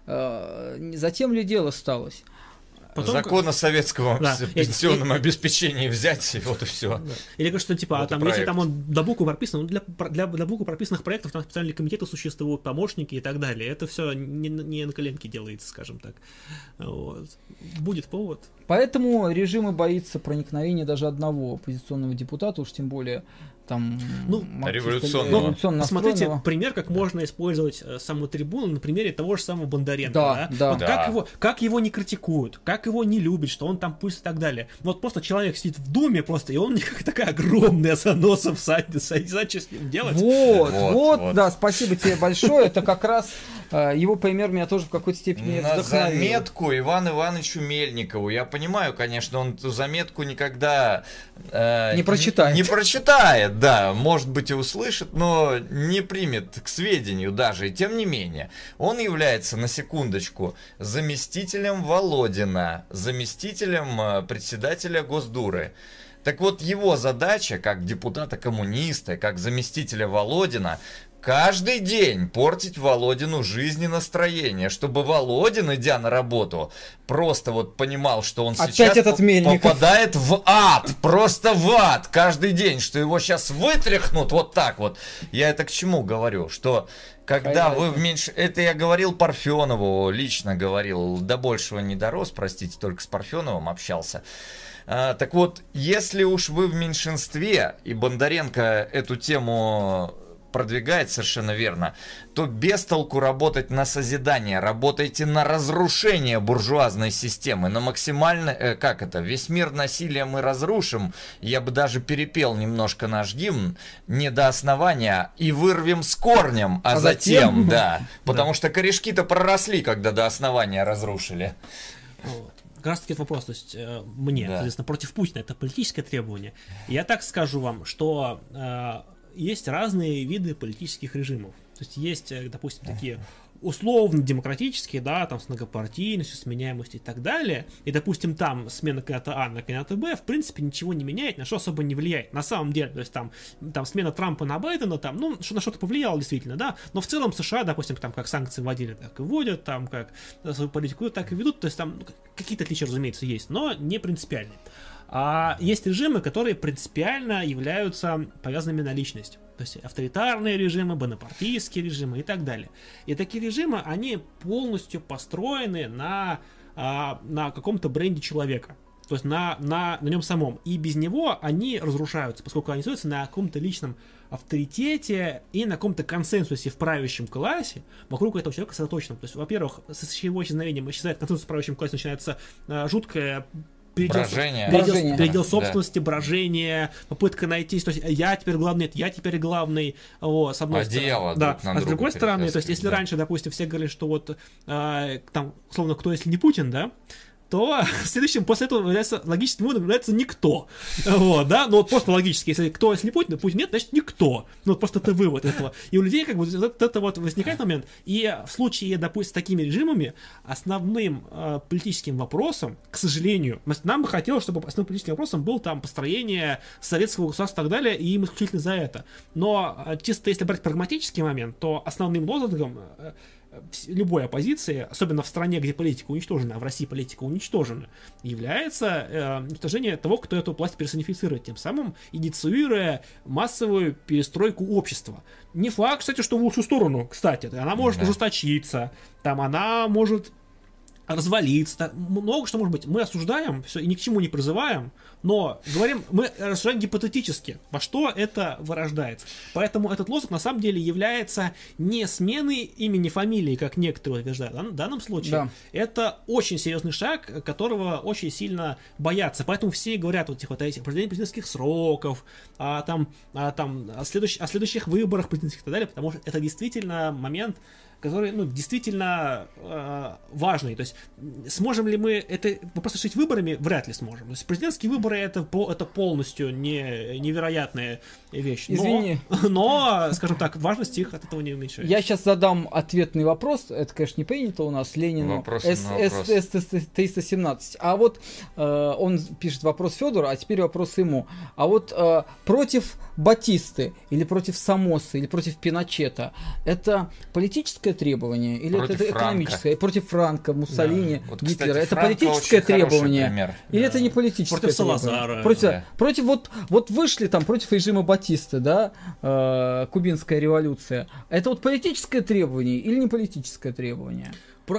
затем ли дело осталось? Потом, закон о советском да. пенсионном и, обеспечении взять, и вот и все. Да. Или говорят, что типа, вот а там, если там он до буквы прописан, ну, для, для, для буквы прописанных проектов там специальные комитеты существуют, помощники и так далее. Это все не, не на коленке делается, скажем так. Вот. Будет повод. Поэтому режим и боится проникновения даже одного оппозиционного депутата, уж тем более там ну, революционного. революционно Посмотрите пример, как да. можно использовать саму трибуну на примере того же самого Бондаренко. Да, да? Да. Вот да. Как, его, как его не критикуют, как его не любят, что он там пусть и так далее. Вот просто человек сидит в Думе просто, и он не как такая огромная заносом садится, не знаю, что с ним делать. Вот, вот, вот, вот, да, спасибо тебе большое. Это как раз его пример меня тоже в какой-то степени на вдохновил. Заметку Ивану Ивановичу Мельникову. Я понимаю, конечно, он эту заметку никогда э, не прочитает. Не, не прочитает, да, может быть и услышит, но не примет к сведению даже. И тем не менее, он является, на секундочку, заместителем Володина, заместителем э, председателя Госдуры. Так вот, его задача, как депутата-коммуниста, как заместителя Володина, каждый день портить Володину жизнь и настроение, чтобы Володин, идя на работу, просто вот понимал, что он Опять сейчас этот Мельников. попадает в ад, просто в ад каждый день, что его сейчас вытряхнут вот так вот. Я это к чему говорю, что когда вы в меньше... Это я говорил Парфенову, лично говорил, до большего не дорос, простите, только с Парфеновым общался. А, так вот, если уж вы в меньшинстве, и Бондаренко эту тему продвигает совершенно верно, то без толку работать на созидание, работайте на разрушение буржуазной системы, на максимально, э, как это, весь мир насилия мы разрушим, я бы даже перепел немножко наш гимн, не до основания, и вырвем с корнем, а, а затем, затем, да, потому да. что корешки-то проросли, когда до основания разрушили. Вот. Как раз таки вопрос, то есть э, мне, да. соответственно, против Путина, это политическое требование. Я так скажу вам, что э, есть разные виды политических режимов. То есть есть, допустим, такие условно-демократические, да, там с многопартийностью, сменяемостью и так далее. И, допустим, там смена кандидата А на кандидата Б, в принципе, ничего не меняет, на что особо не влияет. На самом деле, то есть там, там смена Трампа на Байдена, там, ну, что, на что-то повлияло действительно, да, но в целом США, допустим, там как санкции вводили, так и вводят, там как свою политику так и ведут, то есть там какие-то отличия, разумеется, есть, но не принципиальные. А есть режимы, которые принципиально являются повязанными на личность. То есть авторитарные режимы, бонапартийские режимы и так далее. И такие режимы, они полностью построены на, на каком-то бренде человека. То есть на, на, на нем самом. И без него они разрушаются, поскольку они строятся на каком-то личном авторитете и на каком-то консенсусе в правящем классе вокруг этого человека сосредоточенном. То есть, во-первых, с его исчезновением исчезает консенсус в правящем классе, начинается жуткая Передел, брожение. передел, брожение. передел собственности, да. брожение, попытка найти, то есть я теперь главный, это я теперь главный, вот, с одной Одеяло стороны. Да. А с другой стороны, то есть если да. раньше, допустим, все говорили, что вот э, там, условно, кто, если не Путин, да, то в следующем, после этого является логическим выводом является никто. Вот, да, ну вот просто логически, если кто, если не Путин, Путин нет, значит никто. Ну вот просто это вывод этого. И у людей как бы вот это вот возникает момент. И в случае, допустим, с такими режимами, основным э, политическим вопросом, к сожалению, нам бы хотелось, чтобы основным политическим вопросом был там построение советского государства и так далее, и им исключительно за это. Но э, чисто если брать прагматический момент, то основным лозунгом э, любой оппозиции, особенно в стране, где политика уничтожена, а в России политика уничтожена, является э, уничтожение того, кто эту власть персонифицирует, тем самым инициируя массовую перестройку общества. Не факт, кстати, что в лучшую сторону, кстати, она может да. ужесточиться, там она может развалиться, много что может быть. Мы осуждаем все и ни к чему не призываем, но говорим, мы рассуждаем гипотетически, во что это вырождается. Поэтому этот лозунг на самом деле является не сменой имени, фамилии, как некоторые утверждают. В данном случае да. это очень серьезный шаг, которого очень сильно боятся. Поэтому все говорят вот, типа, о этих президентских сроков, о, там, о, там, о, следующ, о следующих выборах президентских и так далее, потому что это действительно момент, который, ну, действительно э, важный. То есть, сможем ли мы это просто решить выборами? Вряд ли сможем. То есть, президентские выборы это, это полностью не, невероятная вещь. Но, Извини. Но, скажем так, важность их от этого не уменьшается. Я сейчас задам ответный вопрос. Это, конечно, не принято у нас. Ленину. Вопрос С триста семнадцать. А вот э, он пишет вопрос Федору, а теперь вопрос ему. А вот э, против Батисты или против Самоса или против Пиночета это политическое требование или против это экономическое? Франка. Против Франка, Муссолини, да. вот, Гитлера. Кстати, это Франко политическое требование или да. это не политическое против требование? Салазара. Против, да. против вот, вот вышли там против режима Батисты, да, э, кубинская революция. Это вот политическое требование или не политическое требование?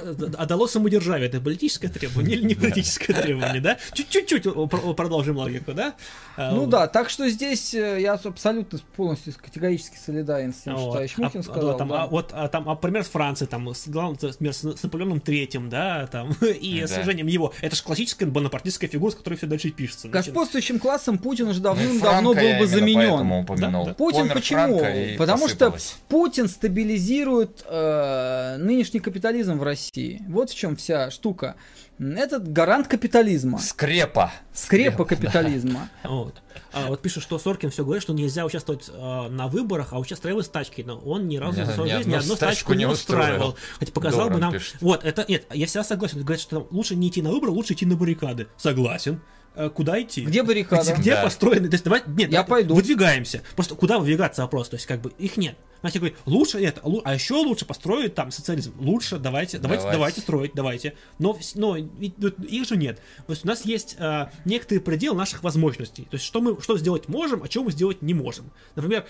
А дало самодержавие, это политическое требование или не политическое требование, да? Чуть-чуть продолжим логику, да? Ну да, так что здесь я абсолютно полностью категорически солидарен с тем, что товарищ Мухин сказал. Вот там, пример с Францией, там, с Наполеоном Третьим, да, там, и служением его. Это же классическая бонапартийская фигура, с которой все дальше пишется. Господствующим классом Путин уже давным-давно был бы заменен. Путин почему? Потому что Путин стабилизирует нынешний капитализм в России. Вот в чем вся штука. Этот гарант капитализма. Скрепа. Скрепа капитализма. Да. Вот. А, вот пишет, что Соркин все говорит, что нельзя участвовать а, на выборах, а участвовать в стачке. Но он ни разу за свою жизнь ни одну стачку не устраивал. Хотя показал бы нам... Пишет. Вот, это... Нет, я всегда согласен. Говорят, что лучше не идти на выборы, лучше идти на баррикады. Согласен. куда идти. Где баррикада? Где, где да. построены... То есть, давай, нет, Я пойду. Выдвигаемся. Просто куда выдвигаться вопрос? То есть, как бы, их нет. Знаете, говорит, лучше это, а еще лучше построить там социализм. Лучше, давайте, давайте, давайте, давайте строить, давайте. Но, но их же нет. То есть у нас есть а, некоторый предел наших возможностей. То есть что мы что сделать можем, а чего мы сделать не можем. Например,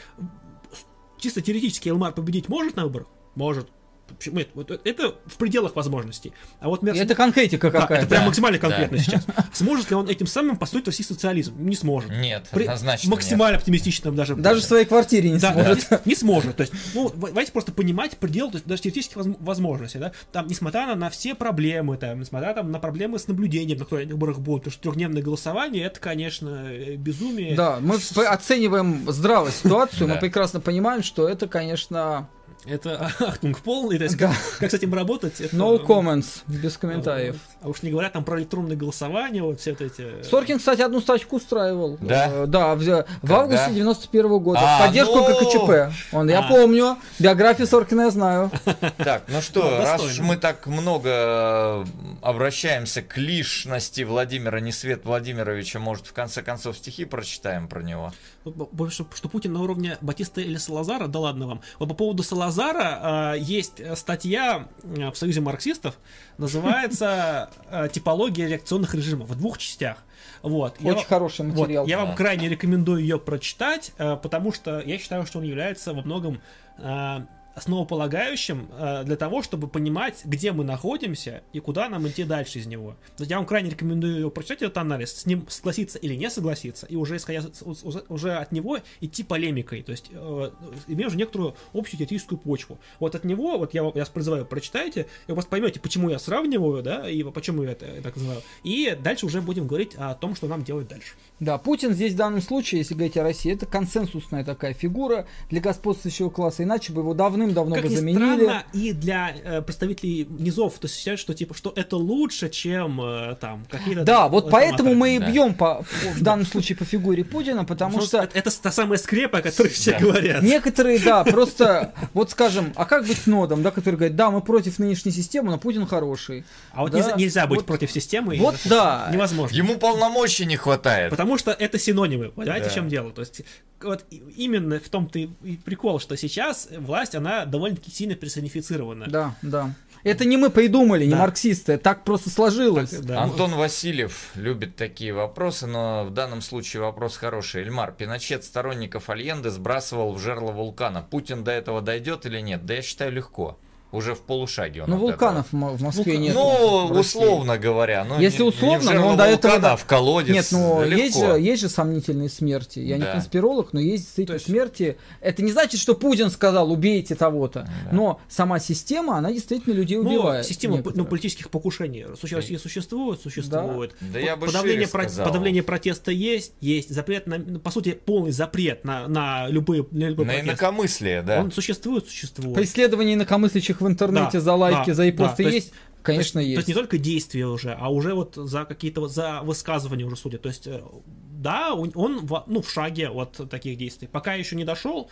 чисто теоретически Элмар победить может на выборах? Может. Нет, вот это в пределах возможностей. А вот мерз... Это конкретика какая-то. Да, это прям да, максимально конкретно да. сейчас. Сможет ли он этим самым построить российский социализм? Не сможет. Нет, При... однозначно максимально нет. оптимистичным даже. Даже в своей квартире не да, сможет. Да, не, не сможет. То есть, ну, давайте просто понимать предел, то есть даже теоретических возможностей, да. Там, несмотря на, на все проблемы, там, несмотря там, на проблемы с наблюдением, на которые выборах будут, потому что трехдневное голосование, это, конечно, безумие. Да, мы оцениваем здраво ситуацию, мы прекрасно понимаем, что это, конечно... Это ахтунг полный, то есть да. как, как с этим работать? Это, no comments, без комментариев. А уж не говоря там про электронное голосование, вот все вот эти... Соркин, кстати, одну стачку устраивал. Да? Да, в, в августе девяносто первого года. А, в поддержку ну... ККЧП. Он, я а. помню, биографию Соркина я знаю. Так, ну что, ну, раз уж мы так много обращаемся к личности Владимира Несвет Владимировича, может, в конце концов стихи прочитаем про него? Больше, что Путин на уровне Батиста или Салазара, да ладно вам. Вот по поводу Салазара э, есть статья в Союзе марксистов, называется э, «Типология реакционных режимов» в двух частях. Вот. Очень я, хороший материал. Вот, я да. вам крайне рекомендую ее прочитать, э, потому что я считаю, что он является во многом э, основополагающим э, для того, чтобы понимать, где мы находимся и куда нам идти дальше из него. Я вам крайне рекомендую прочитать этот анализ, с ним согласиться или не согласиться, и уже исходя уже от него идти полемикой, то есть э, имея уже некоторую общую теоретическую почву. Вот от него, вот я вас призываю, прочитайте, и вы просто поймете, почему я сравниваю, да, и почему я это так называю. И дальше уже будем говорить о том, что нам делать дальше. Да, Путин здесь в данном случае, если говорить о России, это консенсусная такая фигура для господствующего класса, иначе бы его давным-давно как бы ни заменили. Странно, и для э, представителей низов, то считают, что типа, что это лучше, чем э, там какие-то... Да, вот поэтому мы и да. бьем по, в данном случае по фигуре Путина, потому Потому что... Это, это та самая скрепа, о которой все Да. говорят. Некоторые, да, просто, вот скажем, а как быть с Нодом, да, который говорит, да, мы против нынешней системы, но Путин хороший. А вот да, нельзя, нельзя быть вот, против системы. Вот и, да. Невозможно. Ему полномочий не хватает. Потому что это синонимы. Понимаете, Да. в чем дело? То есть, вот именно в том-то и прикол, что сейчас власть, она довольно-таки сильно персонифицирована. Да, да. Это не мы придумали, не Да. марксисты, так просто сложилось. Так, да. Антон Васильев любит такие вопросы, но в данном случае вопрос хороший. Эльмар, Пиночет сторонников Альенде сбрасывал в жерло вулкана. Путин до этого дойдет или нет? Да я считаю, легко. Уже в полушаге он Ну, от вулканов этого. в Москве Вулкан- нет. Ну, в России. условно говоря. Ну, Если не- условно, не в жерло но он до этого... вулкана, а в колодец. Нет, ну легко. есть же, есть же сомнительные смерти. Я не Да. конспиролог, но есть действительно есть- смерти. Это не значит, что Путин сказал, убейте того-то. Да. Но сама система, она действительно людей Ну, убивает. система некоторых. ну, политических покушений в России существует, существует. Да я бы подавление, шире сказал. подавление протеста есть, есть. Запрет на, ну, по сути, полный запрет на, на любые, на любой На протест. инакомыслие, да. Он существует, существует. Преследование инакомыслящих в интернете Да, за лайки, да, за репосты да, то есть? есть- Конечно, то есть, есть. То есть не только действия уже, а уже вот за какие-то вот за высказывания уже судят. То есть э, да, он, он в, ну, в шаге от таких действий. Пока еще не дошел,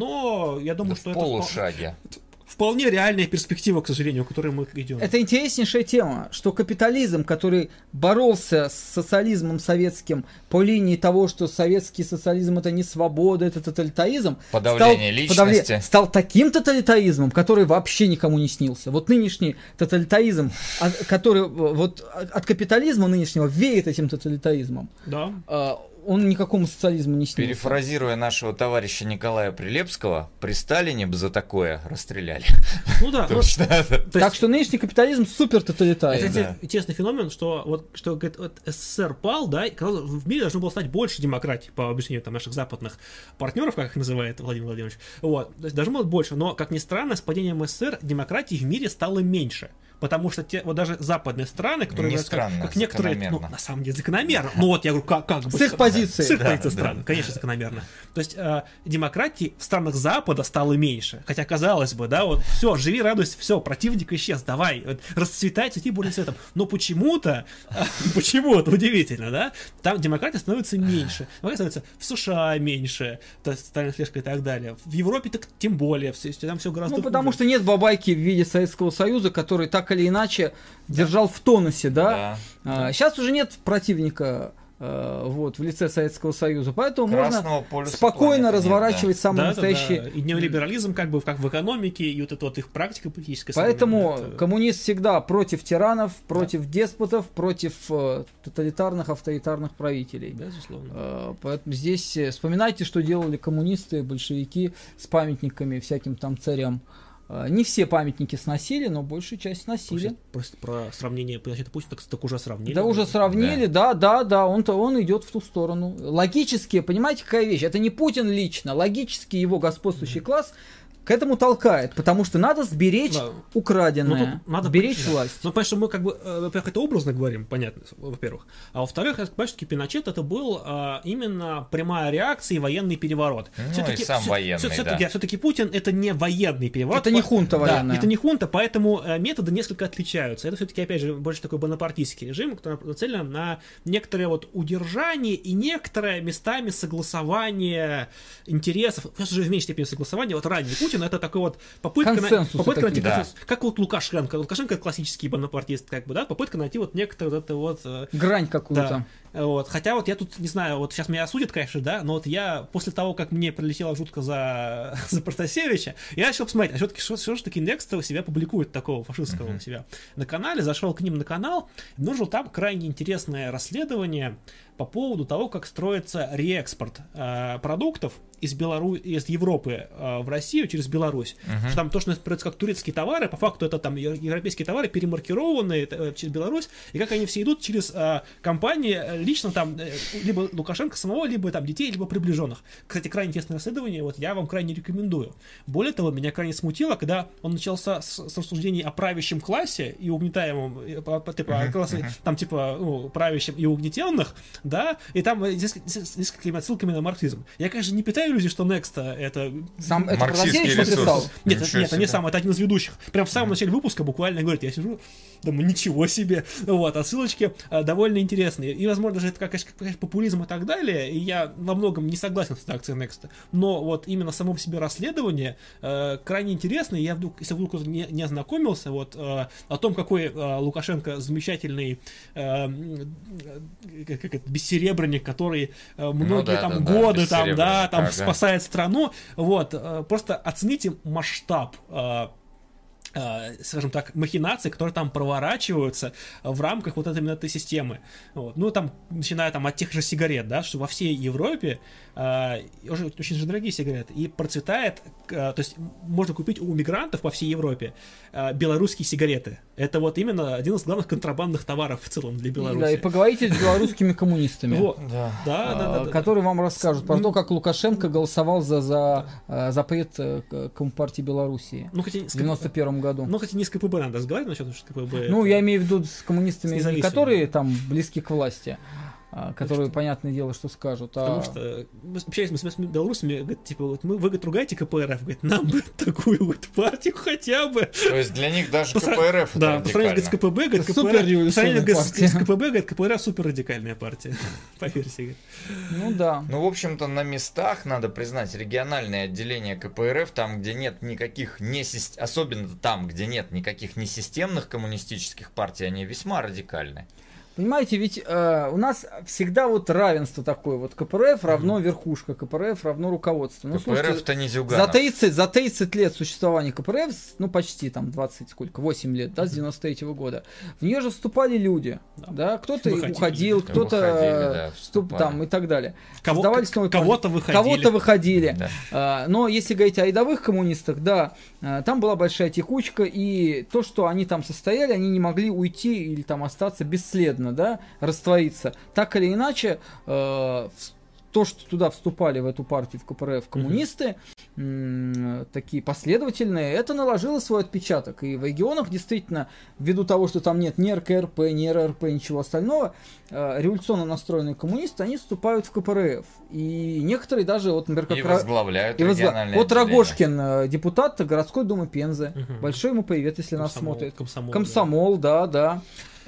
но я думаю, Да что в это впол- полушаге. вполне реальная перспектива, к сожалению, к которой мы идем. Это интереснейшая тема, что капитализм, который боролся с социализмом советским по линии того, что советский социализм это не свобода, это тоталитаризм, Подавление стал, личности. стал таким тоталитаризмом, который вообще никому не снился. Вот нынешний тоталитаризм, а- который вот от капитализма нынешнего веет этим тоталитаризмом, Да. а, он никакому социализму не снился. Перефразируя нашего товарища Николая Прилепского, при Сталине бы за такое расстреляли. Ну да. Потому ну, что это- то есть- Так что нынешний капитализм супер Это тоталитарен. Да. инте- интересный феномен, что вот что говорит, вот СССР пал, да, и казалось, в мире должно было стать больше демократии, по объяснению там, наших западных партнеров, как их называет Владимир Владимирович. Вот, то есть должно было больше, но, как ни странно, с падением СССР демократии в мире стало меньше. Потому что те, вот даже западные страны, которые Не как, странно, как некоторые, ну, закономерно. на самом деле закономерно. Ну вот я говорю, как, как бы. С их позиции. С их Да, позиции да. стран, конечно, закономерно. То есть э, демократии в странах Запада стало меньше. Хотя, казалось бы, да, вот все, живи, радуйся, все, противник исчез, давай, вот, расцветай, цвети бурным цветом. Но почему-то, почему-то, удивительно, да, там демократия становится меньше. Демократия становится в США меньше, то есть Сталин, Флешка и так далее. В Европе так тем более, все, там все гораздо Ну, потому хуже. что нет бабайки в виде Советского Союза, который так или иначе держал в тонусе, да? Да. А, сейчас уже нет противника э, вот, в лице Советского Союза. Поэтому Красного можно спокойно разворачивать нет, да. самые да, настоящие... Да, да. И неолиберализм как бы как в экономике, и вот эта вот их практика политическая. Поэтому это... коммунист всегда против тиранов, против да. деспотов, против э, тоталитарных, авторитарных правителей. Безусловно. Э, поэтому здесь вспоминайте, что делали коммунисты, большевики с памятниками всяким там царям. Не все памятники сносили, но большую часть сносили. Просто, просто про сравнение, значит, Путин так, так уже сравнили. Да, уже сравнили, да, да, да, да он-то он идет в ту сторону. Логически, понимаете, какая вещь? Это не Путин лично, логически его господствующий mm-hmm. класс к этому толкает, потому что надо сберечь да. украденное, надо сберечь понять, власть. Ну, потому что мы как бы, во-первых, это образно говорим, понятно, во-первых. А во-вторых, я понимаю, что Пиночет это был а, именно прямая реакция и военный переворот. Ну, все-таки, и сам все, военный, все, да. все-таки, все-таки Путин это не военный переворот. Это не хунта военная. Да, это не хунта, поэтому методы несколько отличаются. Это все-таки, опять же, больше такой бонапартийский режим, который нацелен на некоторое вот удержание и некоторое местами согласование интересов. Сейчас уже в меньшей степени согласование. Вот ранний Путин это такой вот попытка, на, попытка найти, да. как вот Лукашенко. Лукашенко это классический бонапартист, как бы, да, попытка найти вот некоторую вот эту вот грань какую-то. Да, вот. Хотя вот я тут не знаю, вот сейчас меня осудят, конечно, да, но вот я после того, как мне прилетело жутко за, за Протасевича, я начал посмотреть, а все-таки что, что же таки Next у себя публикует такого фашистского uh-huh. у себя на канале, зашел к ним на канал, обнаружил там крайне интересное расследование по поводу того, как строится реэкспорт э, продуктов из, Белору... из Европы э, в Россию через Беларусь. Uh-huh. Что там то, что продается как турецкие товары, по факту это там европейские товары, перемаркированные э, через Беларусь, и как они все идут через э, компании лично там э, либо Лукашенко самого, либо там детей, либо приближенных. Кстати, крайне интересное расследование, вот я вам крайне рекомендую. Более того, меня крайне смутило, когда он начался с, с рассуждений о правящем классе и угнетаемом, типа, uh-huh. классе, uh-huh. там типа ну, правящем и угнетенных, да, и там с несколькими отсылками на марксизм. Я, конечно, не питаю иллюзий, что Next это... Сам это марксистский ресурс. Нет, это, нет, это не сам, это один из ведущих. Прям в самом начале выпуска буквально говорит, я сижу, думаю, ничего себе. Вот, а ссылочки а, довольно интересные. И, возможно, даже это как, как популизм и так далее, и я во многом не согласен с акцией Next. Но вот именно само по себе расследование э, крайне интересное. Я вдруг, если вдруг кто-то не, не ознакомился, вот, э, о том, какой э, Лукашенко замечательный э, как это, бессеребренник, который э, многие ну, да, там да, годы да, там, да, там ага. спасает страну. Вот, э, просто оцените масштаб э, скажем так, махинации, которые там проворачиваются в рамках вот этой, именно этой системы. Вот. Ну, там, начиная там от тех же сигарет, да, что во всей Европе э, очень, очень же дорогие сигареты, и процветает, э, то есть можно купить у мигрантов по всей Европе э, белорусские сигареты. Это вот именно один из главных контрабандных товаров в целом для Беларуси. Да, и поговорите с белорусскими коммунистами, которые вам расскажут про то, как Лукашенко голосовал за запрет Компартии Белоруссии в девяносто первом году. Ну, хотя не с КПБ надо разговаривать насчет, что КПБ... Ну, это... я имею в виду с коммунистами, с которые там близки к власти, которые, что... понятное дело, что скажут. Потому а... что, общаясь с, с белорусами, говорит, типа, вот мы, вы, говорит, ругаете КПРФ, говорит, нам бы такую вот партию хотя бы. То есть для них даже КПРФ да, по сравнению с КПБ, говорит, КПРФ, по сравнению с КПБ, говорит, КПРФ супер радикальная партия, поверьте. Ну да. Ну, в общем-то, на местах, надо признать, региональное отделение КПРФ, там, где нет никаких, не особенно там, где нет никаких несистемных коммунистических партий, они весьма радикальны. Понимаете, ведь э, у нас всегда вот равенство такое, вот КПРФ равно верхушка, КПРФ равно руководство. Ну, КПРФ-то не Зюганов. За тридцать, за тридцать лет существования КПРФ, ну почти там двадцать, сколько, восемь лет, да, с девяносто третьего года, в нее же вступали люди, да, да? Кто-то выходили, уходил, кто-то выходили, да, вступ, там и так далее. Кого, кого-то выходили. Кого-то выходили. Да. А, но если говорить о рядовых коммунистах, да, там была большая текучка, и то, что они там состояли, они не могли уйти или там остаться бесследно, да, раствориться. Так или иначе, э, то, что туда вступали в эту партию, в КПРФ, коммунисты, mm-hmm. такие последовательные, это наложило свой отпечаток. И в регионах действительно, ввиду того, что там нет ни эр ка эр пэ, ни эр эр пэ, ничего остального, э, революционно настроенные коммунисты, они вступают в КПРФ. И некоторые даже, вот, например, как... И возглавляют и региональное Вот отделение. Рогожкин, депутат городской думы Пензы. Uh-huh. Большой ему привет, если Комсомол, нас смотрит. Комсомол, Комсомол, да, да. да.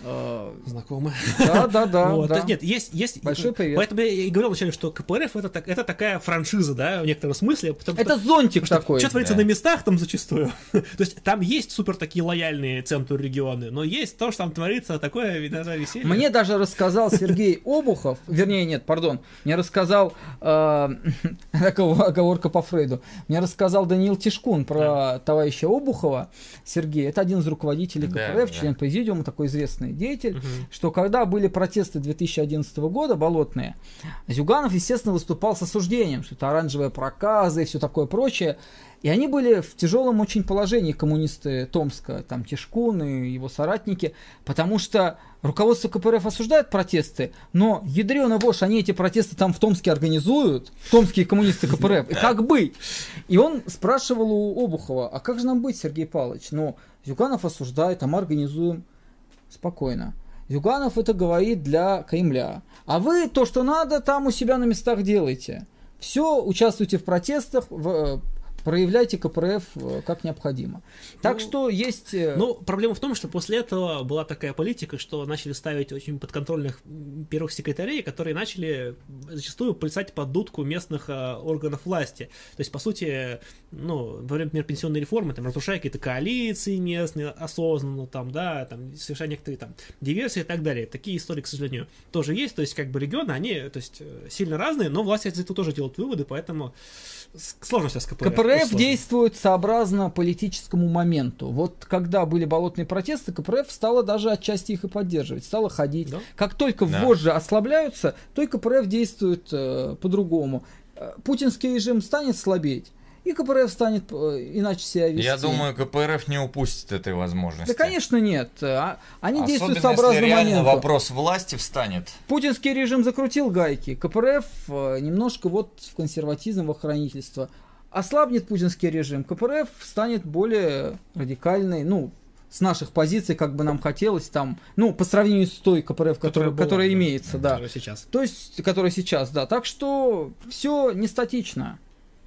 Знакомы. Да, да, да. Вот. да. Нет, есть, есть. Большой привет. Поэтому я и говорил вначале, что КПРФ это, так, это такая франшиза, да, в некотором смысле. Потому, это что, зонтик что, такой. Что творится да. на местах там зачастую. То есть там есть супер такие лояльные центру регионы, но есть то, что там творится, такое иногда веселье. Мне даже рассказал Сергей Обухов, вернее, нет, пардон, мне рассказал, э, такая оговорка по Фрейду, мне рассказал Даниил Тишкун про да. товарища Обухова Сергея, это один из руководителей КПРФ, да, член да. президиума, такой известный деятель, угу. что когда были протесты две тысячи одиннадцатого года, болотные, Зюганов, естественно, выступал с осуждением, что это оранжевые проказы и все такое прочее. И они были в тяжелом очень положении, коммунисты Томска, там Тишкун и его соратники, потому что руководство КПРФ осуждает протесты, но ядрёна вошь, они эти протесты там в Томске организуют, томские коммунисты КПРФ, и как быть? И он спрашивал у Обухова, а как же нам быть, Сергей Павлович? Ну, Зюганов осуждает, а мы организуем спокойно. Зюганов это говорит для Кремля. А вы то, что надо, там у себя на местах делайте. Все, участвуйте в протестах, в... проявляйте КПРФ как необходимо. Так ну, что есть... Ну, проблема в том, что после этого была такая политика, что начали ставить очень подконтрольных первых секретарей, которые начали зачастую плясать под дудку местных а, органов власти. То есть, по сути, ну, во время, например, пенсионной реформы, там, разрушая какие-то коалиции местные осознанно, там, да, там, совершая некоторые там диверсии и так далее. Такие истории, к сожалению, тоже есть. То есть, как бы регионы, они, то есть, сильно разные, но власти из этого тоже делают выводы, поэтому сложно сейчас КПРФ. КПРФ действует сообразно политическому моменту. Вот когда были болотные протесты, КПРФ стала даже отчасти их и поддерживать, стала ходить. Да? Как только да. вожжи ослабляются, то и КПРФ действует э, по-другому. Путинский режим станет слабеть, и КПРФ станет э, иначе себя вести. Я думаю, КПРФ не упустит этой возможности. Да, конечно, нет. А, они Особенно действуют сообразно если реально моменту. Вопрос власти встанет. Путинский режим закрутил гайки. КПРФ э, немножко вот в консерватизм, в охранительство. Ослабнет путинский режим, КПРФ станет более радикальной, ну, с наших позиций, как бы нам хотелось, там, ну, по сравнению с той КПРФ, которая, была, которая да, имеется, да. Которая сейчас. То есть, которая сейчас, да. Так что все не статично.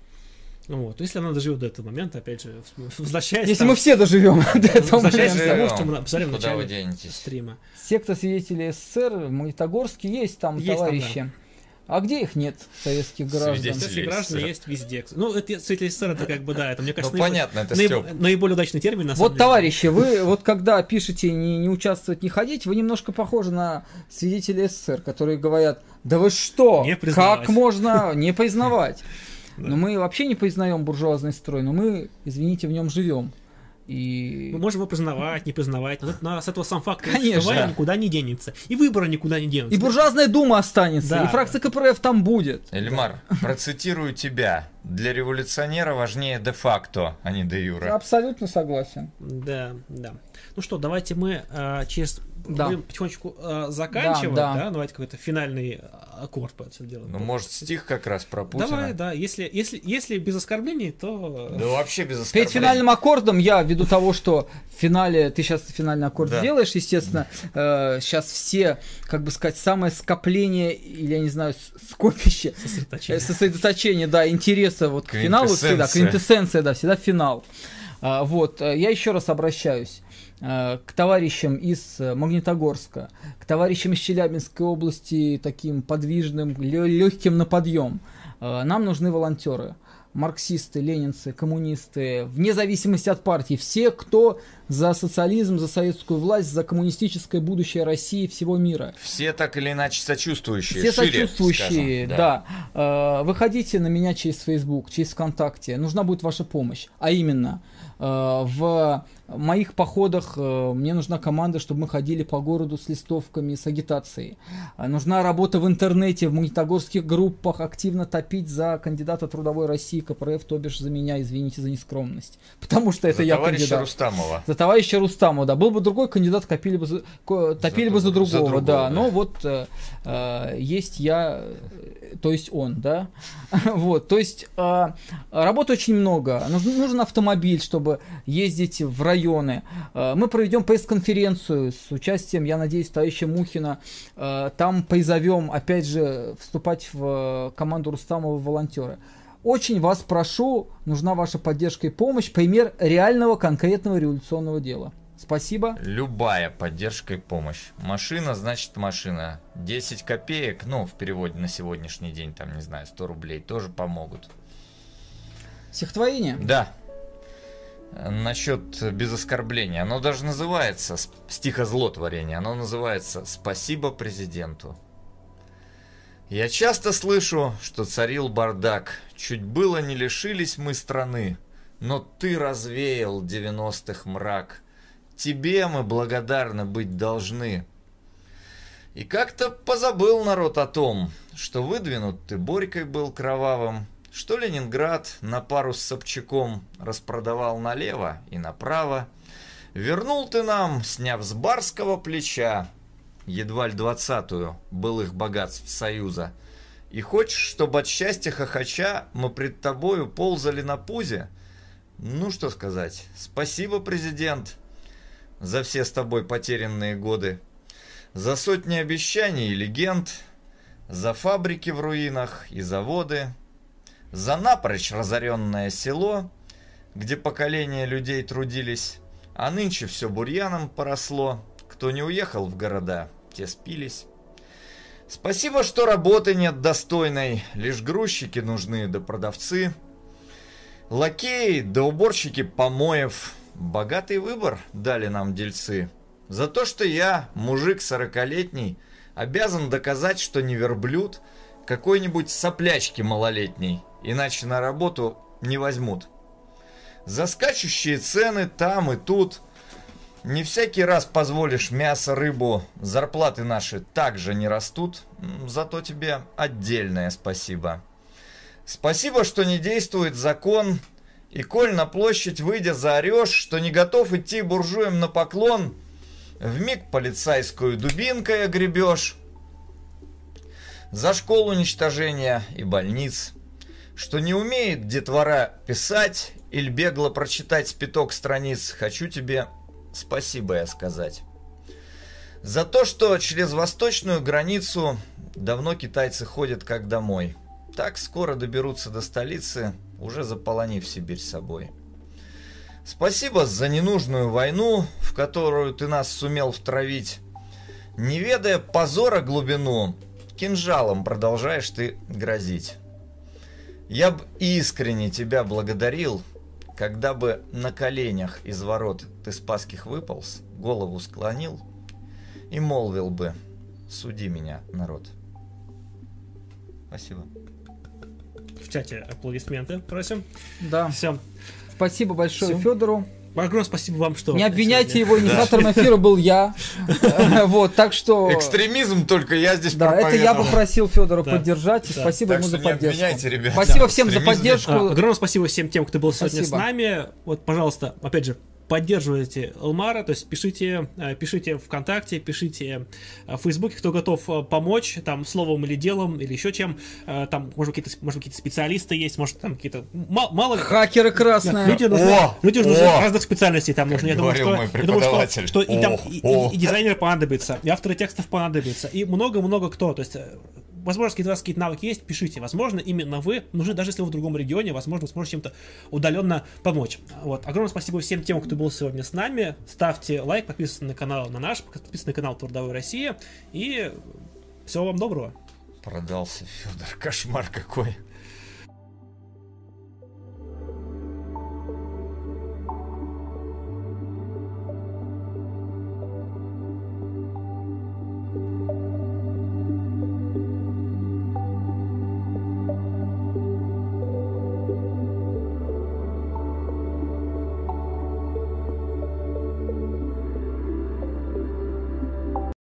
Вот. Если она доживет до этого момента, опять же, возвращаясь... Если там, мы все доживем до этого момента. Живем. Что мы обсуждали в Куда вы начале денетесь? Стрима. Секта свидетелей СССР в Магнитогорске есть там есть товарищи. Там, да. А где их нет, советских граждан? Советские граждане есть везде. Ну, это свидетели СССР, это как бы, да, это, мне кажется, ну, понятно, это наиб... наиболее удачный термин, на самом Вот, деле. товарищи, вы вот когда пишете не, не участвовать, не ходить, вы немножко похожи на свидетелей СССР, которые говорят, да вы что, как можно не признавать? Но мы вообще не признаем буржуазный строй, но мы, извините, в нем живем. И... Мы можем его признавать, не признавать, но, но с этого сам факт существования никуда не денется. И выборы никуда не денутся. И буржуазная дума останется, да, и фракция КПРФ там будет. Эльмар, процитирую тебя. Для революционера важнее де-факто, а не де-юре. Абсолютно согласен. Да, да. Ну что, давайте мы а, через... Да. Будем потихонечку а, заканчивать, да, да. да? Давайте какой-то финальный аккорд по этому делу. Ну, может, стих как раз про Путина. Давай, да. Если, если, если без оскорблений, то... Да вообще без оскорблений. Перед финальным аккордом я, ввиду того, что в финале, ты сейчас финальный аккорд да. сделаешь, естественно, э, сейчас все, как бы сказать, самое скопление, или, я не знаю, скопище, сосредоточение, сосредоточение да, интереса вот к финалу всегда, квинтэссенция, да, всегда финал. А, вот, я еще раз обращаюсь к товарищам из Магнитогорска, к товарищам из Челябинской области, таким подвижным, легким на подъем. Нам нужны волонтеры, марксисты, ленинцы, коммунисты, вне зависимости от партии, все, кто за социализм, за советскую власть, за коммунистическое будущее России и всего мира. Все так или иначе сочувствующие. Все шире, сочувствующие, скажем, да. да. Выходите на меня через Facebook, через ВКонтакте. Нужна будет ваша помощь. А именно, в моих походах мне нужна команда, чтобы мы ходили по городу с листовками, с агитацией. Нужна работа в интернете, в магнитогорских группах, активно топить за кандидата Трудовой России КПРФ, то бишь за меня, извините за нескромность. Потому что это за я товарища кандидат. Рустамова. За товарища Рустамова, да. Был бы другой кандидат, топили бы за, топили за, бы за другого, за другого, да. да. Но вот э, есть я, то есть он, да. Вот, то есть э, работы очень много. Нужен, нужен автомобиль, чтобы ездить в районы. Э, мы проведем пресс-конференцию с участием, я надеюсь, товарища Мухина. Э, там призовем, опять же, вступать в команду Рустамова волонтеры. Очень вас прошу, нужна ваша поддержка и помощь. Пример реального, конкретного революционного дела. Спасибо. Любая поддержка и помощь. Машина, значит машина. десять копеек, ну, в переводе на сегодняшний день, там, не знаю, сто рублей, тоже помогут. Стихотворение? Да. Насчет без оскорбления. Оно даже называется стихозлотворение. Оно называется «Спасибо президенту». Я часто слышу, что царил бардак. Чуть было не лишились мы страны, но ты развеял девяностых мрак. Тебе мы благодарны быть должны. И как-то позабыл народ о том, что выдвинут ты Борькой был кровавым, что Ленинград на пару с Собчаком распродавал налево и направо. Вернул ты нам, сняв с барского плеча едва ли двадцатую былых богатств Союза. И хочешь, чтобы от счастья хохоча мы пред тобою ползали на пузе? Ну что сказать, спасибо, президент, за все с тобой потерянные годы, за сотни обещаний и легенд, за фабрики в руинах и заводы, за напрочь разоренное село, где поколения людей трудились, а нынче все бурьяном поросло. Кто не уехал в города, те спились. Спасибо, что работы нет достойной, лишь грузчики нужны да продавцы, лакеи да уборщики помоев. Богатый выбор дали нам дельцы. За то, что я, мужик сорокалетний, обязан доказать, что не верблюд какой-нибудь соплячки малолетней, иначе на работу не возьмут. За скачущие цены там и тут не всякий раз позволишь мясо, рыбу, зарплаты наши также не растут, зато тебе отдельное спасибо. Спасибо, что не действует закон, и коль на площадь выйдя заорешь, что не готов идти буржуям на поклон, вмиг полицайскую дубинкой огребешь. За школу уничтожения и больниц, что не умеет детвора писать или бегло прочитать спиток страниц, хочу тебе спасибо я сказать. За то, что через восточную границу давно китайцы ходят как домой. Так скоро доберутся до столицы, уже заполонив Сибирь собой. Спасибо за ненужную войну, в которую ты нас сумел втравить. Не ведая позора глубину, кинжалом продолжаешь ты грозить. Я б искренне тебя благодарил, когда бы на коленях из ворот ты спасских выполз, голову склонил и молвил бы: суди меня, народ. Спасибо. В чате аплодисменты просим. Да. Все. Спасибо большое Всё. Федору. Огромное спасибо вам, что... Не обвиняйте сегодня... его, инициатором эфира был я. Вот, так что... Экстремизм только я здесь Да, это я попросил Федора Да. поддержать, и Да. спасибо Так ему что за не поддержку. обвиняйте, ребята. Спасибо Да. всем за Экстремизм. поддержку. А, огромное спасибо всем тем, кто был сегодня Спасибо. с нами. Вот, пожалуйста, опять же, поддерживайте Элмара, то есть пишите, э, пишите ВКонтакте, пишите э, в Фейсбуке, кто готов э, помочь, там, словом или делом, или еще чем. Э, Там, может, какие-то, может, какие-то специалисты есть, может, там какие-то... ма- Мало ли... Хакеры красные. Люди нужны, О! люди нужны О! разных специальностей там нужны. Я думаю, говорил что, мой я думаю, что, преподаватель. что и, там, О! и, О! и- и дизайнер понадобится, и авторы текстов понадобится, и много-много кто. То есть, э, возможно, какие-то у вас какие-то навыки есть, пишите. Возможно, именно вы нужны, даже если вы в другом регионе, возможно, вы сможете чем-то удаленно помочь. Вот. Огромное спасибо всем тем, кто был сегодня с нами. Ставьте лайк, подписывайтесь на канал на наш, подписывайтесь на канал Трудовой России. И всего вам доброго. Продался Федор, кошмар какой.